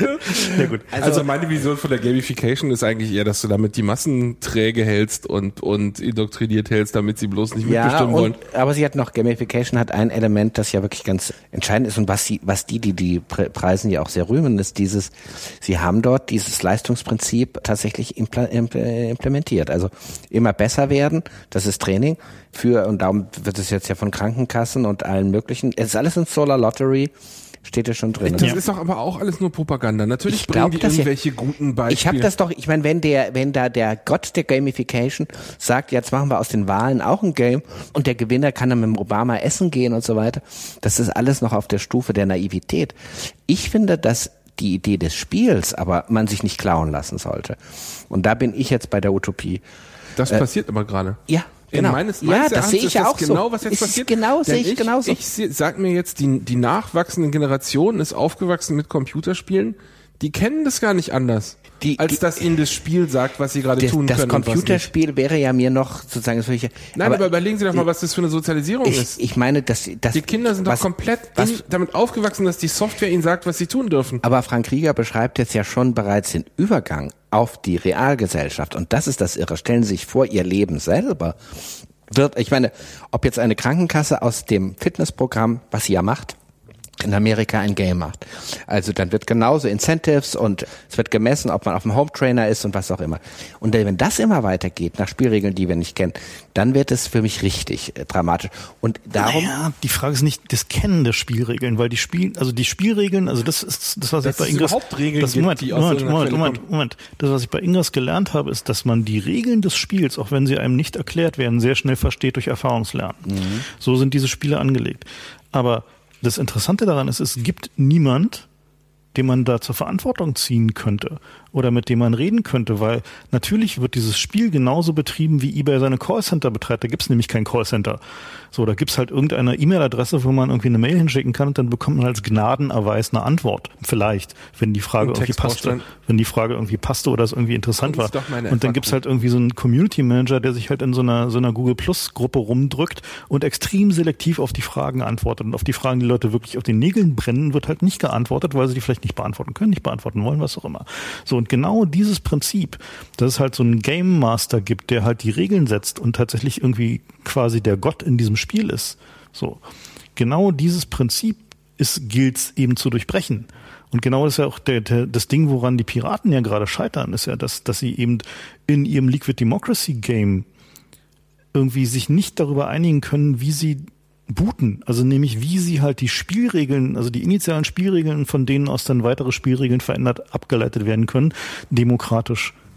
Ja, gut. Also, also meine Vision von der Gamification ist eigentlich eher, dass du damit die Massen träge hältst und, und indoktriniert hältst, damit sie bloß nicht ja, mitbestimmen und, wollen. Aber sie hat noch, Gamification hat ein Element, das ja wirklich ganz entscheidend ist und was sie, was die, die die Preisen ja auch sehr rühmen, ist dieses, sie haben dort dieses Leistungsprinzip tatsächlich implementiert. Also immer besser werden, das ist Training für, und darum wird es jetzt ja von Krankenkassen und allen möglichen, es ist alles in Solar Lottery, steht ja schon drin. Das ja. ist doch aber auch alles nur Propaganda. Natürlich ich bringen glaub, die irgendwelche ja, guten Beispiele. Ich habe das doch, ich meine, wenn der, wenn da der Gott der Gamification sagt, jetzt machen wir aus den Wahlen auch ein Game und der Gewinner kann dann mit dem Obama essen gehen und so weiter, das ist alles noch auf der Stufe der Naivität. Ich finde, dass die Idee des Spiels aber man sich nicht klauen lassen sollte. Und da bin ich jetzt bei der Utopie. Das äh, passiert aber gerade. Ja. Genau. Meines, ja, meines das sehe ich ja auch genau, so. Was jetzt ist passiert. Genau, sehe ich, ich genauso. Ich seh, sag mir jetzt, die, die nachwachsende Generation ist aufgewachsen mit Computerspielen. Die kennen das gar nicht anders, die, als die, dass ihnen das Spiel sagt, was sie gerade tun das können. Das Computerspiel wäre ja mir noch sozusagen das welche. Nein, aber, aber überlegen Sie doch mal, was das für eine Sozialisierung ich, ist. Ich meine, dass, dass die Kinder sind was, doch komplett was, in, damit aufgewachsen, dass die Software ihnen sagt, was sie tun dürfen. Aber Frank Rieger beschreibt jetzt ja schon bereits den Übergang auf die Realgesellschaft. Und das ist das Irre. Stellen Sie sich vor, Ihr Leben selber wird, ich meine, ob jetzt eine Krankenkasse aus dem Fitnessprogramm, was sie ja macht, in Amerika ein Game macht. Also dann wird genauso Incentives und es wird gemessen, ob man auf dem Home Trainer ist und was auch immer. Und wenn das immer weitergeht, nach Spielregeln, die wir nicht kennen, dann wird es für mich richtig äh, dramatisch. Und darum. Naja, die Frage ist nicht das Kennen der Spielregeln, weil die Spiel, also die Spielregeln, also das ist das, was das ich bei Ingras, Regeln das, Moment, gibt, die Moment, Moment, Moment, Moment, das, was ich bei Ingras gelernt habe, ist, dass man die Regeln des Spiels, auch wenn sie einem nicht erklärt werden, sehr schnell versteht durch Erfahrungslernen. Mhm. So sind diese Spiele angelegt. Aber das Interessante daran ist, es gibt niemand, den man da zur Verantwortung ziehen könnte oder mit dem man reden könnte, weil natürlich wird dieses Spiel genauso betrieben, wie eBay seine Callcenter betreibt. Da gibt's nämlich kein Callcenter. So, da gibt's halt irgendeine E-Mail-Adresse, wo man irgendwie eine Mail hinschicken kann und dann bekommt man als Gnadenerweis eine Antwort. Vielleicht, wenn die Frage irgendwie passte, wenn die Frage irgendwie passte oder es irgendwie interessant war. Und dann gibt's halt irgendwie so einen Community Manager, der sich halt in so einer so einer Google Plus Gruppe rumdrückt und extrem selektiv auf die Fragen antwortet. Und auf die Fragen, die Leute wirklich auf den Nägeln brennen, wird halt nicht geantwortet, weil sie die vielleicht nicht beantworten können, nicht beantworten wollen, was auch immer. So, und genau dieses Prinzip, dass es halt so einen Game Master gibt, der halt die Regeln setzt und tatsächlich irgendwie quasi der Gott in diesem Spiel ist. So, genau dieses Prinzip ist, gilt's eben zu durchbrechen. Und genau das ist ja auch der, der, das Ding, woran die Piraten ja gerade scheitern, ist ja, dass, dass sie eben in ihrem Liquid Democracy Game irgendwie sich nicht darüber einigen können, wie sie booten, also nämlich wie sie halt die Spielregeln, also die initialen Spielregeln, von denen aus dann weitere Spielregeln verändert abgeleitet werden können, demokratisch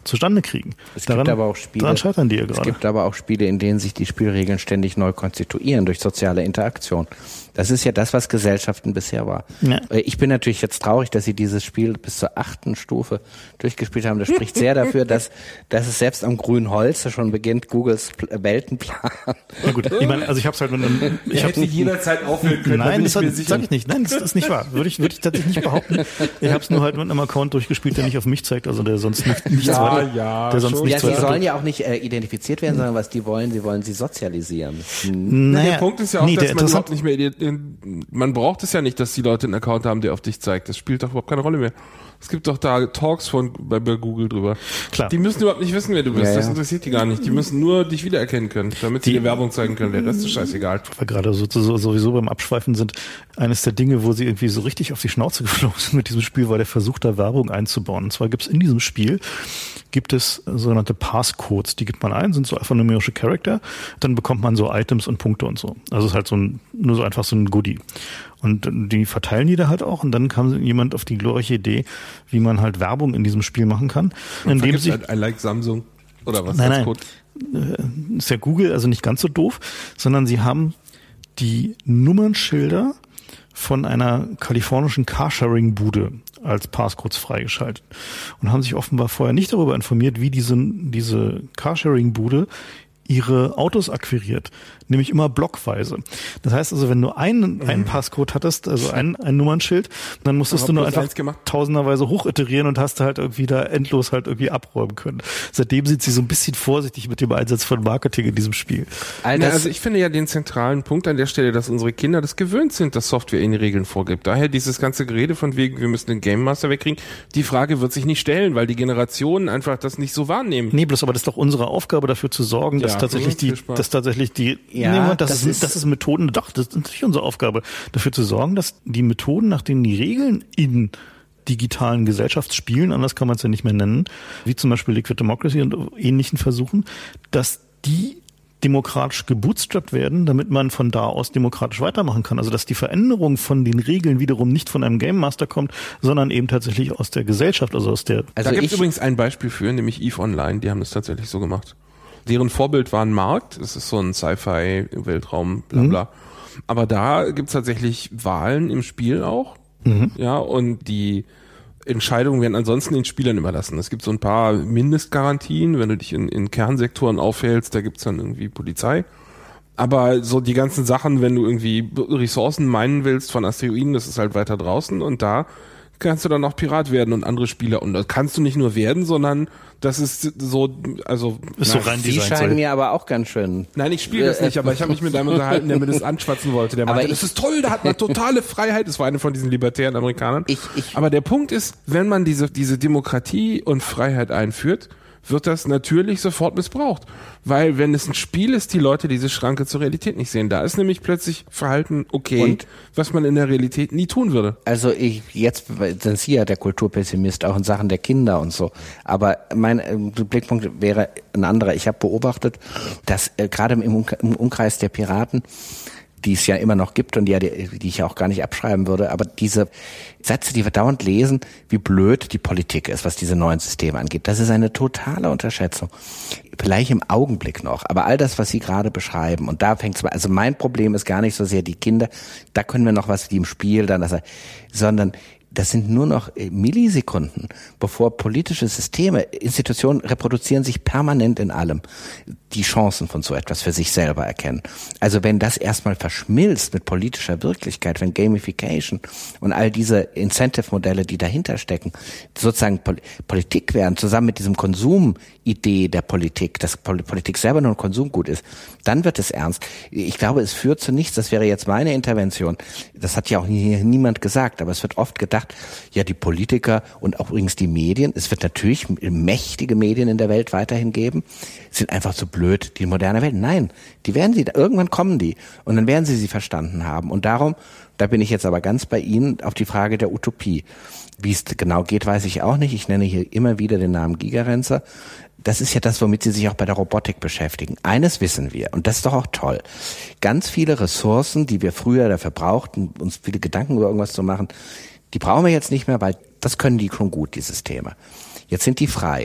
zustande kriegen. Es daran, gibt aber auch Spiele, daran scheitern die ja gerade. Es gibt aber auch Spiele, in denen sich die Spielregeln ständig neu konstituieren durch soziale Interaktion. Das ist ja das, was Gesellschaften bisher war. Ja. Ich bin natürlich jetzt traurig, dass Sie dieses Spiel bis zur achten Stufe durchgespielt haben. Das spricht sehr dafür, dass, dass es selbst am grünen Holz schon beginnt, Googles Weltenplan. Na gut, ich meine, also ich habe es halt mit einem... Ich hätte jederzeit aufhören können. Nein, das sage ich nicht. Nein, das ist nicht wahr. Würde ich, würde ich tatsächlich nicht behaupten. Ich habe es nur halt mit einem Account durchgespielt, der nicht auf mich zeigt, also der sonst nicht, nichts ja, weiter... Ja, der sonst ja, Sie sollen ja auch nicht äh, identifiziert werden, sondern was die wollen, sie wollen sie sozialisieren. Hm. Naja, der Punkt ist ja auch, nee, dass man überhaupt nicht mehr... Man braucht es ja nicht, dass die Leute einen Account haben, der auf dich zeigt. Das spielt doch überhaupt keine Rolle mehr. Es gibt doch da Talks von bei, bei Google drüber. Klar. Die müssen überhaupt nicht wissen, wer du bist. Ja, das ja. interessiert die gar nicht. Die müssen nur dich wiedererkennen können, damit sie die, dir Werbung zeigen können. Der Rest ist scheißegal. Weil gerade so, so, sowieso beim Abschweifen sind, eines der Dinge, wo sie irgendwie so richtig auf die Schnauze geflogen sind mit diesem Spiel, war der Versuch, da Werbung einzubauen. Und zwar gibt es in diesem Spiel gibt es sogenannte Passcodes, die gibt man ein, sind so alphanumerische Charakter, dann bekommt man so Items und Punkte und so. Also es ist halt so ein, nur so einfach so ein Goodie. Und die verteilen die da halt auch und dann kam jemand auf die glorreiche Idee, wie man halt Werbung in diesem Spiel machen kann. Indem sie halt I like Samsung oder was? Nein, nein, Code? Ist ja Google, also nicht ganz so doof, sondern sie haben die Nummernschilder von einer kalifornischen Carsharing-Bude als Passcodes freigeschaltet und haben sich offenbar vorher nicht darüber informiert, wie diese, diese Carsharing-Bude ihre Autos akquiriert, nämlich immer blockweise. Das heißt also, wenn du einen, einen Passcode hattest, also ein, ein Nummernschild, dann musstest du nur einfach tausenderweise hochiterieren und hast halt irgendwie da endlos halt irgendwie abräumen können. Seitdem sind sie so ein bisschen vorsichtig mit dem Einsatz von Marketing in diesem Spiel. Ja, also ich finde ja den zentralen Punkt an der Stelle, dass unsere Kinder das gewöhnt sind, dass Software ihnen Regeln vorgibt. Daher dieses ganze Gerede von wegen, wir müssen den Game Master wegkriegen, die Frage wird sich nicht stellen, weil die Generationen einfach das nicht so wahrnehmen. Nee, bloß aber das ist doch unsere Aufgabe, dafür zu sorgen, dass ja, tatsächlich die, dass tatsächlich die, ja, nee, das, das, ist, das ist Methoden, doch, das ist natürlich unsere Aufgabe, dafür zu sorgen, dass die Methoden, nach denen die Regeln in digitalen Gesellschaftsspielen, anders kann man es ja nicht mehr nennen, wie zum Beispiel Liquid Democracy und ähnlichen Versuchen, dass die demokratisch gebootstrapped werden, damit man von da aus demokratisch weitermachen kann. Also dass die Veränderung von den Regeln wiederum nicht von einem Game Master kommt, sondern eben tatsächlich aus der Gesellschaft, also aus der... Also da gibt es übrigens ein Beispiel für, nämlich EVE Online, die haben das tatsächlich so gemacht. Deren Vorbild war ein Markt, es ist so ein Sci-Fi-Weltraum, bla bla. Mhm. Aber da gibt's tatsächlich Wahlen im Spiel auch, mhm. ja, und die Entscheidungen werden ansonsten den Spielern überlassen. Es gibt so ein paar Mindestgarantien, wenn du dich in, in Kernsektoren aufhältst, da gibt's dann irgendwie Polizei. Aber so die ganzen Sachen, wenn du irgendwie Ressourcen meinen willst von Asteroiden, das ist halt weiter draußen und da kannst du dann auch Pirat werden und andere Spieler. Und das kannst du nicht nur werden, sondern das ist so, also... Ist so rein Sie scheinen mir aber auch ganz schön... Nein, ich spiele das nicht, aber ich habe mich mit einem unterhalten, der mir das anschwatzen wollte. Der meinte, das ist toll, da hat man totale Freiheit. Das war einer von diesen libertären Amerikanern. Ich, ich, aber der Punkt ist, wenn man diese, diese Demokratie und Freiheit einführt, wird das natürlich sofort missbraucht. Weil wenn es ein Spiel ist, die Leute diese Schranke zur Realität nicht sehen. Da ist nämlich plötzlich Verhalten okay, und was man in der Realität nie tun würde. Also ich, jetzt sind Sie ja der Kulturpessimist, auch in Sachen der Kinder und so. Aber mein äh, Blickpunkt wäre ein anderer. Ich habe beobachtet, dass äh, gerade im, im Umkreis der Piraten, die es ja immer noch gibt und die, die ich auch gar nicht abschreiben würde, aber diese Sätze, die wir dauernd lesen, wie blöd die Politik ist, was diese neuen Systeme angeht, das ist eine totale Unterschätzung. Vielleicht im Augenblick noch, aber all das, was Sie gerade beschreiben, und da fängt es mal, also mein Problem ist gar nicht so sehr die Kinder, da können wir noch was, die im Spiel, dann das, sondern das sind nur noch Millisekunden, bevor politische Systeme, Institutionen reproduzieren sich permanent in allem, die Chancen von so etwas für sich selber erkennen. Also wenn das erstmal verschmilzt mit politischer Wirklichkeit, wenn Gamification und all diese Incentive-Modelle, die dahinter stecken, sozusagen Pol- Politik werden, zusammen mit diesem Konsumidee der Politik, dass Pol- Politik selber nur ein Konsumgut ist, dann wird es ernst. Ich glaube, es führt zu nichts, das wäre jetzt meine Intervention. Das hat ja auch nie, niemand gesagt, aber es wird oft gedacht, ja, die Politiker und auch übrigens die Medien, es wird natürlich mächtige Medien in der Welt weiterhin geben, sind einfach so blöd, die moderne Welt. Nein, die werden sie, irgendwann kommen die und dann werden sie sie verstanden haben. Und darum, da bin ich jetzt aber ganz bei Ihnen auf die Frage der Utopie. Wie es genau geht, weiß ich auch nicht. Ich nenne hier immer wieder den Namen Gigerenzer. Das ist ja das, womit Sie sich auch bei der Robotik beschäftigen. Eines wissen wir, und das ist doch auch toll. Ganz viele Ressourcen, die wir früher dafür brauchten, uns viele Gedanken über irgendwas zu machen, die brauchen wir jetzt nicht mehr, weil das können die schon gut, die Systeme. Jetzt sind die frei.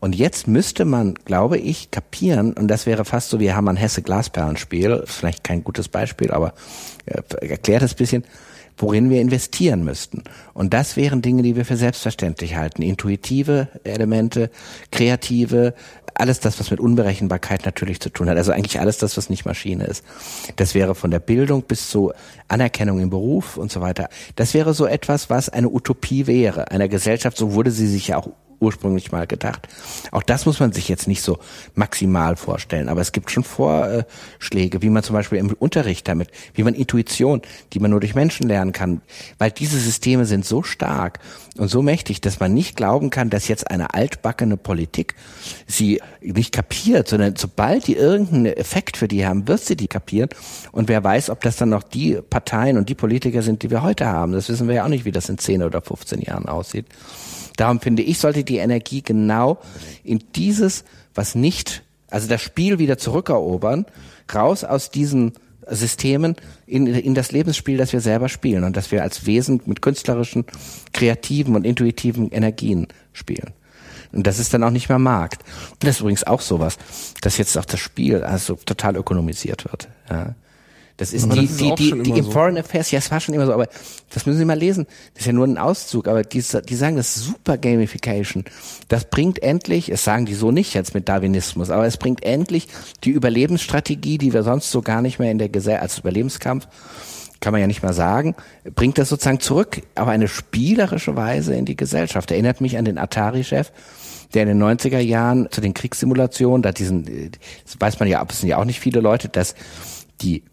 Und jetzt müsste man, glaube ich, kapieren, und das wäre fast so wie Hermann Hesse Glasperlenspiel, vielleicht kein gutes Beispiel, aber äh, erklärt es ein bisschen, worin wir investieren müssten. Und das wären Dinge, die wir für selbstverständlich halten. Intuitive Elemente, kreative, alles das, was mit Unberechenbarkeit natürlich zu tun hat. Also eigentlich alles das, was nicht Maschine ist. Das wäre von der Bildung bis zu Anerkennung im Beruf und so weiter. Das wäre so etwas, was eine Utopie wäre, einer Gesellschaft, so wurde sie sich ja auch ursprünglich mal gedacht. Auch das muss man sich jetzt nicht so maximal vorstellen, aber es gibt schon Vorschläge, wie man zum Beispiel im Unterricht damit, wie man Intuition, die man nur durch Menschen lernen kann, weil diese Systeme sind so stark und so mächtig, dass man nicht glauben kann, dass jetzt eine altbackene Politik sie nicht kapiert, sondern sobald die irgendeinen Effekt für die haben, wird sie die kapieren, und wer weiß, ob das dann noch die Parteien und die Politiker sind, die wir heute haben. Das wissen wir ja auch nicht, wie das in zehn oder fünfzehn Jahren aussieht. Darum finde ich, sollte die Energie genau in dieses, was nicht, also das Spiel wieder zurückerobern, raus aus diesen Systemen in, in das Lebensspiel, das wir selber spielen und das wir als Wesen mit künstlerischen, kreativen und intuitiven Energien spielen. Und das ist dann auch nicht mehr Markt. Und das ist übrigens auch sowas, dass jetzt auch das Spiel also total ökonomisiert wird. Ja. Das ist aber die, das ist die, die, die im so. Foreign Affairs, ja, es war schon immer so, aber das müssen Sie mal lesen. Das ist ja nur ein Auszug, aber die, die sagen, das ist super Gamification. Das bringt endlich, es sagen die so nicht jetzt mit Darwinismus, aber es bringt endlich die Überlebensstrategie, die wir sonst so gar nicht mehr in der Gesellschaft, als Überlebenskampf, kann man ja nicht mal sagen, bringt das sozusagen zurück auf eine spielerische Weise in die Gesellschaft. Erinnert mich an den Atari-Chef, der in den neunziger Jahren zu den Kriegssimulationen, da diesen, das weiß man ja, es sind ja auch nicht viele Leute, dass die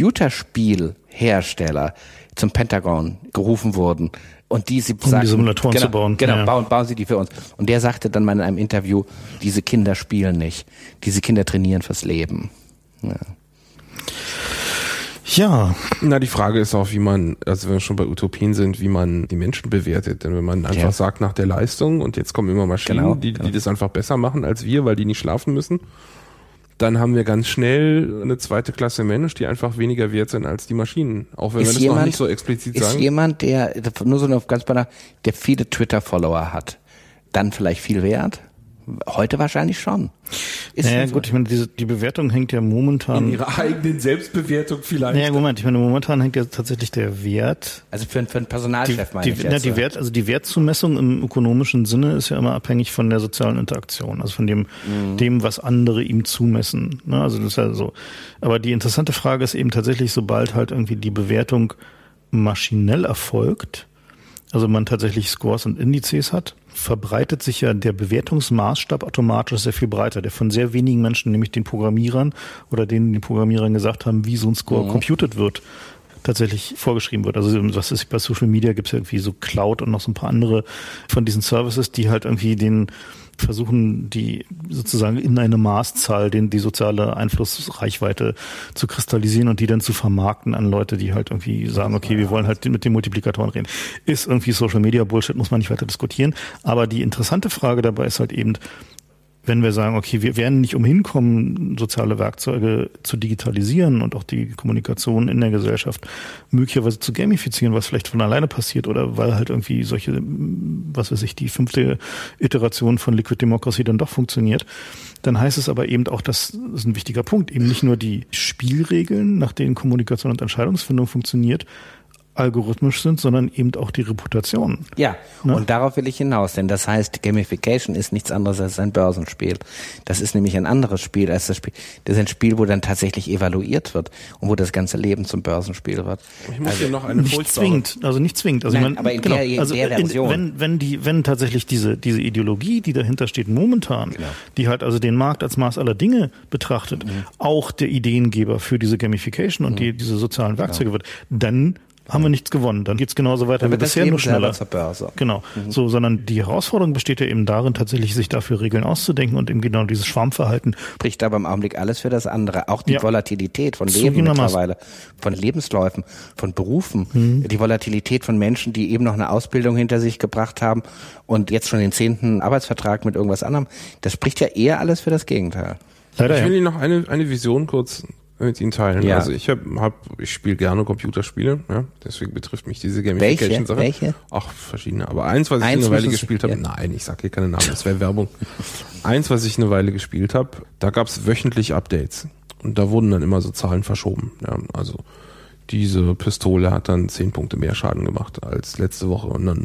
Computerspielhersteller zum Pentagon gerufen wurden und die sie um sagten, die Simulatoren genau, zu bauen. Genau, ja. bauen, bauen sie die für uns. Und der sagte dann mal in einem Interview, diese Kinder spielen nicht, diese Kinder trainieren fürs Leben. Ja. Ja. Na, die Frage ist auch, wie man, also wenn wir schon bei Utopien sind, wie man die Menschen bewertet. Denn wenn man einfach ja. sagt nach der Leistung und jetzt kommen immer Maschinen, genau, die, genau. die das einfach besser machen als wir, weil die nicht schlafen müssen, dann haben wir ganz schnell eine zweite Klasse Mensch, die einfach weniger wert sind als die Maschinen. Auch wenn ist wir das jemand, noch nicht so explizit ist sagen. Ist jemand, der, nur so eine ganz banal, der viele Twitter-Follower hat, dann vielleicht viel wert? Heute wahrscheinlich schon. Ist naja, so. gut, ich meine, diese, die Bewertung hängt ja momentan... In ihrer eigenen Selbstbewertung vielleicht. Naja, Moment, ich meine, momentan hängt ja tatsächlich der Wert... Also für, für einen Personalchef die, meine die, ich na, jetzt. die Wert, also die Wertzumessung im ökonomischen Sinne ist ja immer abhängig von der sozialen Interaktion, also von dem, mhm. dem, was andere ihm zumessen. Ne? Also das ist ja so. Aber die interessante Frage ist eben tatsächlich, sobald halt irgendwie die Bewertung maschinell erfolgt, also man tatsächlich Scores und Indizes hat, verbreitet sich ja der Bewertungsmaßstab automatisch sehr viel breiter, der von sehr wenigen Menschen, nämlich den Programmierern oder denen den Programmierern gesagt haben, wie so ein Score mhm. computed wird, tatsächlich vorgeschrieben wird. Also was ist bei Social Media, gibt es ja irgendwie so Cloud und noch so ein paar andere von diesen Services, die halt irgendwie den versuchen, die sozusagen in eine Maßzahl, den die soziale Einflussreichweite zu kristallisieren und die dann zu vermarkten an Leute, die halt irgendwie sagen, okay, wir wollen halt mit den Multiplikatoren reden. Ist irgendwie Social Media Bullshit, muss man nicht weiter diskutieren. Aber die interessante Frage dabei ist halt eben, wenn wir sagen, okay, wir werden nicht umhin kommen, soziale Werkzeuge zu digitalisieren und auch die Kommunikation in der Gesellschaft möglicherweise zu gamifizieren, was vielleicht von alleine passiert oder weil halt irgendwie solche, was weiß ich, die fünfte Iteration von Liquid Democracy dann doch funktioniert, dann heißt es aber eben auch, das ist ein wichtiger Punkt, eben nicht nur die Spielregeln, nach denen Kommunikation und Entscheidungsfindung funktioniert, algorithmisch sind, sondern eben auch die Reputation. Ja, ne? Und darauf will ich hinaus, denn das heißt, Gamification ist nichts anderes als ein Börsenspiel. Das ist nämlich ein anderes Spiel als das Spiel. Das ist ein Spiel, wo dann tatsächlich evaluiert wird und wo das ganze Leben zum Börsenspiel wird. Ich muss also, hier noch eine nicht zwingend, also nicht zwingend. Also Nein, man, aber in genau, der, in also der Version. In, wenn, wenn die, wenn tatsächlich diese, diese Ideologie, die dahinter steht momentan, genau. die halt also den Markt als Maß aller Dinge betrachtet, mhm. auch der Ideengeber für diese Gamification und mhm. die, diese sozialen Werkzeuge genau. wird, dann haben wir nichts gewonnen. Dann geht's genauso weiter wie bisher, nur schneller. Zur Börse. Genau. Mhm. So, sondern die Herausforderung besteht ja eben darin, tatsächlich sich dafür Regeln auszudenken und eben genau dieses Schwarmverhalten. Spricht aber im Augenblick alles für das andere. Auch die ja. Volatilität von Leben mittlerweile, von Lebensläufen, von Berufen, mhm. die Volatilität von Menschen, die eben noch eine Ausbildung hinter sich gebracht haben und jetzt schon den zehnten Arbeitsvertrag mit irgendwas anderem. Das spricht ja eher alles für das Gegenteil. Leider, ich will Ihnen noch eine, eine Vision kurz mit Ihnen teilen. Ja. Also ich hab, hab ich spiele gerne Computerspiele, ja, deswegen betrifft mich diese Gamification-Sache. Welche? Welche? Ach, verschiedene. Aber eins, was ich Eins eine Weile müssen Sie- gespielt habe, ja. nein, ich sag hier keine Namen, das wäre Werbung. Eins, was ich eine Weile gespielt habe, da gab es wöchentlich Updates und da wurden dann immer so Zahlen verschoben. Ja, also diese Pistole hat dann zehn Punkte mehr Schaden gemacht als letzte Woche und dann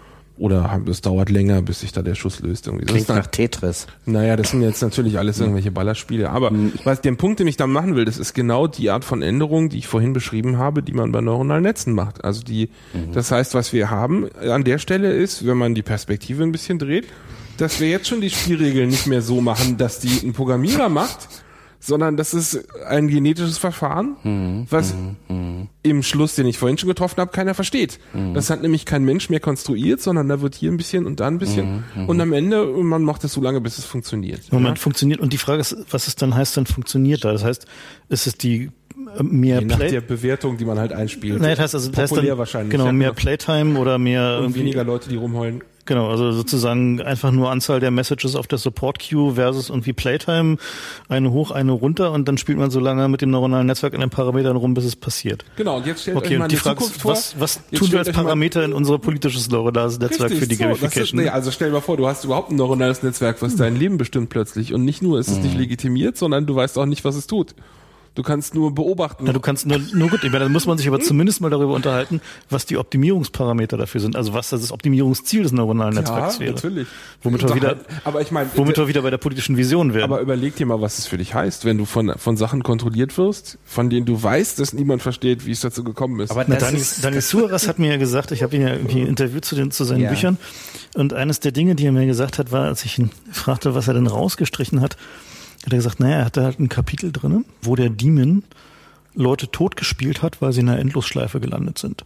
oder es dauert länger, bis sich da der Schuss löst. Irgendwie. Das Klingt ist dann, nach Tetris. naja, das sind jetzt natürlich alles irgendwelche Ballerspiele. Aber was den Punkt, den ich da machen will, das ist genau die Art von Änderung, die ich vorhin beschrieben habe, die man bei neuronalen Netzen macht. Also die, mhm. das heißt, was wir haben an der Stelle ist, wenn man die Perspektive ein bisschen dreht, dass wir jetzt schon die Spielregeln nicht mehr so machen, dass die ein Programmierer macht, sondern das ist ein genetisches Verfahren, mhm. was mhm. im Schluss, den ich vorhin schon getroffen habe, keiner versteht. Mhm. Das hat nämlich kein Mensch mehr konstruiert, sondern da wird hier ein bisschen und da ein bisschen mhm. und am Ende, man macht es so lange, bis es funktioniert. Moment, ja? funktioniert. Und die Frage ist, was es dann heißt, dann funktioniert da? Das heißt, ist es die äh, mehr Je nach Play... der Bewertung, die man halt einspielt. Nein, das heißt also, das heißt Populär dann, wahrscheinlich. genau, ja, mehr Playtime oder mehr und irgendwie, weniger Leute, die rumheulen. genau, also sozusagen einfach nur Anzahl der Messages auf der Support Queue versus irgendwie Playtime, eine hoch, eine runter und dann spielt man so lange mit dem neuronalen Netzwerk an den Parametern rum, bis es passiert. Genau, und jetzt stellt Okay, euch mal und die eine Frage Zukunft ist, vor. was, was Jetzt tun wir stellt als euch mal- Parameter in unser politisches neuronales Netzwerk Richtig, für die so, das Gamification? ist, nee, also stell dir mal vor, du hast überhaupt ein neuronales Netzwerk, was dein Leben bestimmt plötzlich und nicht nur ist es nicht legitimiert, sondern du weißt auch nicht, was es tut. Du kannst nur beobachten. Na, du kannst nur, nur gut, ich meine, da muss man sich aber zumindest mal darüber unterhalten, was die Optimierungsparameter dafür sind, also was das Optimierungsziel des neuronalen Netzwerks ja, wäre. natürlich. Womit wir wieder, aber ich meine, womit wir wieder bei der politischen Vision wären. aber überleg dir mal, was es für dich heißt, wenn du von, von Sachen kontrolliert wirst, von denen du weißt, dass niemand versteht, wie es dazu gekommen ist. Aber Na, das Daniel, ist, Daniel Suarez hat mir ja gesagt, ich habe ihn ja irgendwie interviewt zu, den, zu seinen Ja. Büchern und eines der Dinge, die er mir gesagt hat, war, als ich ihn fragte, was er denn rausgestrichen hat, hat er gesagt, naja, er hatte halt ein Kapitel drin, wo der Demon Leute totgespielt hat, weil sie in einer Endlosschleife gelandet sind.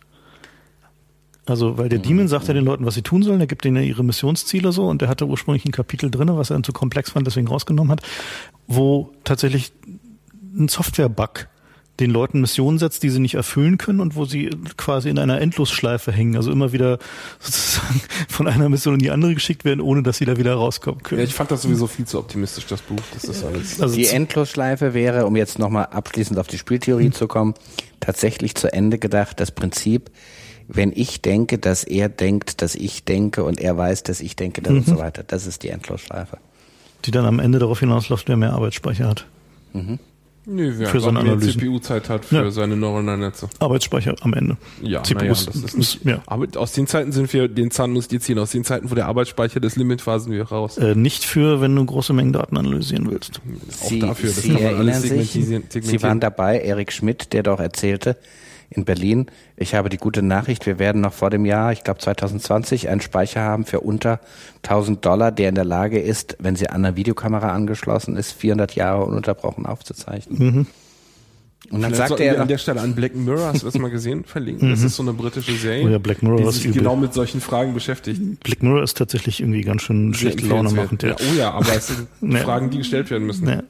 Also, weil der Demon sagt ja den Leuten, was sie tun sollen, er gibt denen ja ihre Missionsziele so und er hatte ursprünglich ein Kapitel drin, was er dann zu komplex fand, deswegen rausgenommen hat, wo tatsächlich ein Software-Bug den Leuten Missionen setzt, die sie nicht erfüllen können und wo sie quasi in einer Endlosschleife hängen, also immer wieder sozusagen von einer Mission in die andere geschickt werden, ohne dass sie da wieder rauskommen können. Ja, ich fand das sowieso viel zu optimistisch, das Buch. Das ist alles. Also die zu- Endlosschleife wäre, um jetzt nochmal abschließend auf die Spieltheorie zu kommen, tatsächlich zu Ende gedacht, das Prinzip, wenn ich denke, dass er denkt, dass ich denke und er weiß, dass ich denke, dass und so weiter. Das ist die Endlosschleife. die dann am Ende darauf hinausläuft, wer mehr Arbeitsspeicher hat. Nö, wer Für seine mehr Analysen. C P U-Zeit hat für Ja. seine neuronalen Netze. Arbeitsspeicher am Ende. Ja, C P naja, Us, das ist nicht, ja. aber aus den Zeiten sind wir, den Zahn muss ich dir ziehen, aus den Zeiten, wo der Arbeitsspeicher des Limitphasen wir raus. Äh, nicht für, wenn du große Mengen Daten analysieren willst. Auch Sie, dafür, das Sie kann man erinnern alles sich, segmentieren. Sie waren dabei, Erik Schmidt, der doch erzählte, in Berlin, ich habe die gute Nachricht, wir werden noch vor dem Jahr, ich glaube zwanzig zwanzig, einen Speicher haben für unter tausend Dollar, der in der Lage ist, wenn sie an einer Videokamera angeschlossen ist, vierhundert Jahre ununterbrochen aufzuzeichnen. Mhm. Und dann Vielleicht sagte sollten wir er, an der Stelle an Black Mirror, hast du das mal gesehen, verlinken. Das ist so eine britische Serie, Oh ja, Black Mirror die ist sich übel. genau mit solchen Fragen beschäftigt. Black Mirror ist tatsächlich irgendwie ganz schön Sehr schlechte Laune empfehlenswert. machend. Ja, oh ja, aber es sind Ja. Fragen, die gestellt werden müssen. Ja.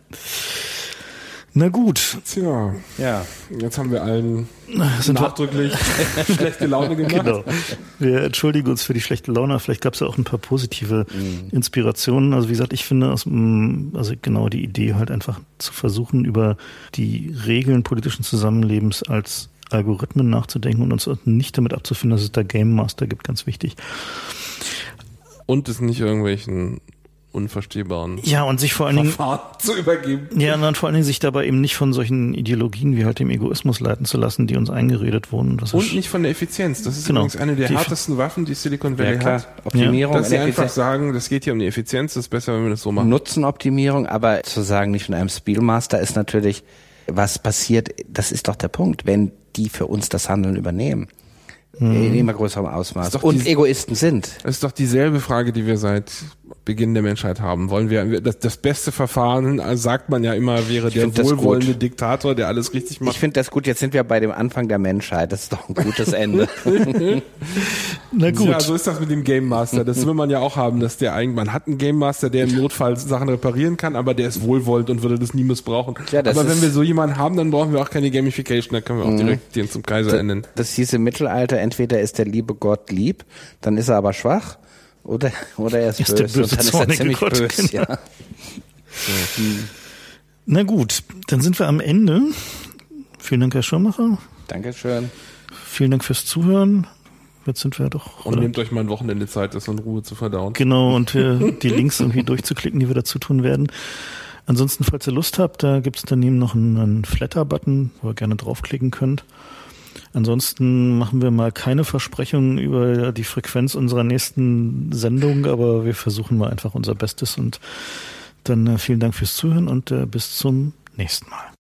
Na gut. Tja, ja, jetzt haben wir allen Sind wir- nachdrücklich schlechte Laune gemacht. Genau. Wir entschuldigen uns für die schlechte Laune. Vielleicht gab es ja auch ein paar positive Inspirationen. Also wie gesagt, ich finde, aus, dem- also genau die Idee halt einfach zu versuchen, über die Regeln politischen Zusammenlebens als Algorithmen nachzudenken und uns nicht damit abzufinden, dass es da Game Master gibt, ganz wichtig. Und es nicht irgendwelchen unverstehbaren Ja, und sich vor allen Dingen Verfahren zu übergeben. Ja, und dann vor allen Dingen sich dabei eben nicht von solchen Ideologien wie halt dem Egoismus leiten zu lassen, die uns eingeredet wurden. Das Und ist, nicht von der Effizienz. Das ist Genau. übrigens eine der Die- härtesten Waffen, die Silicon ja Valley klar, hat. Optimierung, Dass sie einfach Effizienz, sagen, das geht hier um die Effizienz, das ist besser, wenn wir das so machen. Nutzenoptimierung, aber zu sagen, nicht von einem Spielmaster ist natürlich, was passiert, das ist doch der Punkt, wenn die für uns das Handeln übernehmen. In immer größerem Ausmaß. Ist doch Und die- Egoisten sind. Das ist doch dieselbe Frage, die wir seit Beginn der Menschheit haben. Wollen wir, das, das beste Verfahren, also sagt man ja immer, wäre der find das wohlwollende gut. Diktator, der alles richtig Ich macht. finde das gut, jetzt sind wir bei dem Anfang der Menschheit, das ist doch ein gutes Ende. na gut. Ja, so ist das mit dem Game Master. Das will man ja auch haben, dass der eigentlich, man hat einen Game Master, der im Notfall Sachen reparieren kann, aber der ist wohlwollend und würde das nie missbrauchen. Ja, das aber wenn ist- wir so jemanden haben, dann brauchen wir auch keine Gamification, dann können wir auch direkt den zum Kaiser ernennen. Das hieß im Mittelalter, entweder ist der liebe Gott lieb, dann ist er aber schwach, oder, oder er ist, Ist der böse, und böse, dann ist er zornige ziemlich Gott, böse. genau. Ja. Na gut, dann sind wir am Ende. Vielen Dank, Herr Schirmacher. Dankeschön. Vielen Dank fürs Zuhören. Jetzt sind wir doch... Und nehmt euch mal ein Wochenende Zeit, das in Ruhe zu verdauen. Genau, und äh, die Links irgendwie durchzuklicken, die wir dazu tun werden. Ansonsten, falls ihr Lust habt, da gibt es daneben noch einen, einen Flatter-Button, wo ihr gerne draufklicken könnt. Ansonsten machen wir mal keine Versprechungen über die Frequenz unserer nächsten Sendung, aber wir versuchen mal einfach unser Bestes. Und dann äh, vielen Dank fürs Zuhören und äh, bis zum nächsten Mal.